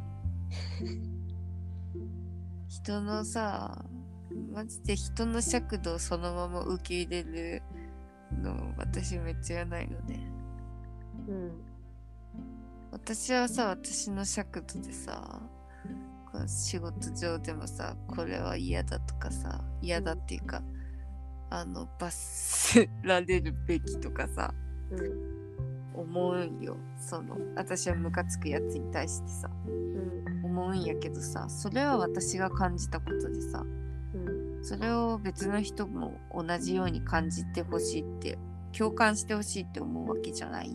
人のさ、マジで人の尺度をそのまま受け入れるの私めっちゃ嫌ないのね。 うん。 私はさ、私の尺度でさ、この仕事上でもさ、これは嫌だとかさ、嫌だっていうか、あの罰せられるべきとかさ、 うん思うんよ。その私はムカつくやつに対してさ、 うん思うんやけどさ、それは私が感じたことでさ、 うんそれを別の人も同じように感じてほしいって、共感してほしいって思うわけじゃない。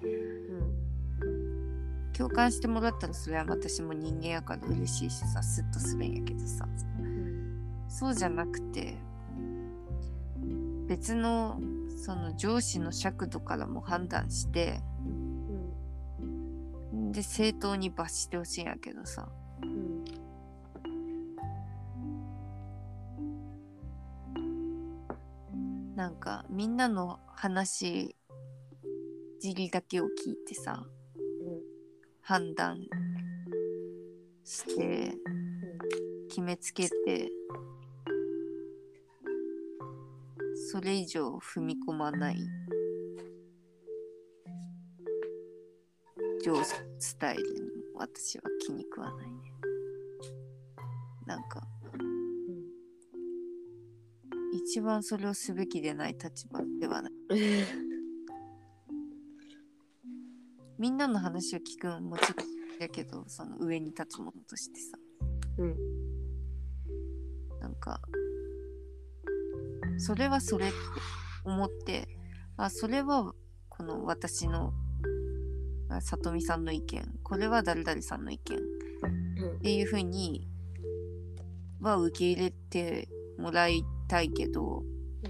共感してもらったらそれは私も人間やから嬉しいしさ、スッとするんやけどさ、そうじゃなくて別のその上司の尺度からも判断してで正当に罰してほしいんやけどさ、 うんなんかみんなの話尻だけを聞いてさ、判断して決めつけてそれ以上踏み込まない上司スタイルに私は気に食わないね。なんか一番それをすべきでない立場ではない。みんなの話を聞くのもちろんだけど、その上に立つものとしてさ、 うん、 なんかそれはそれって思って、あ、それはこの私のさとみさんの意見、これは誰々さんの意見っていう風には受け入れてもらいたいけど、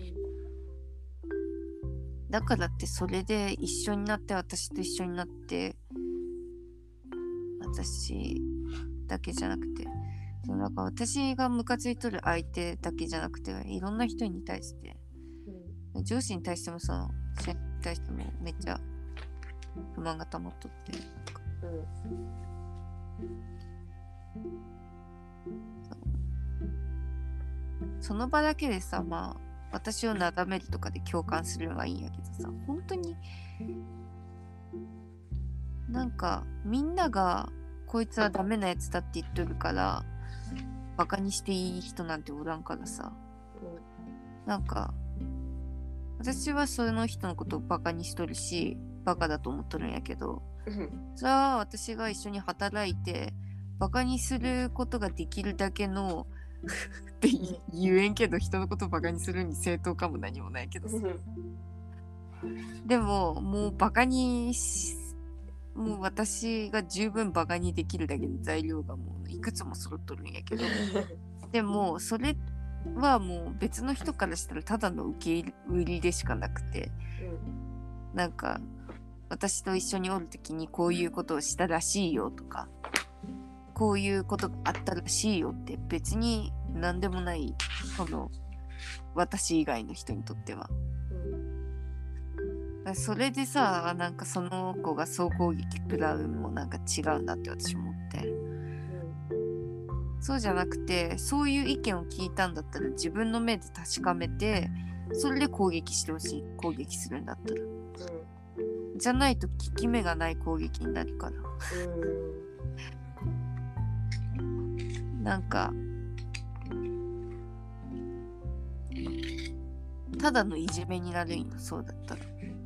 だからってそれで一緒になって私と一緒になって私だけじゃなくて、そのなんか私がムカついとる相手だけじゃなくていろんな人に対して、上司に対してもその社員に対してもめっちゃ不満が溜まっとって、その場だけでさ、まあ私をなだめるとかで共感するのはいいんやけどさ、本当になんかみんながこいつはダメなやつだって言っとるからバカにしていい人なんておらんからさ、なんか私はその人のことをバカにしとるしバカだと思っとるんやけど、それは私が一緒に働いてバカにすることができるだけのって言えんけど、人のことバカにするに正当かも何もないけどさ、でももうバカにしもう私が十分バカにできるだけの材料がもういくつも揃っとるんやけどでもそれはもう別の人からしたらただの受け売りでしかなくて、なんか私と一緒におるときにこういうことをしたらしいよとかこういうことがあったらしいよって別に何でもないこの私以外の人にとっては、それでさ、なんかその子が総攻撃食らうのもなんか違うなって私思って、そうじゃなくてそういう意見を聞いたんだったら自分の目で確かめてそれで攻撃してほしい。攻撃するんだったら、じゃないと効き目がない攻撃になるから、なんかただのいじめになるんよ、そうだったら、うん、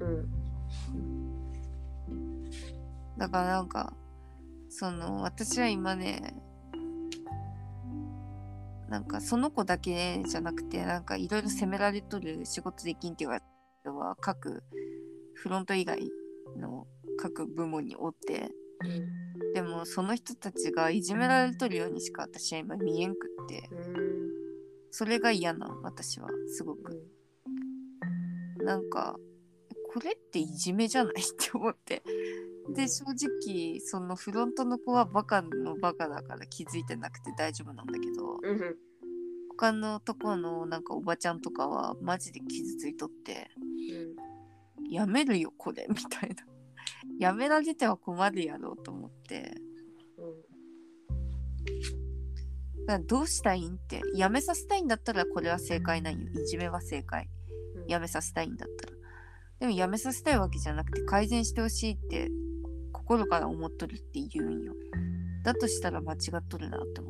だからなんかその私は今ねなんかその子だけじゃなくてなんかいろいろ責められとる仕事できんって言われた人は各フロント以外の各部門におって、 うん、 でもその人たちがいじめられとるようにしか私は今見えんくって、 うん、 それが嫌な私はすごく、うん、なんかこれっていじめじゃないって思って、で正直そのフロントの子はバカのバカだから気づいてなくて大丈夫なんだけど、 うん、 他のとこのなんかおばちゃんとかはマジで傷ついとって、うん、やめるよこれみたいな、やめられては困るやろうと思って、うん、だからどうしたいんって、やめさせたいんだったらこれは正解なんよ、いじめは正解、うん、やめさせたいんだったら。でもやめさせたいわけじゃなくて改善してほしいって心から思っとるって言うんよ。だとしたら間違っとるなって思って、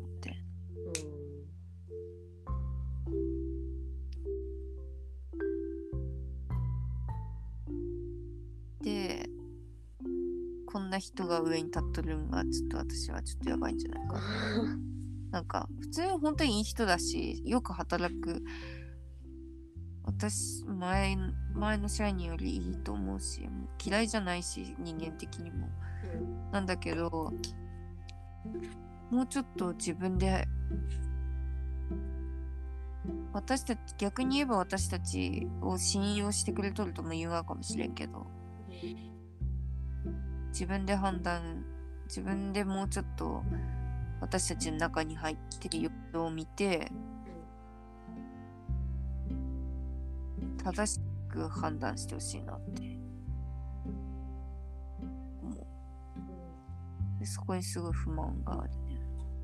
うん、でこんな人が上に立っとるんがちょっと私はちょっとやばいんじゃないかななんか普通に本当にいい人だしよく働く、私 前, 前の社員よりいいと思うし、もう嫌いじゃないし人間的にも、うん、なんだけどもうちょっと自分で私たち、逆に言えば私たちを信用してくれとるとも言うかもしれんけど、自分で判断、自分でもうちょっと私たちの中に入ってる様子を見て正しく判断してほしいなって思う。でそこにすごい不満があるね。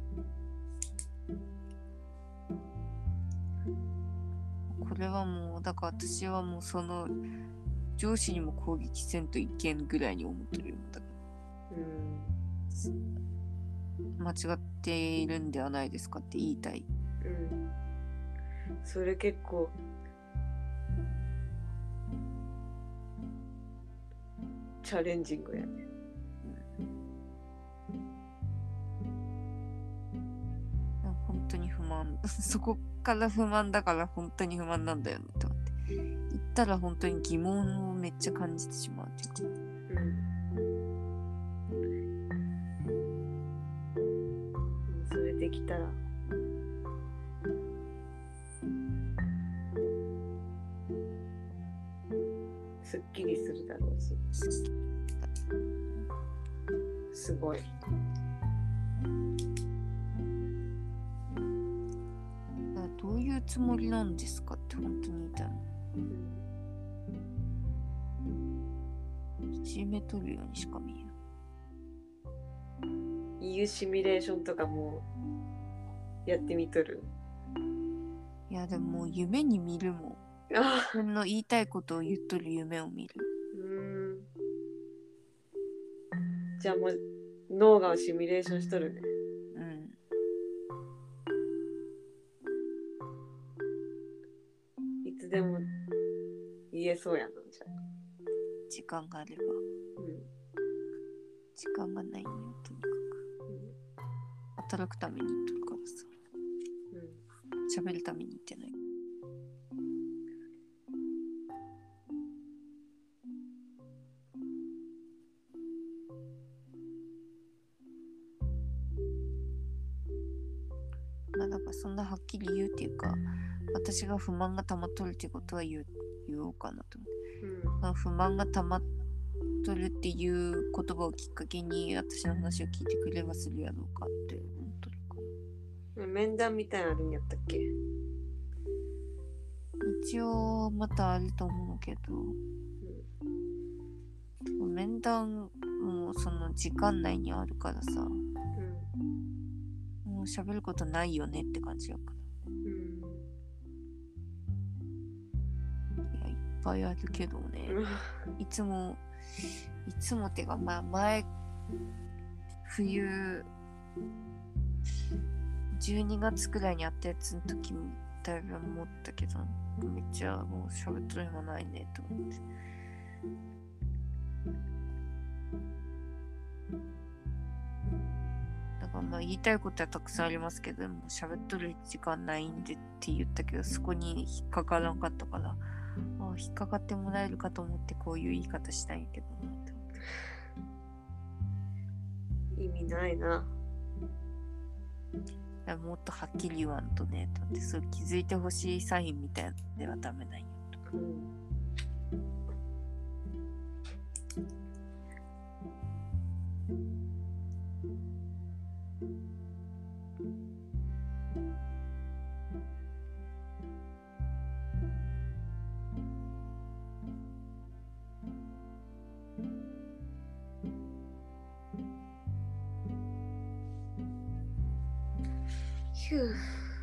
これはもうだから私はもうその上司にも攻撃せんといけんぐらいに思ってるよ。だから、うん、間違っているんではないですかって言いたい。 うん、それ結構チャレンジングやね。 うん、本当に不満そこから不満だから本当に不満なんだよねって思って、言ったら本当に疑問をめっちゃ感じてしまうっていうか、 うん、それできたらすっきりするだろうし、すごいどういうつもりなんですかって本当に言いたいの。いじめとるようにしか見えん。 言うシミュレーションとかもやってみとる？ いやでももう夢に見るもん。自分の言いたいことを言っとる夢を見る。 うーん。じゃあもう脳がシミュレーションしとるね。うん。いつでも言えそうやな、じゃあ。 時間があれば。うん。時間がないんよ、とにかく。うん、働くために言っとるからさ。うん。喋るために言ってない。まあだからそんなはっきり言うっていうか、私が不満が溜まっとるっていうことは言う言おうかなと思って、うん、その不満が溜まっとるっていう言葉をきっかけに私の話を聞いてくればするやろうかって思っとるかな。面談みたいなのあるんやったっけ？ 一応またあると思うけど、うん、面談もその時間内にあるからさ、うん、もう喋ることないよねって感じやから、うん、いやいっぱいあるけどね、うん、いつもいつもてかまあ前冬じゅうにがつくらいにあったやつの時もだいぶ思ったけど、めっちゃもう喋っとる暇ないねと思って、なんかまあ、まあ言いたいことはたくさんありますけど、もう喋っとる時間ないんでって言ったけど、そこに引っかからなかったから、ああ引っかかってもらえるかと思ってこういう言い方したんやけどなって思って。 意味ないな。 もっとはっきり言わんとねと思って、そう気づいてほしいサインみたいなのではダメなんよと。 うんひゅう。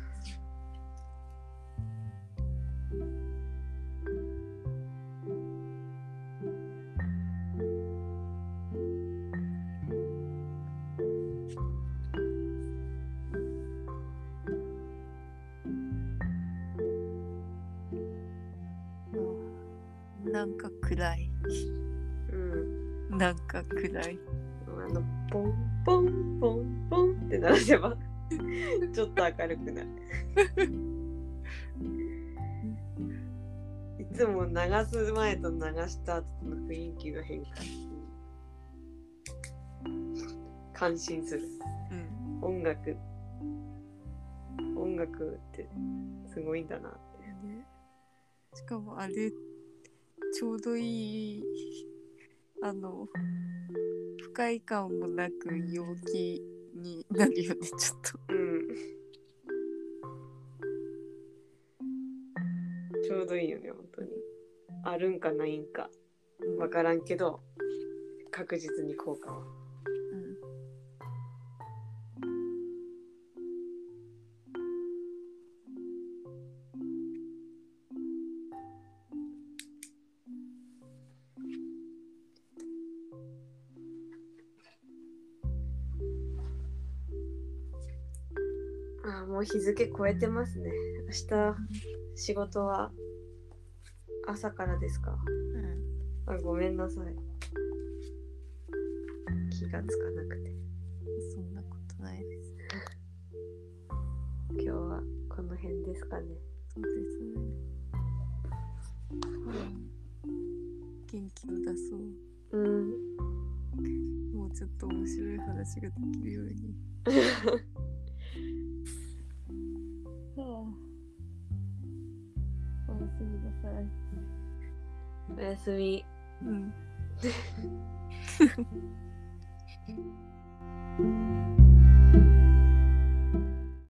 なんか暗い。 うん。 なんか暗い。 あのポンポンポンポンって鳴らせばちょっと明るくなる。いつも流す前と流した後の雰囲気の変化に感心する。 うん、 音楽音楽ってすごいんだなって。 ね、しかもあれちょうどいいあの不快感もなく陽気になるよねちょっと。 うん。ちょうどいいよね本当に。あるんかないんかわからんけど確実に効果は。ああもう日付超えてますね。明日仕事は朝からですか。 うん、 あごめんなさい。気がつかなくて。 そんなことないです。 今日はこの辺ですかね。 そうですね。うん、元気を出そう。 うん。 もうちょっと面白い話ができるように。はあ、おやすみなさい。 おやすみ。 うん。